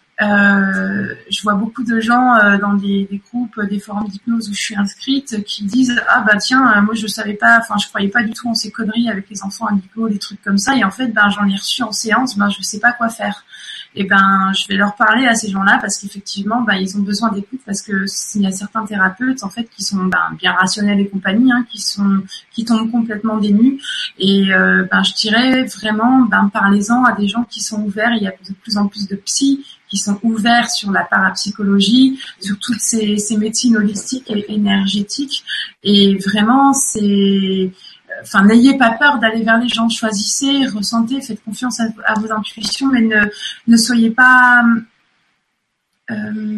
Euh, je vois beaucoup de gens euh, dans des, des groupes, des forums d'hypnose où je suis inscrite, qui disent ah bah tiens, euh, moi je savais pas, enfin je croyais pas du tout en ces conneries avec les enfants indicaux, des trucs comme ça, et en fait ben j'en ai reçu en séance, ben je sais pas quoi faire. Et ben je vais leur parler à ces gens-là parce qu'effectivement ben ils ont besoin d'écoute parce que il y a certains thérapeutes en fait qui sont ben bien rationnels et compagnie, hein, qui sont qui tombent complètement dénus et euh, ben je dirais vraiment ben parlez-en à des gens qui sont ouverts. Il y a de plus en plus de psy qui sont ouverts sur la parapsychologie, sur toutes ces, ces médecines holistiques et énergétiques. Et vraiment, c'est, enfin, n'ayez pas peur d'aller vers les gens. Choisissez, ressentez, faites confiance à, à vos intuitions, mais ne, ne soyez pas, euh,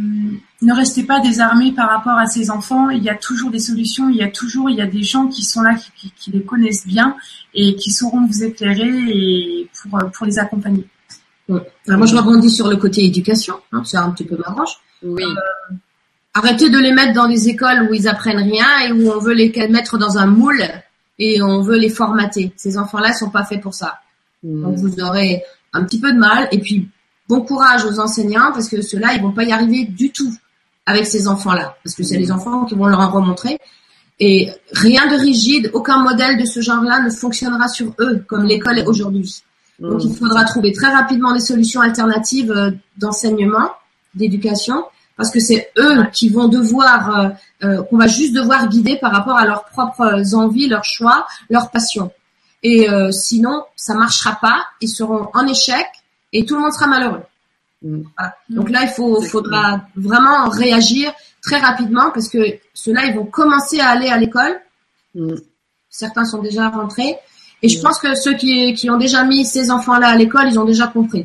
ne restez pas désarmés par rapport à ces enfants. Il y a toujours des solutions. Il y a toujours, il y a des gens qui sont là, qui, qui, qui les connaissent bien et qui sauront vous éclairer et pour, pour les accompagner. Ouais. Alors moi, je rebondis sur le côté éducation, hein, c'est un petit peu ma branche. Oui. Euh, arrêtez de les mettre dans des écoles où ils apprennent rien et où on veut les mettre dans un moule et on veut les formater. Ces enfants-là sont pas faits pour ça. Mmh. Donc vous aurez un petit peu de mal. Et puis bon courage aux enseignants parce que ceux-là, ils vont pas y arriver du tout avec ces enfants-là, parce que c'est mmh. les enfants qui vont leur en remontrer. Et rien de rigide, aucun modèle de ce genre-là ne fonctionnera sur eux comme l'école est aujourd'hui. Donc, il faudra trouver très rapidement des solutions alternatives euh, d'enseignement, d'éducation, parce que c'est eux qui vont devoir, euh, euh, qu'on va juste devoir guider par rapport à leurs propres envies, leurs choix, leurs passions. Et euh, sinon, ça marchera pas, ils seront en échec et tout le monde sera malheureux. Mmh. Voilà. Donc là, il faut, faudra vraiment réagir très rapidement parce que ceux-là, ils vont commencer à aller à l'école. Mmh. Certains sont déjà rentrés. Et je pense que ceux qui, qui ont déjà mis ces enfants-là à l'école, ils ont déjà compris.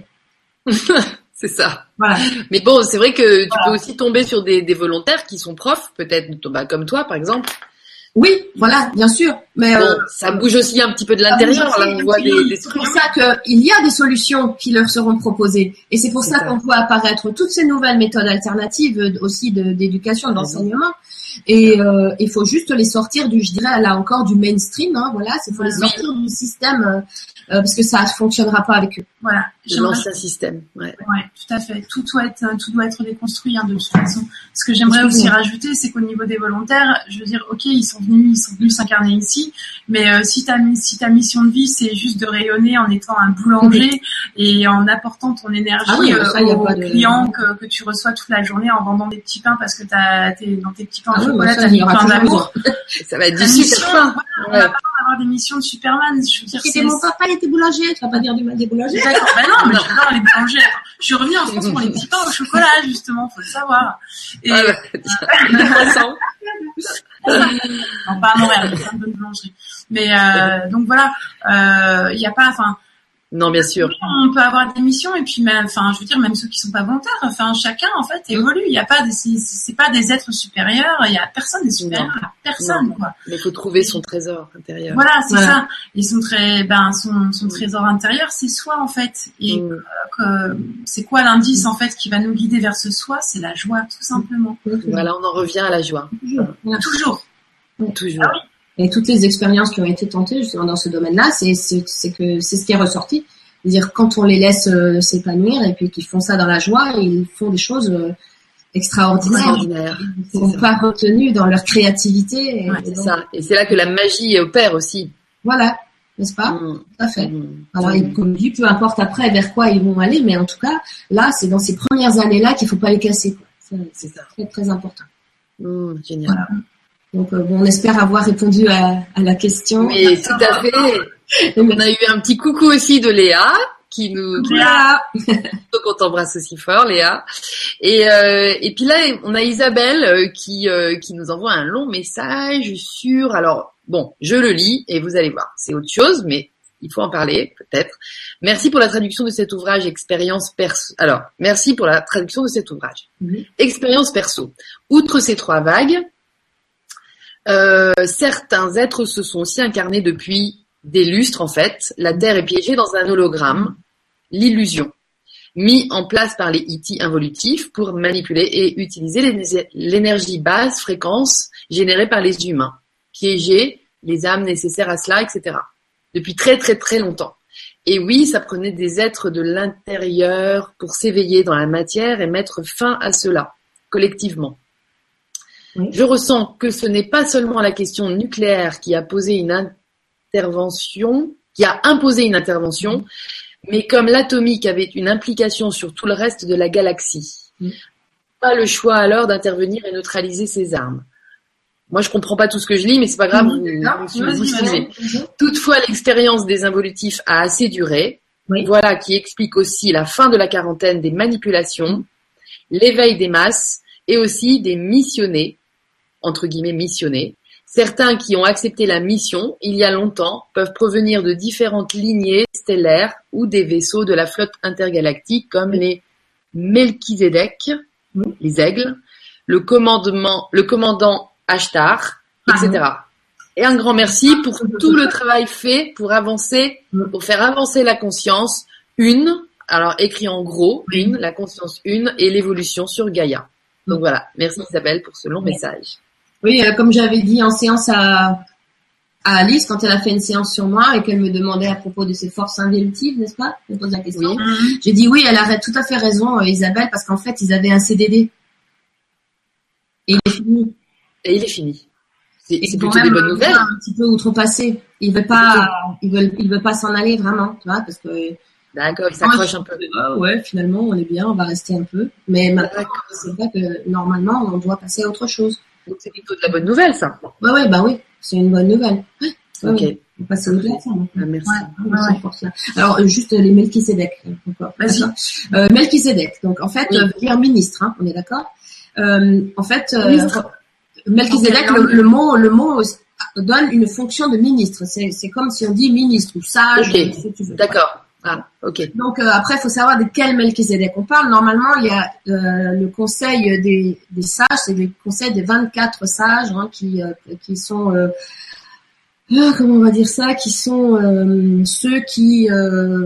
C'est ça. Voilà. Mais bon, c'est vrai que tu voilà. peux aussi tomber sur des, des volontaires qui sont profs, peut-être bah, comme toi, par exemple. Oui, voilà, bien sûr. Mais bon, euh, ça bouge aussi un petit peu de l'intérieur. Là, on voit des, des c'est pour ça qu'il y a des solutions qui leur seront proposées. Et c'est pour c'est ça, ça qu'on voit apparaître toutes ces nouvelles méthodes alternatives aussi de, d'éducation, d'enseignement. Et euh, il faut juste les sortir du, je dirais là encore, du mainstream. Hein, voilà, il faut les sortir oui. du système euh, euh, parce que ça ne fonctionnera pas avec eux. Voilà, de l'ancien système. Ouais. ouais, tout à fait. Tout doit être, tout doit être déconstruit hein, de toute façon. Ce que j'aimerais aussi rajouter, c'est qu'au niveau des volontaires, je veux dire, ok, ils sont venus, ils sont venus s'incarner ici, mais euh, si ta si ta mission de vie, c'est juste de rayonner en étant un boulanger mmh. et en apportant ton énergie ah oui, euh, aux de... clients que, que tu reçois toute la journée en vendant des petits pains parce que t'as t'es dans tes petits pains. Ah chocolat, t'as mis plein d'amour. Ça va être du super pain. On n'a pas d'avoir des missions de Superman. Je veux dire, c'est mon papa, il était boulanger. Tu vas pas dire du mal des boulangers. D'accord. Ben non, mais j'adore les boulangers. Je suis revenue en France pour les petits pains au chocolat, justement. Faut le savoir. Et, ah ouais, non, pas à Montréal, il y a plein de bonnes boulangeries. Mais euh, donc voilà, il euh, y a pas, enfin. Non, bien sûr. On peut avoir des missions et puis même, enfin, je veux dire, même ceux qui sont pas volontaires, enfin, chacun en fait évolue. Il y a pas, des, c'est, c'est pas des êtres supérieurs. Il y a personne n'est supérieur à personne, non. quoi. Mais il faut trouver son trésor intérieur. Voilà, c'est voilà. ça. Et son très, ben, son, son trésor intérieur, c'est soi en fait. Et mm. euh, c'est quoi l'indice en fait qui va nous guider vers ce soi? C'est la joie, tout simplement. Voilà, on en revient à la joie. Toujours. Voilà. Toujours. Toujours. Ah oui. Et toutes les expériences qui ont été tentées justement dans ce domaine-là, c'est, c'est, c'est que c'est ce qui est ressorti. C'est-à-dire quand on les laisse euh, s'épanouir et puis qu'ils font ça dans la joie, ils font des choses euh, extraordinaires. extraordinaires. Ils ne sont pas retenus dans leur créativité. Et, ouais, c'est et donc, ça. Et c'est là que la magie opère aussi. Voilà, n'est-ce pas? Mmh. Tout à fait. Mmh. Alors, mmh. et comme dit, peu importe après vers quoi ils vont aller, mais en tout cas, là, c'est dans ces premières années-là qu'il faut pas les casser. Quoi. C'est, c'est ça. Très, très important. Mmh, génial. Voilà. Donc, euh, bon, on espère avoir répondu à, à la question. Oui, tout à fait. Donc, on a eu un petit coucou aussi de Léa, qui nous, qui Léa. Donc, on t'embrasse aussi fort, Léa. Et, euh, et puis là, on a Isabelle euh, qui, euh, qui nous envoie un long message sur, alors, bon, je le lis et vous allez voir. C'est autre chose, mais il faut en parler, peut-être. Merci pour la traduction de cet ouvrage, expérience perso. Alors, merci pour la traduction de cet ouvrage. Mm-hmm. Expérience perso. Outre ces trois vagues, Euh, certains êtres se sont aussi incarnés depuis des lustres en fait. La Terre est piégée dans un hologramme, l'illusion, mis en place par les E T involutifs pour manipuler et utiliser l'énergie basse fréquence générée par les humains, piéger les âmes nécessaires à cela, et cetera. Depuis très très très longtemps. Et oui, ça prenait des êtres de l'intérieur pour s'éveiller dans la matière et mettre fin à cela, collectivement. Oui. Je ressens que ce n'est pas seulement la question nucléaire qui a posé une intervention, qui a imposé une intervention, mmh. mais comme l'atomique avait une implication sur tout le reste de la galaxie. Mmh. Pas le choix alors d'intervenir et neutraliser ces armes. Moi, je comprends pas tout ce que je lis, mais c'est pas grave, mmh. vous, vous, vous suivez. Toutefois, l'expérience des involutifs a assez duré. Oui. Voilà qui explique aussi la fin de la quarantaine des manipulations, mmh. l'éveil des masses et aussi des missionnés, entre guillemets missionnés. Certains qui ont accepté la mission il y a longtemps peuvent provenir de différentes lignées stellaires ou des vaisseaux de la flotte intergalactique comme les Melchizedek, oui. les aigles, le commandement, le commandant Ashtar, et cetera. Et un grand merci pour tout le travail fait pour avancer, pour faire avancer la conscience une, alors écrit en gros, une, la conscience une et l'évolution sur Gaïa. Donc voilà, merci Isabelle pour ce long message. Oui, euh, comme j'avais dit en séance à, à Alice, quand elle a fait une séance sur moi et qu'elle me demandait à propos de ses forces involutives, n'est-ce pas? Elle me pose la question. Oui. Mm-hmm. J'ai dit oui, elle a tout à fait raison, euh, Isabelle, parce qu'en fait, ils avaient un C D D. Et il est fini. Et il est fini. C'est, c'est plutôt des bonnes nouvelles. Un petit peu outrepassé. Il veut pas, il veut, il veut pas s'en aller vraiment, tu vois, parce que. D'accord, il s'accroche un peu. Ah ouais, finalement, on est bien, on va rester un peu. Mais maintenant, c'est vrai que normalement, on doit passer à autre chose. Donc c'est plutôt de la bonne nouvelle, ça. Ouais, ouais, bah oui, c'est une bonne nouvelle. Ouais, ok. Ouais, on passe au-delà de ça. Ah, merci. Ouais, ouais, ouais. Alors, juste les Melchizedek. Encore. Vas-y. Euh, Melchizedek. Donc, en fait, oui. euh, dire ministre, hein, on est d'accord. Euh, en fait, euh, Melchizedek, le, le mot, le mot donne une fonction de ministre. C'est, c'est comme si on dit ministre ou sage. Okay. Si tu veux. D'accord. Ah, ok. Donc euh, après, il faut savoir de quel Melchizedek on parle. Normalement, il y a euh, le conseil des, des sages, c'est le conseil des vingt-quatre sages hein, qui euh, qui sont, euh, euh, comment on va dire ça, qui sont euh, ceux qui euh,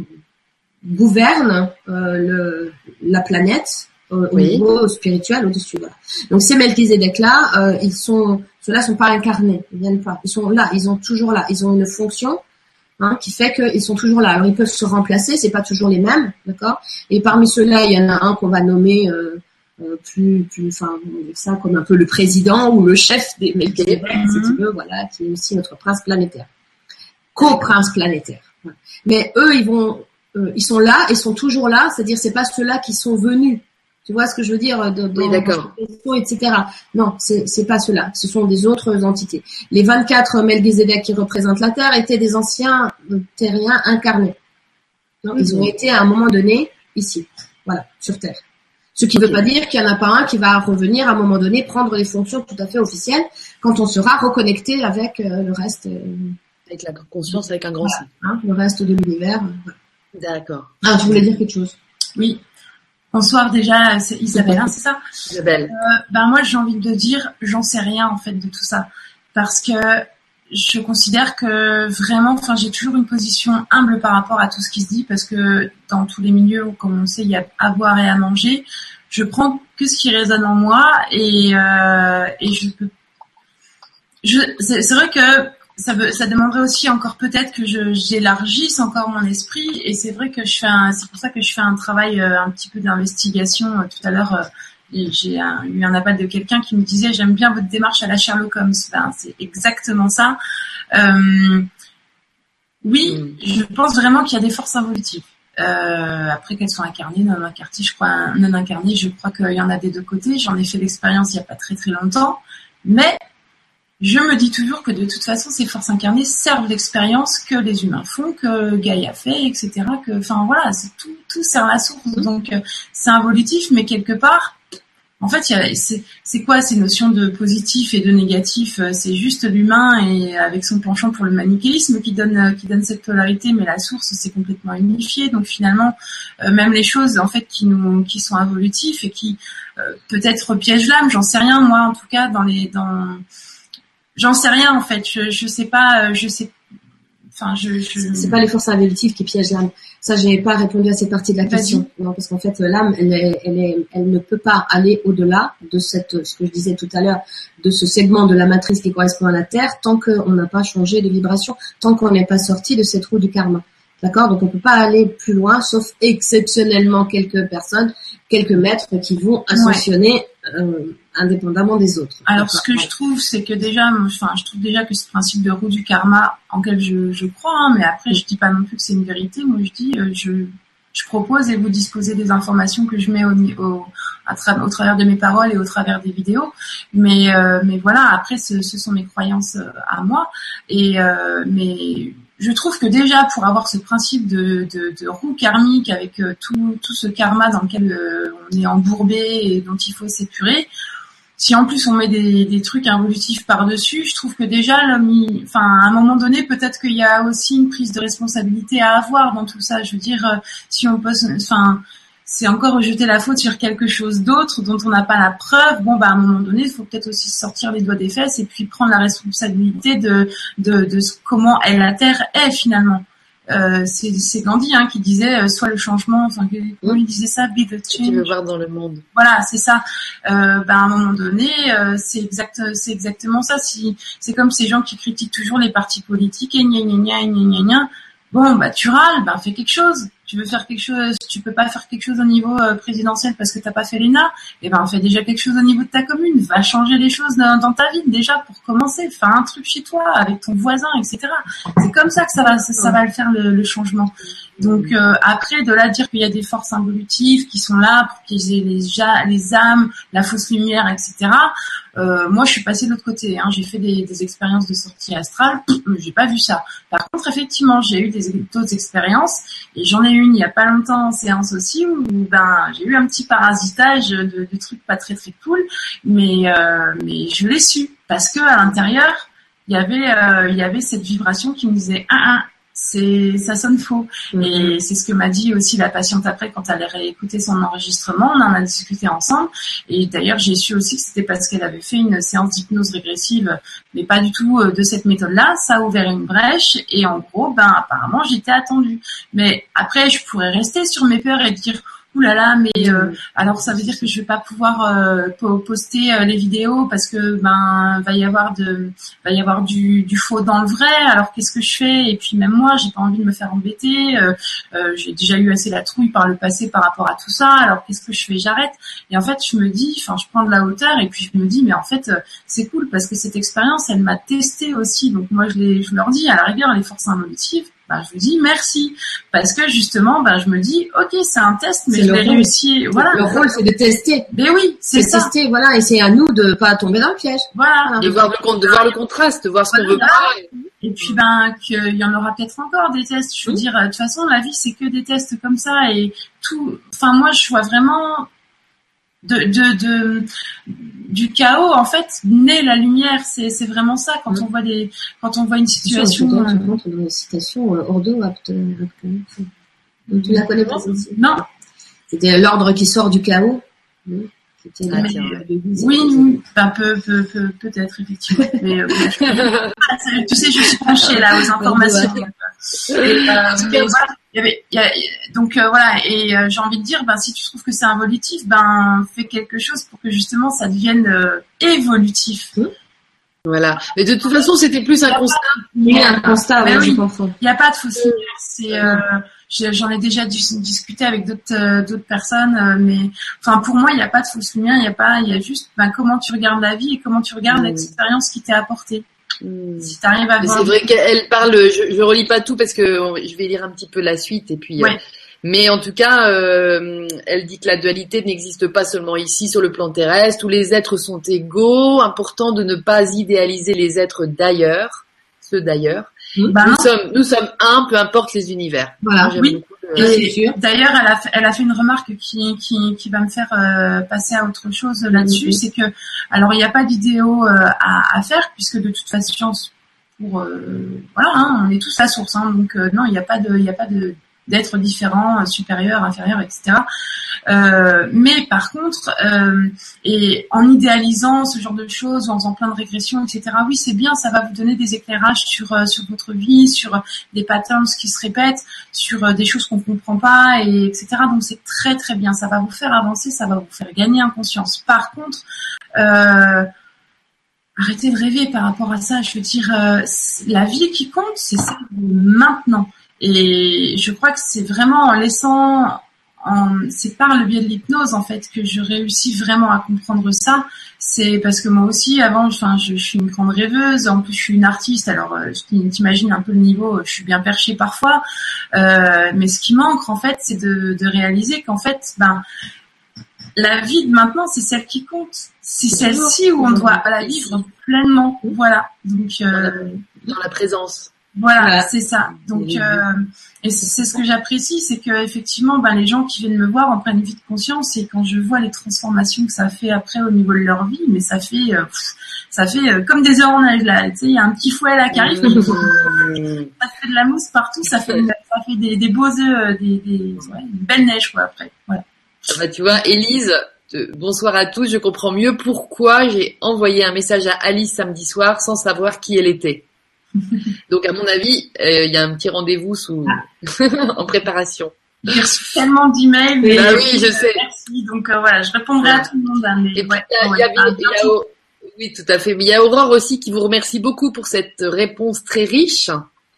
gouvernent euh, le, la planète euh, au oui. niveau spirituel au-dessus. Voilà. Donc ces Melchizedek-là, euh, ils sont, ceux-là sont pas incarnés, ils viennent pas, ils sont là, ils sont toujours là, ils ont une fonction. Hein, qui fait qu'ils sont toujours là. Alors ils peuvent se remplacer, c'est pas toujours les mêmes, d'accord. Et parmi ceux-là, il y en a un qu'on va nommer euh, euh, plus, plus, enfin, ça comme un peu le président ou le chef des Melchizedek, mm-hmm. si tu veux, voilà, qui est aussi notre prince planétaire, co-prince planétaire. Voilà. Mais eux, ils vont, euh, ils sont là et sont toujours là. C'est-à-dire, c'est pas ceux-là qui sont venus. Tu vois ce que je veux dire de, de, oui, d'accord. et cetera. Non, c'est, c'est pas ceux-là. Ce sont des autres entités. Les vingt-quatre Melchizedek qui représentent la Terre étaient des anciens terriens incarnés. Donc, mm-hmm. Ils ont été à un moment donné ici, voilà, sur Terre. Ce qui ne Okay. veut pas dire qu'il n'y en a pas un qui va revenir à un moment donné prendre des fonctions tout à fait officielles quand on sera reconnecté avec euh, le reste, euh, Avec la conscience, avec un grand voilà, C. hein, le reste de l'univers. D'accord. Ah, tu voulais dire quelque chose? Oui. Bonsoir déjà, c'est Isabelle, hein, c'est ça? Isabelle. Euh, ben moi j'ai envie de dire, j'en sais rien en fait de tout ça, parce que je considère que vraiment, enfin j'ai toujours une position humble par rapport à tout ce qui se dit, parce que dans tous les milieux où, comme on sait, il y a à boire et à manger, je prends que ce qui résonne en moi et euh, et je peux, je c'est, c'est vrai que ça veut, ça demanderait aussi encore peut-être que je j'élargisse encore mon esprit, et c'est vrai que je fais un, c'est pour ça que je fais un travail euh, un petit peu d'investigation. Euh, tout à l'heure, euh, et j'ai un, eu un appel de quelqu'un qui me disait j'aime bien votre démarche à la Sherlock Holmes. Ben, c'est exactement ça. Euh, oui, Mm. je pense vraiment qu'il y a des forces involutives. Euh, après qu'elles soient incarnées, non incarnées, je crois, non incarnées, je crois qu'il y en a des deux côtés. J'en ai fait l'expérience il y a pas très très longtemps, mais je me dis toujours que de toute façon, ces forces incarnées servent l'expérience que les humains font, que Gaïa fait, et cetera. Que, enfin voilà, c'est tout, tout sert la source. Donc euh, c'est involutif, mais quelque part, en fait, il y a, c'est, c'est quoi ces notions de positif et de négatif? C'est juste l'humain et avec son penchant pour le manichéisme qui donne, qui donne cette polarité, mais la source c'est complètement unifié. Donc finalement, euh, même les choses en fait qui nous, qui sont involutives et qui euh, peut-être piègent l'âme, j'en sais rien. Moi, en tout cas, dans les, dans J'en sais rien en fait. Je je sais pas. Je sais. Enfin, je. je... C'est pas les forces involutives qui piègent l'âme. Ça, j'ai pas répondu à cette partie de la question. Vas-y. Non, parce qu'en fait, l'âme, elle, est, elle, est, elle ne peut pas aller au-delà de cette, ce que je disais tout à l'heure, de ce segment de la matrice qui correspond à la Terre, tant qu'on n'a pas changé de vibration, tant qu'on n'est pas sorti de cette roue du karma. D'accord? Donc, on peut pas aller plus loin, sauf exceptionnellement quelques personnes, quelques maîtres qui vont ascensionner ouais. euh, indépendamment des autres. Alors, D'accord. ce que je trouve, c'est que déjà, enfin, je trouve déjà que ce principe de roue du karma, en quel je, je crois, hein, mais après, je dis pas non plus que c'est une vérité. Moi, je dis, euh, je, je propose et vous disposez des informations que je mets au, au, à tra- au travers de mes paroles et au travers des vidéos. Mais, euh, mais voilà, après, ce, ce sont mes croyances à moi. Et, euh, mais, je trouve que déjà pour avoir ce principe de, de, de roue karmique avec euh, tout, tout ce karma dans lequel euh, on est embourbé et dont il faut s'épurer, si en plus on met des, des trucs involutifs par-dessus, je trouve que déjà, l'homme, il, enfin, à un moment donné, peut-être qu'il y a aussi une prise de responsabilité à avoir dans tout ça. Je veux dire, euh, si on pose, enfin, c'est encore rejeter la faute sur quelque chose d'autre dont on n'a pas la preuve. Bon, bah, à un moment donné, il faut peut-être aussi sortir les doigts des fesses et puis prendre la responsabilité de, de, de comment elle, la Terre est finalement. Euh, c'est, c'est Gandhi, hein, qui disait, euh, soit le changement, enfin, comment il disait ça, be the change. Tu veux voir dans le monde. Voilà, c'est ça. Euh, bah, à un moment donné, euh, c'est exact, c'est exactement ça. Si, c'est comme ces gens qui critiquent toujours les partis politiques et gna gna gna gna gna gna. Bon, bah, tu râles, bah, fais quelque chose. Tu veux faire quelque chose, tu peux pas faire quelque chose au niveau euh, présidentiel parce que t'as pas fait l'E N A, et ben, fais déjà quelque chose au niveau de ta commune. Va changer les choses dans, dans ta vie, déjà, pour commencer. Fais un truc chez toi, avec ton voisin, et cetera. C'est comme ça que ça va, ça, ça va le faire, le, le changement. Donc, euh, après, de là, dire qu'il y a des forces involutives qui sont là pour piéger les, les âmes, la fausse lumière, et cetera. Euh, moi, je suis passée de l'autre côté, hein. J'ai fait des, des expériences de sortie astrale. J'ai pas vu ça. Par contre, effectivement, j'ai eu des, d'autres expériences, et j'en ai eu une il y a pas longtemps en séance aussi où ben j'ai eu un petit parasitage de, de trucs pas très très cool, mais euh, mais je l'ai su parce que à l'intérieur il y avait euh, il y avait cette vibration qui me disait ah ah c'est ça sonne faux. Mm-hmm. Et c'est ce que m'a dit aussi la patiente après quand elle a réécouté son enregistrement. On en a discuté ensemble, et d'ailleurs j'ai su aussi que c'était parce qu'elle avait fait une séance d'hypnose régressive, mais pas du tout de cette méthode-là. Ça a ouvert une brèche, et en gros ben apparemment j'étais attendue. Mais après je pourrais rester sur mes peurs et dire ouh là là, mais euh, alors ça veut dire que je vais pas pouvoir euh, poster euh, les vidéos parce que ben va y avoir de va y avoir du, du faux dans le vrai. Alors qu'est-ce que je fais? Et puis même moi, j'ai pas envie de me faire embêter. Euh, euh, j'ai déjà eu assez la trouille par le passé par rapport à tout ça. Alors qu'est-ce que je fais? J'arrête. Et en fait, je me dis, enfin, je prends de la hauteur et puis je me dis, mais en fait, euh, c'est cool parce que cette expérience, elle m'a testé aussi. Donc moi, je les, je leur dis à la rigueur, les forces involutives. Ben, je vous dis merci parce que justement ben je me dis ok c'est un test mais c'est je l'ai réussi voilà le rôle c'est de tester mais oui c'est, c'est ça tester voilà et c'est à nous de pas tomber dans le piège voilà de voir le de voir le contraste de voir ce voilà. qu'on veut pas et puis ben qu'il y en aura peut-être encore des tests je veux mmh. dire de toute façon la vie c'est que des tests comme ça et tout enfin moi je vois vraiment de, de, de, du chaos, en fait, naît la lumière. C'est, c'est vraiment ça. Quand mmh. on voit des, quand on voit une situation. Tu montres dans les citations euh, Ordo Apt. Donc, tu la connais pas celle-ci? Non. C'était l'ordre qui sort du chaos. Mmh. C'était la, mais, euh, oui, ben, peu, peu, peu, peut-être effectivement. Mais euh, je, tu sais, je suis penchée là aux informations. Et, euh, mais voilà, il y avait, il y a, donc euh, voilà, et euh, j'ai envie de dire, ben si tu trouves que c'est involutif, ben fais quelque chose pour que justement ça devienne euh, évolutif. Mmh. Voilà. Mais de toute façon, c'était plus un constat. Il y a un constat, ben oui, oui. je comprends. Il n'y a pas de fausse lumière. C'est, euh, j'en ai déjà discuté avec d'autres, euh, d'autres personnes, euh, mais enfin pour moi, il n'y a pas de fausse lumière. Il y a pas, il y a juste ben, comment tu regardes la vie et comment tu regardes mmh. l'expérience qui t'est apportée. Mmh. Si t'arrives à voir. C'est vrai qu'elle parle. Je, je relis pas tout parce que je vais lire un petit peu la suite et puis. Ouais. Euh, Mais en tout cas, euh, elle dit que la dualité n'existe pas seulement ici sur le plan terrestre. Tous les êtres sont égaux. Important de ne pas idéaliser les êtres d'ailleurs, ceux d'ailleurs. Mmh. Nous bah, sommes, nous sommes un, peu importe les univers. Voilà. Moi, oui. Le... Et d'ailleurs, elle a, fait, elle a fait une remarque qui, qui, qui va me faire euh, passer à autre chose là-dessus. Mmh. C'est que, alors, il n'y a pas d'idéaux euh, à, à faire puisque de toute façon, pour, euh, voilà, hein, on est tous la source. Hein, donc euh, non, il n'y a pas de, il n'y a pas de d'être différent, supérieur, inférieur, et cetera. Euh, mais par contre, euh, et en idéalisant ce genre de choses, ou en faisant plein de régressions, et cetera. Oui, c'est bien, ça va vous donner des éclairages sur euh, sur votre vie, sur des patterns qui se répètent, sur euh, des choses qu'on comprend pas, et etc. Donc c'est très très bien, ça va vous faire avancer, ça va vous faire gagner en conscience. Par contre, euh, arrêtez de rêver par rapport à ça. Je veux dire, euh, la vie qui compte, c'est celle de maintenant. Et je crois que c'est vraiment en laissant, en, c'est par le biais de l'hypnose en fait que je réussis vraiment à comprendre ça. C'est parce que moi aussi avant, enfin, je, je suis une grande rêveuse. En plus, je suis une artiste. Alors, euh, t'imagines un peu le niveau. Je suis bien perchée parfois, euh, mais ce qui manque en fait, c'est de, de réaliser qu'en fait, ben, la vie de maintenant, c'est celle qui compte. C'est celle-ci où on doit la vivre pleinement. Voilà. Donc, euh, dans la présence. Voilà, voilà, c'est ça. Donc, euh, et c'est, c'est ce que j'apprécie, c'est que effectivement, ben les gens qui viennent me voir en prennent vite conscience. Et quand je vois les transformations que ça fait après au niveau de leur vie, mais ça fait, euh, ça fait euh, comme des heures en neige là. Tu sais, il y a un petit fouet là qui arrive, ça fait de la mousse partout, ça fait, ça fait des, des beaux œufs, des, des ouais, une belle neige quoi après. Voilà. Bah, tu vois, Élise. Bonsoir à tous. Je comprends mieux pourquoi j'ai envoyé un message à Alice samedi soir sans savoir qui elle était. Donc à mon avis, il euh, y a un petit rendez-vous sous en préparation. J'ai reçu tellement d'emails. Mais bah oui, je sais. Merci. Donc euh, voilà, je répondrai ouais. à tout le monde. Hein, mais et puis, ouais, y a, ouais, y a, y a, y a, oui, tout à fait. Mais il y a Aurore aussi qui vous remercie beaucoup pour cette réponse très riche.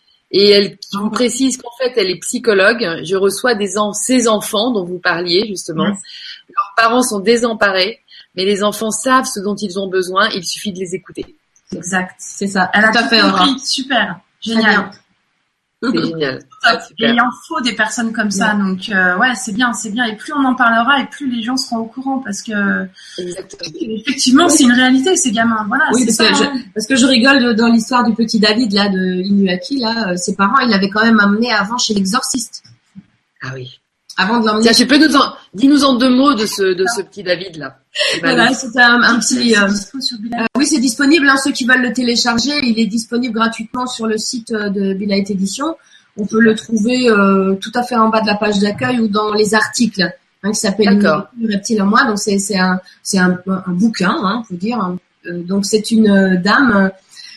Et elle qui vous précise qu'en fait, elle est psychologue. Je reçois des en... ces enfants dont vous parliez justement. Ouais. Leurs parents sont désemparés, mais les enfants savent ce dont ils ont besoin. Il suffit de les écouter. Exact, c'est ça. Elle a tout fait, compris. Super, génial. C'est génial. Et il en faut des personnes comme ça, ouais. donc euh, ouais, c'est bien, c'est bien. Et plus on en parlera, et plus les gens seront au courant, parce que Exactement. effectivement, c'est une réalité, ces gamins. Voilà. Oui, c'est parce, ça, que hein. je, parce que je rigole de, dans l'histoire du petit David là, de Inuaki là. Euh, ses parents, ils l'avaient quand même amené avant chez l'exorciste. Ah oui. Avant de l'emmener. Tiens, tu peux nous en, dis-nous en deux mots de ce, de ce petit David là. Voilà, c'était un, un petit. Euh, euh, oui, c'est disponible. Hein, ceux qui veulent le télécharger, il est disponible gratuitement sur le site de Bilight Edition. On peut le trouver euh, tout à fait en bas de la page d'accueil ou dans les articles, hein, qui s'appelle « Le reptile en moi ». Donc c'est c'est un c'est un, un bouquin, hein, faut dire. Hein. Euh, donc c'est une dame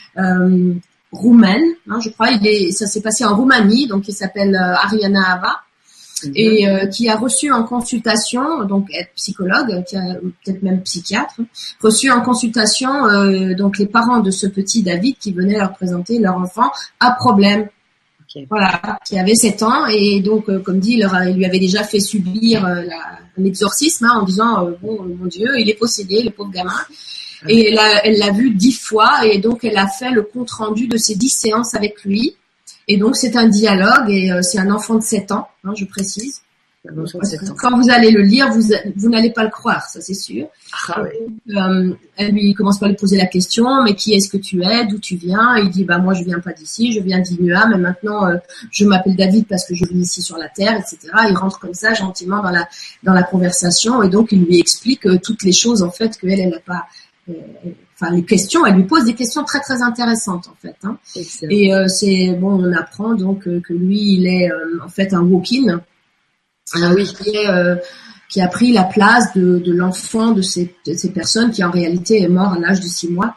euh, roumaine, hein, je crois. Il est, ça s'est passé en Roumanie, donc il s'appelle euh, Ariana Ava. Mmh. Et euh, qui a reçu en consultation, donc être psychologue, qui a peut-être même psychiatre, reçu en consultation euh, donc les parents de ce petit David qui venaient leur présenter leur enfant à problème. Okay. Voilà, qui avait sept ans et donc euh, comme dit, il, leur a, il lui avait déjà fait subir euh, la, un exorcisme hein, en disant euh, bon mon Dieu, il est possédé, le pauvre gamin. Okay. Et elle, a, elle l'a vu dix fois et donc elle a fait le compte rendu de ces dix séances avec lui. Et donc c'est un dialogue et euh, c'est un enfant de sept ans, hein, je précise. Quand vous allez le lire, vous, vous n'allez pas le croire, ça c'est sûr. Ah, ouais. euh, elle lui commence par lui poser la question, mais qui est-ce que tu es, d'où tu viens? Il dit, bah moi je viens pas d'ici, je viens d'Inua, mais maintenant euh, je m'appelle David parce que je vis ici sur la terre, et cetera. Il rentre comme ça gentiment dans la dans la conversation, et donc il lui explique euh, toutes les choses en fait qu'elle elle n'a pas. Euh, Enfin, les questions, elle lui pose des questions très très intéressantes en fait. Hein. Et euh, c'est bon, on apprend donc euh, que lui, il est euh, en fait un walk-in. Ah oui. Qui, est, euh, qui a pris la place de, de l'enfant de ces, de ces personnes qui en réalité est mort à l'âge de six mois.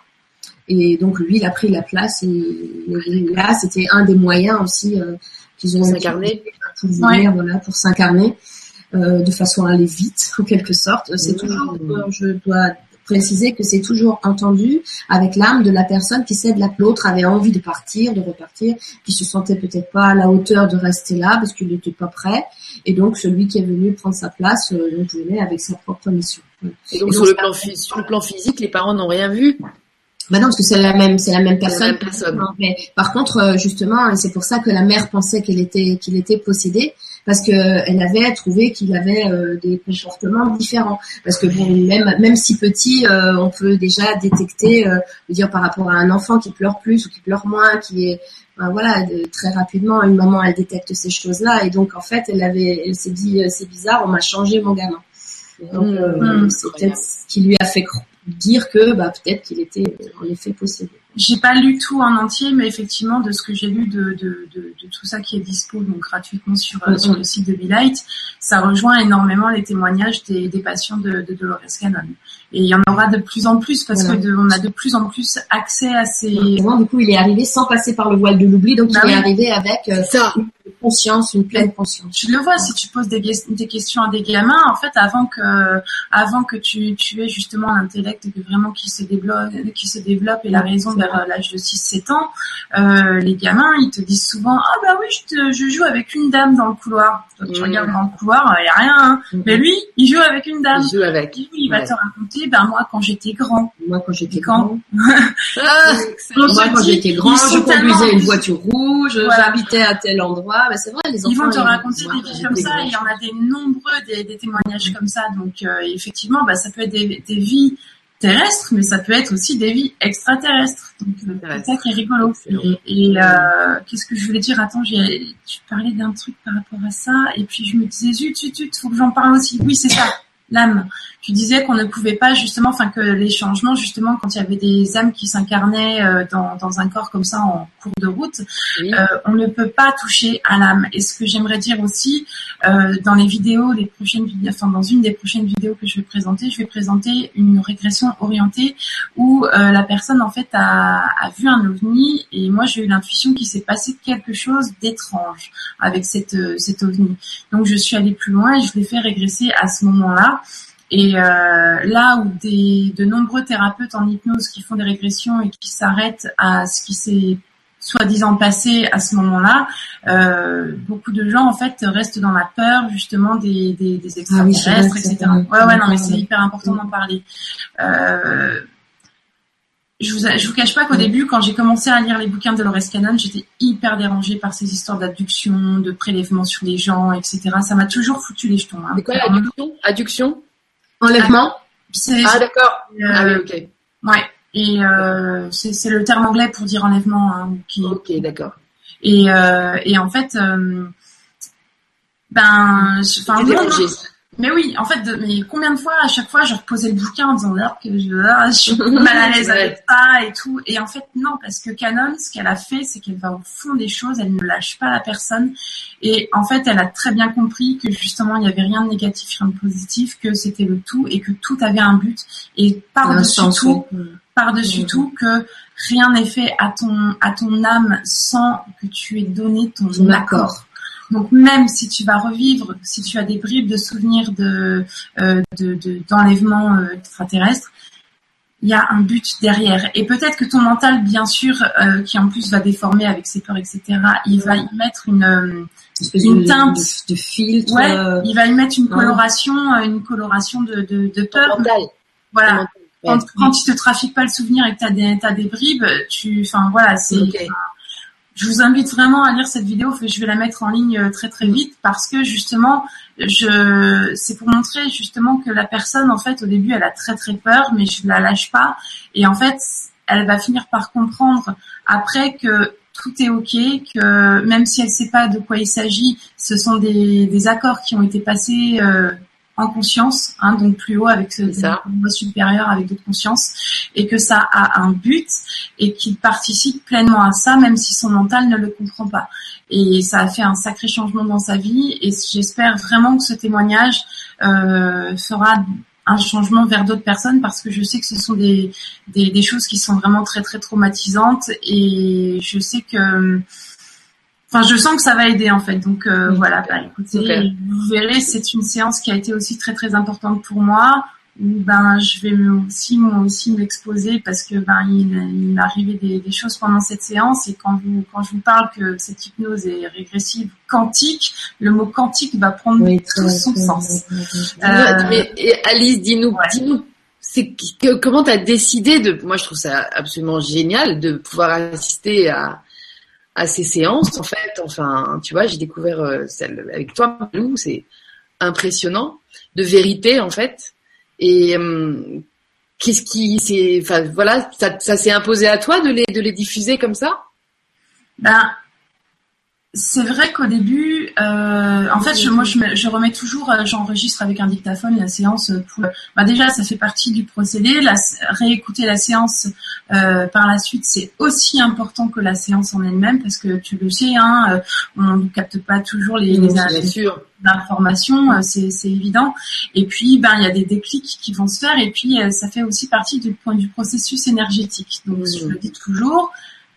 Et donc lui, il a pris la place et, et là, c'était un des moyens aussi euh, qu'ils ont s'incarner pour venir, ouais. voilà, pour s'incarner euh, de façon à aller vite, en quelque sorte. C'est mmh. toujours, euh, je dois préciser que c'est toujours entendu avec l'âme de la personne qui sait de l'autre avait envie de partir, de repartir, qui se sentait peut-être pas à la hauteur de rester là parce qu'il n'était pas prêt. Et donc, celui qui est venu prendre sa place, euh, donc venait avec sa propre mission. Et donc, et sur, donc le plan, sur le plan physique, les parents n'ont rien vu? Bah non, parce que c'est la même, c'est la même personne. La même personne. Mais par contre, justement, et c'est pour ça que la mère pensait qu'elle était, qu'il était possédé, parce que elle avait trouvé qu'il avait euh, des comportements différents. Parce que bon, même, même si petit, euh, on peut déjà détecter, euh, dire par rapport à un enfant qui pleure plus ou qui pleure moins, qui est, ben voilà, de, très rapidement, une maman, elle détecte ces choses-là, et donc en fait, elle avait, elle s'est dit, c'est bizarre, on m'a changé mon gamin. Donc euh, mmh, c'est peut-être ce qui lui a fait croire. dire que bah peut-être qu'il était en effet possédé. J'ai pas lu tout en entier, mais effectivement de ce que j'ai lu de de de, de tout ça qui est dispo donc gratuitement sur mm-hmm. sur le site de Be Light, ça rejoint énormément les témoignages des des patients de de Dolores Cannon. Et il y en aura de plus en plus parce voilà. que de, on a de plus en plus accès à ces. Vraiment, du coup, il est arrivé sans passer par le voile de l'oubli, donc bah il oui. est arrivé avec euh, ça. une conscience, une pleine conscience. Tu le vois, si tu poses des, des questions à des gamins, en fait, avant que, avant que tu, tu aies justement l'intellect que vraiment qui se développe, qui se développe et la raison vers l'âge de six sept ans, euh, les gamins, ils te disent souvent, ah bah oui, je, te, je joue avec une dame dans le couloir. Toi, tu mmh. regardes dans le couloir, il y a rien, hein. Mmh. Mais lui, il joue avec une dame. Il joue avec. Lui, il va ouais. te raconter, ben moi, quand j'étais grand. Moi, quand j'étais grand. ah, moi, quand j'étais grand, je conduisais une voiture rouge, voilà. j'habitais à tel endroit. Ben, c'est vrai, les enfants. Ils vont te raconter des vies comme ça. Il y en a des nombreux, des, des témoignages comme ça. Donc, euh, effectivement, bah, ça peut être des, des vies terrestres, mais ça peut être aussi des vies extraterrestres. Donc, euh, c'est ça qui est rigolo. Et, et euh, qu'est-ce que je voulais dire? Attends, j'ai, tu parlais d'un truc par rapport à ça, et puis je me disais, zut, zut, zut, faut que j'en parle aussi. Oui, c'est ça. L'âme. Tu disais qu'on ne pouvait pas justement, enfin que les changements justement quand il y avait des âmes qui s'incarnaient euh, dans, dans un corps comme ça en cours de route, oui. euh, on ne peut pas toucher à l'âme. Et ce que j'aimerais dire aussi euh, dans les vidéos, les prochaines, enfin dans une des prochaines vidéos que je vais présenter, je vais présenter une régression orientée où euh, la personne en fait a, a vu un ovni et moi j'ai eu l'intuition qu'il s'est passé quelque chose d'étrange avec cette cet ovni. Donc je suis allée plus loin et je l'ai fait régresser à ce moment-là. Et euh, là où des, de nombreux thérapeutes en hypnose qui font des régressions et qui s'arrêtent à ce qui s'est soi-disant passé à ce moment-là, euh, beaucoup de gens en fait restent dans la peur justement des, des, des extraterrestres, ah oui, et cetera. Ouais, ouais, non, mais c'est hyper important d'en parler. Euh, je vous, je vous cache pas qu'au début, quand j'ai commencé à lire les bouquins de Dolores Cannon, j'étais hyper dérangée par ces histoires d'adduction, de prélèvements sur les gens, et cetera. Ça m'a toujours foutu les jetons. Hein. C'est quoi l'adduction? Adduction? Enlèvement. C'est, ah d'accord. Euh, ah oui, ok. Ouais. Et euh, c'est, c'est le terme anglais pour dire enlèvement. Hein, qui... Ok, d'accord. Et euh, et en fait, euh, ben, enfin, non, non, mais oui, en fait, de, mais combien de fois, à chaque fois, je reposais le bouquin en disant là que je, là, je suis mal à l'aise avec ça et tout. Et en fait, non, parce que Cannon, ce qu'elle a fait, c'est qu'elle va au fond des choses, elle ne lâche pas la personne. Et en fait, elle a très bien compris que justement, il n'y avait rien de négatif, rien de positif, que c'était le tout et que tout avait un but. Et par-dessus tout, par-dessus mmh. tout, que rien n'est fait à ton à ton âme sans que tu aies donné ton, ton accord. accord. Donc même si tu vas revivre, si tu as des bribes de souvenirs de, euh, de, de d'enlèvement euh, extraterrestre, il y a un but derrière. Et peut-être que ton mental, bien sûr, euh, qui en plus va déformer avec ses peurs, et cetera, il va y mettre une, euh, une de, teinte de, de filtre. Ouais, euh... il va y mettre une coloration, ouais. une coloration de, de, de peur. Mental. Voilà. Mental. Quand, quand il te trafique pas le souvenir et que t'as des, t'as des bribes, tu, enfin voilà, c'est. Okay. je vous invite vraiment à lire cette vidéo. Je vais la mettre en ligne très très vite parce que justement, je, c'est pour montrer justement que la personne, en fait, au début, elle a très très peur, mais je la lâche pas. Et en fait, elle va finir par comprendre après que tout est ok, que même si elle sait pas de quoi il s'agit, ce sont des, des accords qui ont été passés euh, en conscience, hein, donc plus haut avec ce niveau supérieur, avec d'autres consciences, et que ça a un but et qu'il participe pleinement à ça, même si son mental ne le comprend pas. Et ça a fait un sacré changement dans sa vie, et j'espère vraiment que ce témoignage euh, fera un changement vers d'autres personnes, parce que je sais que ce sont des, des, des choses qui sont vraiment très très traumatisantes, et je sais que, enfin, je sens que ça va aider en fait. Donc euh, oui, voilà, bah, écoutez, okay. Vous verrez, c'est une séance qui a été aussi très très importante pour moi. Où, ben, je vais aussi moi aussi m'exposer parce que ben il, il m'est arrivé des, des choses pendant cette séance, et quand vous quand je vous parle que cette hypnose est régressive quantique, le mot quantique va prendre oui, tout son oui, sens. Oui, oui, oui. Euh, Mais, et Alice, dis-nous, ouais. dis-nous, c'est que, comment t'as décidé de, moi je trouve ça absolument génial de pouvoir assister à à ces séances en fait. Enfin, tu vois, j'ai découvert euh, celle avec toi, Malou, c'est impressionnant, de vérité en fait. Et hum, qu'est-ce qui, c'est, enfin voilà, ça, ça s'est imposé à toi de les de les diffuser comme ça? Ben, c'est vrai qu'au début, euh, en fait, je, moi, je, me, je remets toujours, euh, j'enregistre avec un dictaphone la séance pour. Bah déjà, ça fait partie du procédé. La, réécouter la séance euh, par la suite, c'est aussi important que la séance en elle-même, parce que tu le sais, hein, on ne capte pas toujours les, oui, les, les informations, c'est, c'est évident. Et puis, ben, il y a des déclics qui vont se faire, et puis euh, ça fait aussi partie du point du processus énergétique. Donc, mmh. je le dis toujours.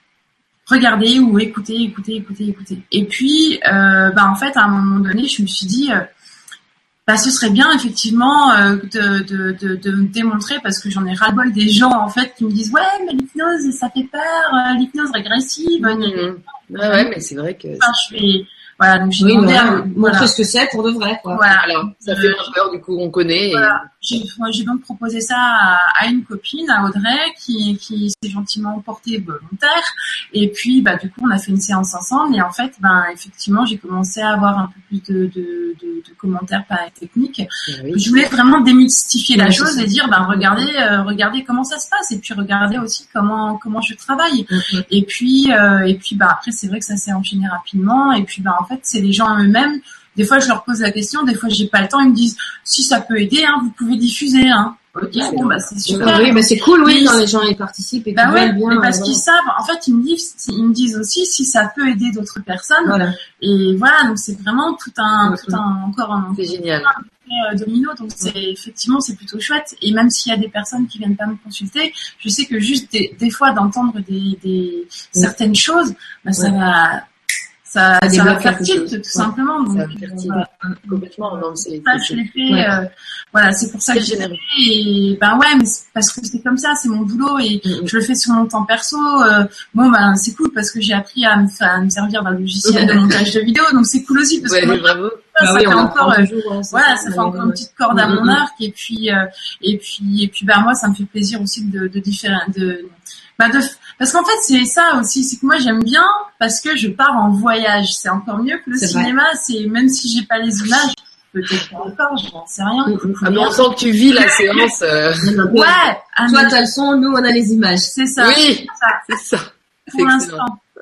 Regardez ou écoutez, écoutez, écoutez, écoutez. Et puis, euh, bah en fait, à un moment donné, je me suis dit, euh, bah ce serait bien effectivement euh, de, de, de, de me démontrer, parce que j'en ai ras-le-bol des gens en fait qui me disent ouais, mais l'hypnose ça fait peur, euh, l'hypnose régressive. Mmh. Ouais, ouais, mais c'est vrai que. Enfin, je fais. Voilà, donc j'ai oui, demandé voilà, à montrer voilà. ce que c'est pour de vrai, quoi. Voilà. Alors, ça fait moins peur, du coup, on connaît. Voilà. Et... J'ai, moi, j'ai donc proposé ça à, à une copine, à Audrey, qui, qui s'est gentiment portée volontaire. Et puis, bah, du coup, on a fait une séance ensemble. Et en fait, ben, effectivement, j'ai commencé à avoir un peu plus de, de, de, de commentaires par technique. Oui. Je voulais vraiment démystifier oui, la chose et dire, ben, regardez, euh, regardez comment ça se passe. Et puis, regardez aussi comment, comment je travaille. Mm-hmm. Et puis, euh, et puis, bah, après, c'est vrai que ça s'est enchaîné rapidement. Et puis, bah, en fait, c'est les gens eux-mêmes. Des fois, je leur pose la question, des fois, j'ai pas le temps. Ils me disent, si ça peut aider, hein, vous pouvez diffuser, hein. Ok, bon, bah, c'est super. Oui, bah, c'est cool, oui, quand les gens y participent et bah, ouais, bien. Mais parce euh, qu'ils savent, en fait, ils me disent, ils me disent aussi si ça peut aider d'autres personnes. Voilà. Et voilà, donc c'est vraiment tout un, tout un, encore un, c'est génial. Un domino, donc c'est, effectivement, c'est plutôt chouette. Et même s'il y a des personnes qui viennent pas me consulter, je sais que juste des, des fois d'entendre des, des, certaines choses, bah, ça ouais. va, Ça, ça, ça va faire tilt, tout ouais. simplement. Donc, ça va faire tilt. Euh, complètement. Non, c'est, ça, je l'ai fait. Ouais. Euh, voilà, c'est pour ça c'est que j'ai fait. Et ben ouais, mais c'est parce que c'est comme ça, c'est mon boulot et mm-hmm. je le fais sur mon temps perso. Euh, bon ben c'est cool parce que j'ai appris à me, à me servir d'un logiciel de montage de vidéo, donc c'est cool aussi parce ouais, que moi, bravo. Ça, bah ça oui, fait encore, euh, toujours, hein, voilà, ça, ça fait encore une petite corde à mm-hmm. mon arc et puis euh, et puis et puis ben moi ça me fait plaisir aussi de de différents de Bah de, parce qu'en fait c'est ça aussi, c'est que moi j'aime bien parce que je pars en voyage, c'est encore mieux que le c'est cinéma, vrai. C'est même si j'ai pas les images, peut-être pas encore, j'en sais rien. Ah mais on sent que tu vis la séance. Euh... Ouais. Ah, toi t'as le son, nous on a les images. C'est ça. Oui. C'est ça. Pour l'instant.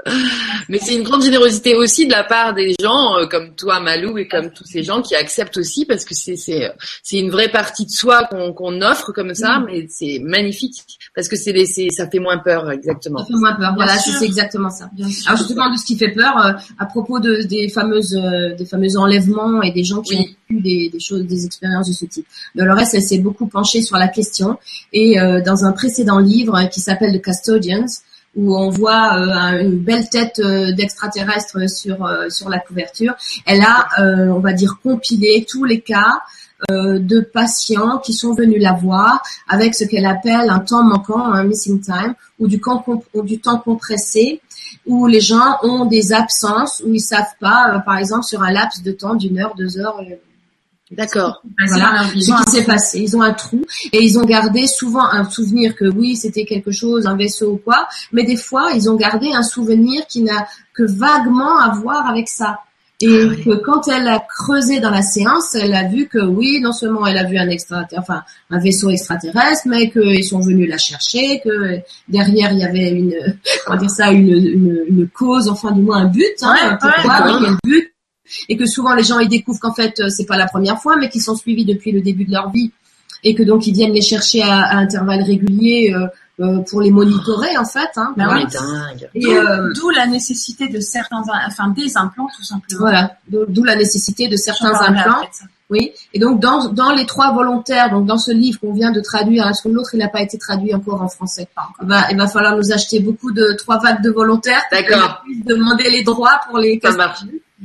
Mais c'est une grande générosité aussi de la part des gens euh, comme toi, Malou, et comme tous ces gens qui acceptent aussi, parce que c'est c'est c'est une vraie partie de soi qu'on qu'on offre comme ça, mmh. mais c'est magnifique parce que c'est les c'est ça fait moins peur exactement. Ça fait moins peur. Bien voilà, c'est, c'est exactement ça. Bien Alors je te demande de ce qui fait peur euh, à propos de des fameuses euh, des fameux enlèvements et des gens qui oui. ont eu des des choses des expériences de ce type. Dolores, elle s'est beaucoup penchée sur la question et euh, dans un précédent livre qui s'appelle The Custodians, où on voit euh, une belle tête euh, d'extraterrestre sur euh, sur la couverture. Elle a, euh, on va dire, compilé tous les cas euh, de patients qui sont venus la voir avec ce qu'elle appelle un temps manquant, un missing time, ou du, camp comp- ou du temps compressé, où les gens ont des absences, où ils savent pas, euh, par exemple, sur un laps de temps d'une heure, deux heures, euh, D'accord. Voilà ce qui s'est passé. Ils ont un trou et ils ont gardé souvent un souvenir que oui, c'était quelque chose, un vaisseau ou quoi, mais des fois, ils ont gardé un souvenir qui n'a que vaguement à voir avec ça. Et ah oui. que quand elle a creusé dans la séance, elle a vu que oui, non seulement elle a vu un extra, enfin un vaisseau extraterrestre, mais qu'ils sont venus la chercher, que derrière il y avait une, comment dire ça, une, une, une cause, enfin du moins un but, hein, ouais, pourquoi, ouais, quel but. Et que souvent les gens ils découvrent qu'en fait c'est pas la première fois, mais qu'ils sont suivis depuis le début de leur vie, et que donc ils viennent les chercher à, à intervalles réguliers. Euh, Euh, pour les monitorer en fait, hein. Ben voilà. oui, dingue. Et euh, d'où la nécessité de certains, enfin des implants tout simplement. Voilà, d'où la nécessité de certains implants. Oui. Et donc dans dans les trois volontaires, donc dans ce livre qu'on vient de traduire, parce que l'autre il n'a pas été traduit encore en français. Il va il va falloir nous acheter beaucoup de trois vagues de volontaires. D'accord. Pour demander les droits pour les. Ça marche.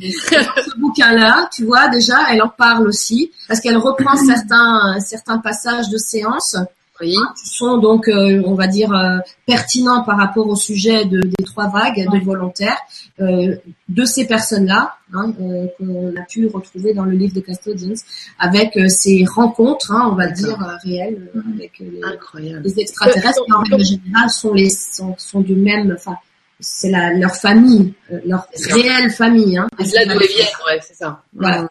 Ce bouquin-là, tu vois déjà, elle en parle aussi parce qu'elle reprend certains certains passages de séances. Oui. Qui sont donc, euh, on va dire, euh, pertinents par rapport au sujet de, des trois vagues de volontaires euh, de ces personnes-là, hein, euh, qu'on a pu retrouver dans le livre de Custodians, avec euh, ces rencontres, hein, on va D'accord. dire, euh, réelles euh, avec les, Incroyable. les extraterrestres, qui en règle générale sont, les, sont, sont du même... Enfin, c'est la, leur famille, euh, leur réelle famille. Hein, c'est là d'où ils viennent, ouais, c'est ça. Voilà.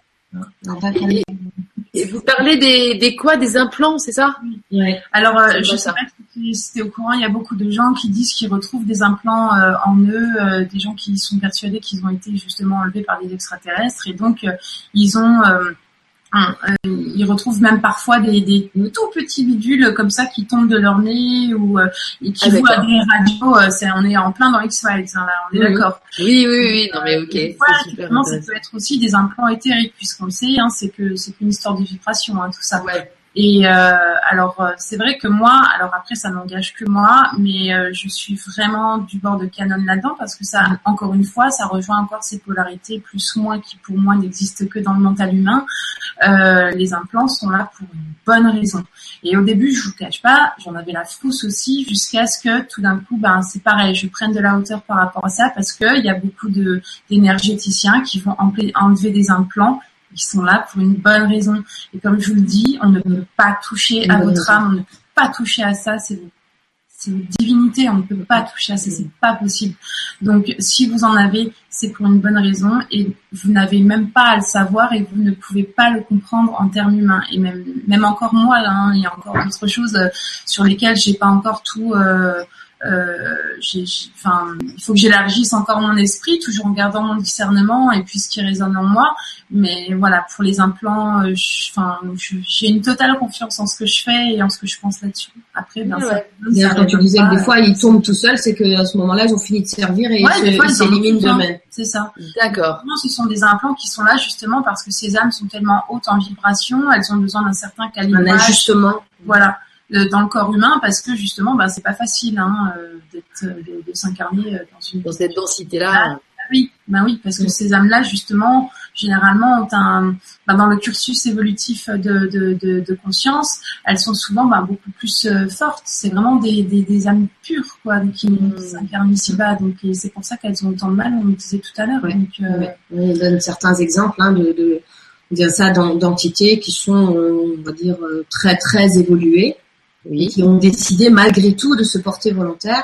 Et, et vous parlez des, des quoi, des implants, c'est ça? Ouais. Alors, euh, je sais pas si c'était au courant, il y a beaucoup de gens qui disent qu'ils retrouvent des implants euh, en eux, euh, des gens qui sont persuadés qu'ils ont été justement enlevés par des extraterrestres, et donc euh, ils ont, euh, euh, ils retrouvent même parfois des, des tout petits bidules comme ça qui tombent de leur nez ou euh, et qui ah, voient à des radios. Euh, c'est, on est en plein dans X-Files, hein, là, on est oui, d'accord. Oui, oui, oui, non mais ok. Euh, c'est super ça peut être aussi des implants éthériques, puisqu'on le sait, hein, c'est que c'est qu'une histoire de vibration, hein, tout ça. Ouais. Et euh, alors euh, c'est vrai que moi, alors après ça n'engage que moi, mais euh, je suis vraiment du bord de canon là-dedans parce que ça, encore une fois, ça rejoint encore ces polarités plus ou moins qui pour moi n'existent que dans le mental humain. Euh, les implants sont là pour une bonne raison. Et au début, je vous cache pas, j'en avais la frousse aussi jusqu'à ce que tout d'un coup, ben c'est pareil, je prenne de la hauteur par rapport à ça parce que il y a beaucoup de d'énergéticiens qui vont enlever des implants. Ils sont là pour une bonne raison. Et comme je vous le dis, on ne peut pas toucher à votre âme, on ne peut pas toucher à ça, c'est vos, c'est vos divinités, on ne peut pas toucher à ça, c'est pas possible. Donc, si vous en avez, c'est pour une bonne raison et vous n'avez même pas à le savoir et vous ne pouvez pas le comprendre en termes humains. Et même, même encore moi, hein, il y a encore d'autres choses sur lesquelles j'ai pas encore tout, euh, Euh, j'ai, j'ai, enfin, il faut que j'élargisse encore mon esprit, toujours en gardant mon discernement et puis ce qui résonne en moi. Mais voilà, pour les implants, euh, je, enfin, je, j'ai une totale confiance en ce que je fais et en ce que je pense là-dessus. Après, ben, ouais. ça, ça quand tu disais que des fois ils tombent tout seuls, c'est qu'à ce moment-là, ils ont fini de servir et ouais, ils, fois, ils s'éliminent d'eux-mêmes. C'est ça. D'accord. Non, ce sont des implants qui sont là justement parce que ces âmes sont tellement hautes en vibration, elles ont besoin d'un certain calibrage. Un ajustement. Voilà. Dans le corps humain parce que justement bah c'est pas facile hein d'être de, de s'incarner dans une dans cette densité là ah, bah oui bah oui parce que mmh. ces âmes là justement généralement ont un bah, dans le cursus évolutif de de de, de conscience elles sont souvent bah, beaucoup plus euh, fortes, c'est vraiment des des des âmes pures quoi qui, mmh. qui s'incarnent ici-bas, donc et c'est pour ça qu'elles ont autant de mal, on le disait tout à l'heure. Ouais. Donc euh... ouais. On donne certains exemples hein, de de dire ça d'entités qui sont on va dire très très évoluées. Oui. Qui ont décidé malgré tout de se porter volontaire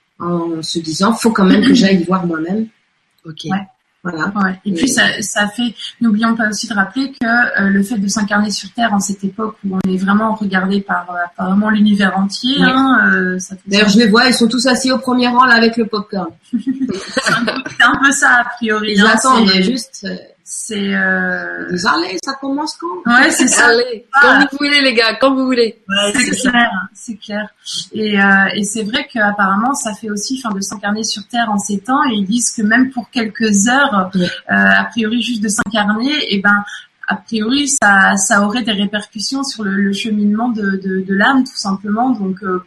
en se disant faut quand même que j'aille voir moi-même. Ok. Ouais. Voilà. Ouais. Et, Et puis ça, ça fait. N'oublions pas aussi de rappeler que euh, le fait de s'incarner sur Terre en cette époque où on est vraiment regardé par euh, apparemment l'univers entier. Ouais. Hein, euh, ça fait D'ailleurs, je les vois, ils sont tous assis au premier rang là avec le popcorn. c'est, un peu, c'est un peu ça a priori. Ils hein, attendent c'est... juste. Euh... C'est euh... Ils disent allez, ça commence quand? Ouais, c'est ça. Allez, quand vous voulez les gars, quand vous voulez. Ouais, c'est, c'est clair, c'est clair. Et euh, et c'est vrai qu'apparemment ça fait aussi, enfin, de s'incarner sur Terre en ces temps. Et ils disent que même pour quelques heures, ouais. euh, a priori juste de s'incarner, et ben a priori ça ça aurait des répercussions sur le, le cheminement de, de de l'âme tout simplement. Donc euh,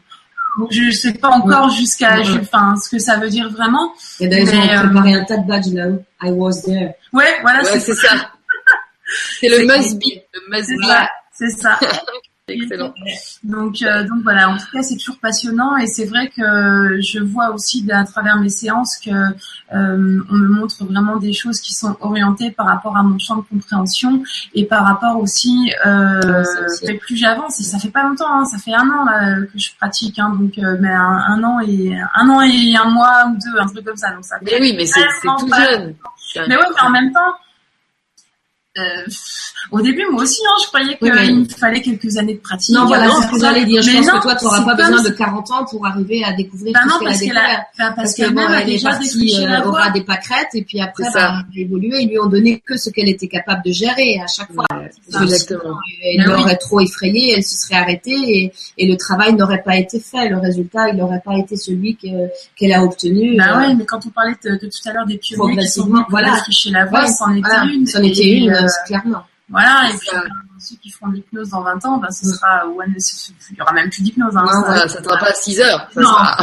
je sais pas encore ouais. jusqu'à, ouais. enfin, ce que ça veut dire vraiment. Et d'ailleurs, ils ont préparé euh... un tas de badges là. I was there. Ouais, voilà, ouais, c'est, c'est ça. ça. C'est le must be, le must c'est be. Ça, c'est ça. Excellent. Donc, euh, donc voilà. En tout cas, c'est toujours passionnant et c'est vrai que je vois aussi à travers mes séances que euh, on me montre vraiment des choses qui sont orientées par rapport à mon champ de compréhension et par rapport aussi. Euh, aussi. Plus j'avance et ça fait pas longtemps, hein, ça fait un an là, que je pratique, hein, donc euh, mais un, un an et un an et un mois ou deux, un truc comme ça. Donc ça. Mais oui, mais c'est, c'est tout jeune. Mais ouais, mais en même temps. Euh, au début, moi aussi, hein, je croyais qu'il oui, me fallait quelques années de pratique. Non, voilà, c'est ce que j'allais dire. Je pense non, que toi, tu n'auras pas besoin de quarante ans pour arriver à découvrir bah tout non, ce qu'elle a découvert. Parce, parce que bon, elle est partie, euh, aura des pâquerettes et puis après, bah, elle a évolué. Ils lui ont donné que ce qu'elle était capable de gérer à chaque fois. Ouais, exactement. Elle l'aurait oui. trop effrayée, elle se serait arrêtée et, et le travail n'aurait pas été fait. Le résultat, il n'aurait pas été celui que, qu'elle a obtenu. Bah euh, ouais, mais quand on parlait de, de tout à l'heure des pionniers qui sont venus voilà. chez la voix, c'en était voilà. une. C'en était une, euh, clairement. Voilà, et puis euh, ceux qui feront de l'hypnose dans vingt ans, ben ce sera ouais, il y aura même plus d'hypnose. Hein, non, ça, ça sera pas à six heures. Ça non. Sera...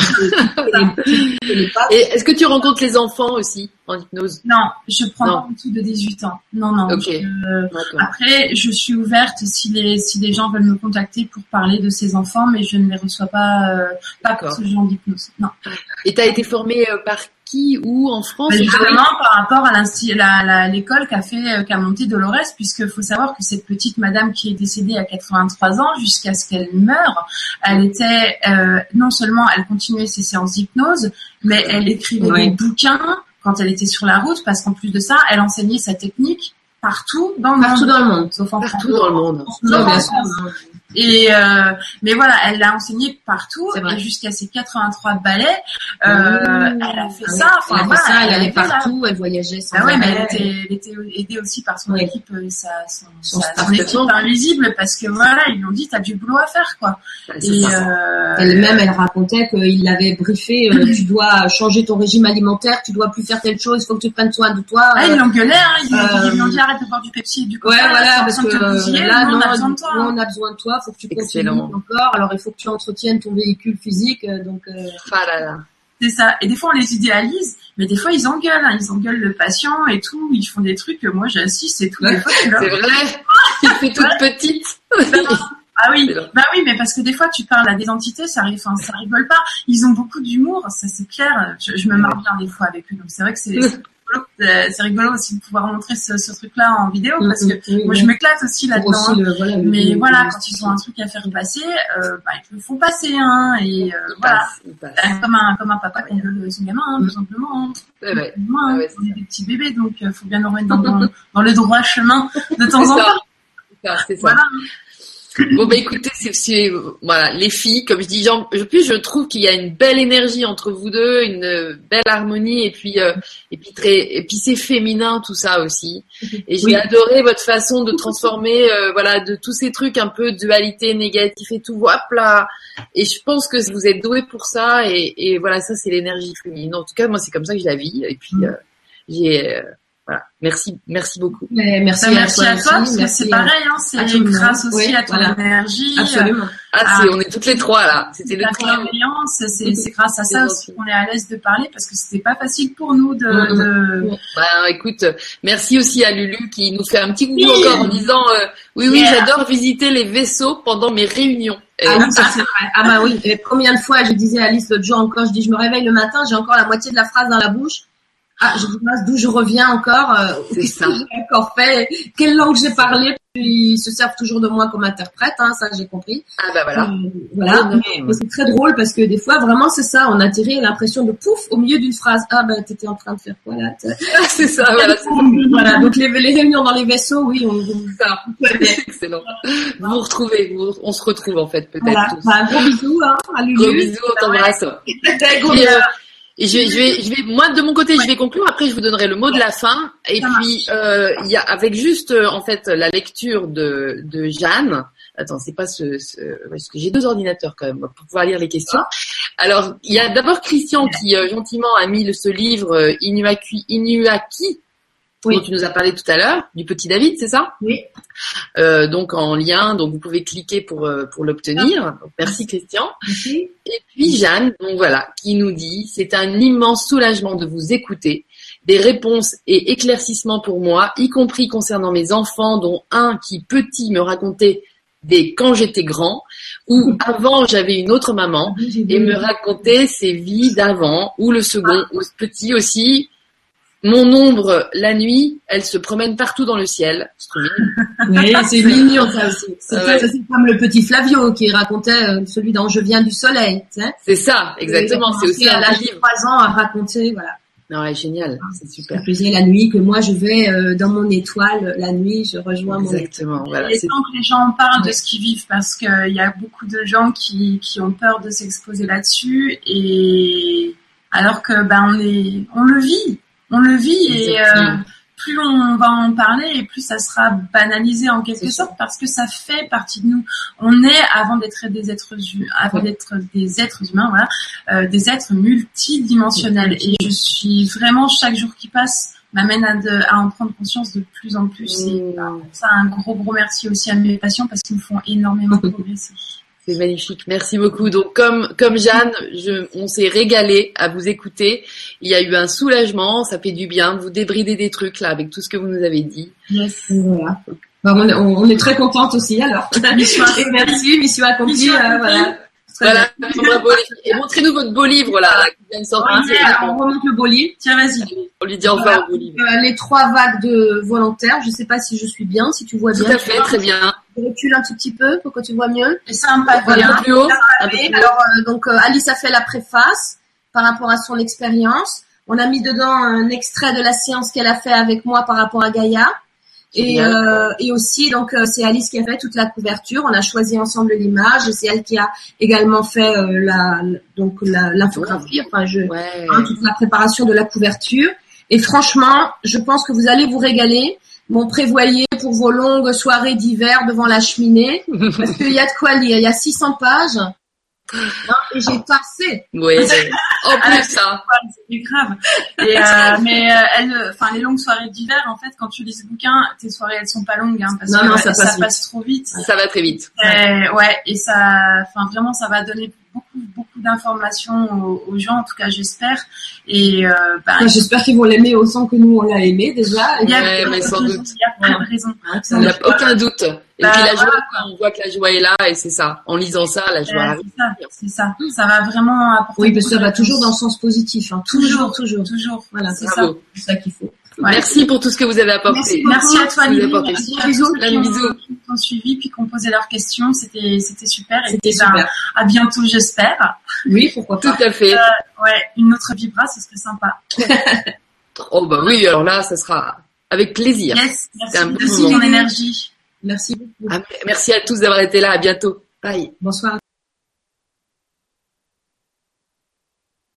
Et est-ce que tu rencontres les enfants aussi en hypnose? Non, je prends non. pas en dessous de dix-huit ans. Non, non. Okay. Je, après, je suis ouverte si les si les gens veulent me contacter pour parler de ces enfants, mais je ne les reçois pas euh, pas pour ce genre d'hypnose. Non. Et t'as été formée euh, par qui, où en France? Ben justement par rapport à la, la, l'école qu'a fait qu'a monté Dolores, puisque faut savoir que cette petite madame qui est décédée à quatre-vingt-trois ans jusqu'à ce qu'elle meure, elle était euh, non seulement elle continuait ses séances d'hypnose, mais elle écrivait oui. des bouquins quand elle était sur la route, parce qu'en plus de ça, elle enseignait sa technique partout dans le partout monde. dans le monde, sauf en partout dans le monde. Non, bien sûr. Et euh, mais voilà, elle l'a enseigné partout et jusqu'à ses quatre-vingt-trois ballets, euh, mmh. elle a fait ah ça. Enfin, elle, voilà, ça, elle, elle allait partout, là. Elle voyageait sans ah ouais, arrêt. mais elle était, elle était aidée aussi par son oui. équipe, sa, son, son, sa, son équipe invisible, parce que voilà, ils lui ont dit t'as du boulot à faire quoi. Et euh, elle-même, elle racontait qu'il l'avait briefé, euh, tu dois changer ton régime alimentaire, tu dois plus faire telle chose, il faut que tu prennes soin de toi. Ah, ils l'engueulaient, hein, ils, euh, ils lui ont dit arrête de boire du Pepsi et du coca. Ouais, voilà, parce que là, on a besoin de toi. On a besoin de toi. Faut que tu continues encore. Alors il faut que tu entretiennes ton véhicule physique. Donc. Euh... Ah là là. C'est ça. Et des fois on les idéalise, mais des fois ils engueulent. Hein. Ils engueulent le patient et tout. Ils font des trucs. Moi j'assiste et tout. Des fois, c'est vrai. Tu fais toute petite. Ah oui, bah oui, mais parce que des fois tu parles à des entités, ça, enfin, ça rigole pas. Ils ont beaucoup d'humour, ça c'est clair. Je, je me marre bien des fois avec eux. Donc c'est vrai que c'est. C'est rigolo aussi de pouvoir montrer ce, ce truc-là en vidéo parce que mmh, moi oui. je m'éclate aussi là-dedans. Aussi le, voilà, mais le, voilà, le, quand ils ont un truc à faire passer, euh, bah, ils le font passer, hein. Et euh, voilà, passe, passe. comme un comme un papa qui veut son gamin, hein, tout simplement. Hein. Ouais, ouais. Moi, hein, ouais, ouais, on est des petits bébés, donc il euh, faut bien nous remettre dans, dans, dans le droit chemin de temps en temps. C'est ça, c'est ça. Voilà. Bon bah écoutez, c'est, c'est voilà les filles, comme je dis, en plus je trouve qu'il y a une belle énergie entre vous deux, une belle harmonie et puis euh, et puis très et puis c'est féminin tout ça aussi. Et j'ai oui. adoré votre façon de transformer euh, voilà de tous ces trucs un peu dualité négatif et tout. Hop là. Et je pense que vous êtes doués pour ça et, et voilà ça c'est l'énergie féminine. En tout cas moi c'est comme ça que je la vis et puis euh, j'ai euh, voilà, merci, merci beaucoup. Mais merci, bah, merci à toi, à toi parce que c'est pareil, hein, c'est grâce aussi oui, à ton voilà. énergie. Absolument. Ah, c'est, on est toutes les trois là. C'était la bienveillance, c'est, c'est grâce à ça aussi qu'on est à l'aise de parler parce que c'était pas facile pour nous de. de... Bah, écoute, merci aussi à Lulu qui nous fait un petit coucou oui. encore en disant euh, oui, oui, yeah. j'adore visiter les vaisseaux pendant mes réunions. Ah oui, ça c'est vrai. Ah bah oui. Et combien de fois je disais à Alice l'autre jour encore, je dis je me réveille le matin, j'ai encore la moitié de la phrase dans la bouche. Ah, je dis d'où je reviens encore, euh, qu'est-ce que j'ai encore fait, quelle langue j'ai parlé, puis ils se servent toujours de moi comme interprète, hein, ça j'ai compris. Ah bah voilà. Euh, voilà, non, mais, mais c'est très drôle parce que des fois vraiment c'est ça, on a tiré l'impression de pouf au milieu d'une phrase. Ah bah t'étais en train de faire quoi là? C'est ça, voilà. C'est voilà, donc les, les réunions dans les vaisseaux, oui, on, on ça. Excellent. Vous vous retrouvez, vous, on se retrouve en fait peut-être. Voilà. Tous. Bah, gros bisous, hein, à Lulu. Gros bisous, on t'embrasse. Gros bisous. Et je vais, je vais, je vais, moi de mon côté, ouais. je vais conclure. Après, je vous donnerai le mot de la fin. Et ça puis, euh, il y a avec juste euh, en fait la lecture de de Jeanne. Attends, c'est pas ce, ce parce que j'ai deux ordinateurs quand même pour pouvoir lire les questions. Alors, il y a d'abord Christian qui euh, gentiment a mis le, ce livre euh, Inuaki, Inuaki. Oui. Dont tu nous as parlé tout à l'heure, du petit David, c'est ça? Oui. Euh, donc en lien, donc vous pouvez cliquer pour euh, pour l'obtenir. Donc, merci Christian. Merci. Et puis Jeanne, donc voilà, qui nous dit c'est un immense soulagement de vous écouter, des réponses et éclaircissements pour moi, y compris concernant mes enfants, dont un qui petit me racontait des quand j'étais grand, où avant j'avais une autre maman et me racontait ses vies d'avant, ou le second, ou petit aussi. Mon ombre, la nuit, elle se promène partout dans le ciel. C'est trop mignon. Oui, c'est mignon ça aussi. C'est, Ah ouais. ça, c'est comme le petit Flavio qui racontait euh, celui dans Je viens du soleil. Tu sais. C'est ça, exactement. C'est aussi à un l'âge de livre. trois ans à raconter, voilà. Non, ouais, génial. C'est Je super. faisais la nuit, que moi je vais euh, dans mon étoile, la nuit, je rejoins mon étoile. Exactement. Voilà. Il est C'est... temps que les gens parlent Ouais. de ce qu'ils vivent parce qu'il y a beaucoup de gens qui, qui ont peur de s'exposer là-dessus et alors que ben on est on le vit, on le vit et euh, plus on va en parler et plus ça sera banalisé en quelque C'est sorte parce que ça fait partie de nous. On est avant d'être des êtres hu- avant d'être des êtres humains, voilà, euh, des êtres multidimensionnels et je suis vraiment chaque jour qui passe m'amène à, de, à en prendre conscience de plus en plus. Et Mmh. bah, ça, un gros, gros merci aussi à mes patients parce qu'ils me font énormément progresser. C'est magnifique, merci beaucoup. Donc comme comme Jeanne, je, on s'est régalé à vous écouter. Il y a eu un soulagement, ça fait du bien de vous débrider des trucs là avec tout ce que vous nous avez dit. Yes. Voilà. Bah, on, est, on, on est très contente aussi alors. Mission Et merci, mission accomplie. Mission euh, accomplie. voilà. Très Voilà, bien. bravo les filles. Et montrez-nous votre beau livre là, là qui vient de sortir. Ok, alors, on remonte le beau livre. Tiens, vas-y. On lui dit enfin Voilà. le beau livre. Euh, les trois vagues de volontaires. Je sais pas si je suis bien, si tu vois Tout bien. à fait, très bien. Je recule un tout petit peu pour que tu vois mieux. C'est sympa. Un peu plus haut, un peu Oui, plus haut. alors euh, donc euh, Alice a fait la préface par rapport à son expérience. On a mis dedans un extrait de la séance qu'elle a fait avec moi par rapport à Gaïa. Et, Génial. euh, et aussi, donc euh, c'est Alice qui a fait toute la couverture. On a choisi ensemble l'image et c'est elle qui a également fait euh, la donc la, l'infographie. Enfin, je Ouais. hein, toute la préparation de la couverture. Et franchement, je pense que vous allez vous régaler. Bon, prévoyez pour vos longues soirées d'hiver devant la cheminée, parce qu'il y a de quoi lire. Il y a six cents pages. Hein, et j'ai passé. Oui. En plus ça. C'est grave. Et, euh, mais euh, elle, enfin les longues soirées d'hiver, en fait, quand tu lis ce bouquin, tes soirées elles sont pas longues, hein, parce Non, que non, ça, ça passe passe trop vite. Ça va très vite. Et, ouais, et ça, enfin vraiment, ça va donner beaucoup, beaucoup d'informations aux, aux gens, en tout cas, j'espère. Et euh, bah, Enfin, j'espère qu'ils vont l'aimer autant que nous on l'a aimé déjà. il y a Ouais, plein mais de sans raisons, doute. Il y a plein de raisons. Il n'y a aucun doute. Et Bah, puis la joie, voilà. on voit que la joie est là et c'est ça. En lisant ça, la joie Ouais, arrive. c'est ça, c'est ça. Ça va vraiment apporter. Oui, parce que ça beaucoup va de toujours dans le réponses. sens positif. Hein. Toujours, toujours. Toujours. Voilà, c'est ça. Bravo. c'est ça qu'il faut. Ouais. Merci pour tout ce que vous avez apporté. Merci. Merci à toi, Vous avez Lily. apporté. Merci à Bisous. tous ceux Plein qui de ont, bisous. qui ont suivi puis qui ont posé leurs questions. C'était, c'était super. Et C'était puis, ben, super. à bientôt, j'espère. Oui, pourquoi Tout pas. à fait. Ouais, une autre vibra, ce serait sympa. Oh bah oui, alors là, ça sera avec plaisir. Yes. C'est un Merci bon de moment. ton énergie. Merci beaucoup. Ah, merci à tous d'avoir été là. À bientôt. Bye. Bonsoir.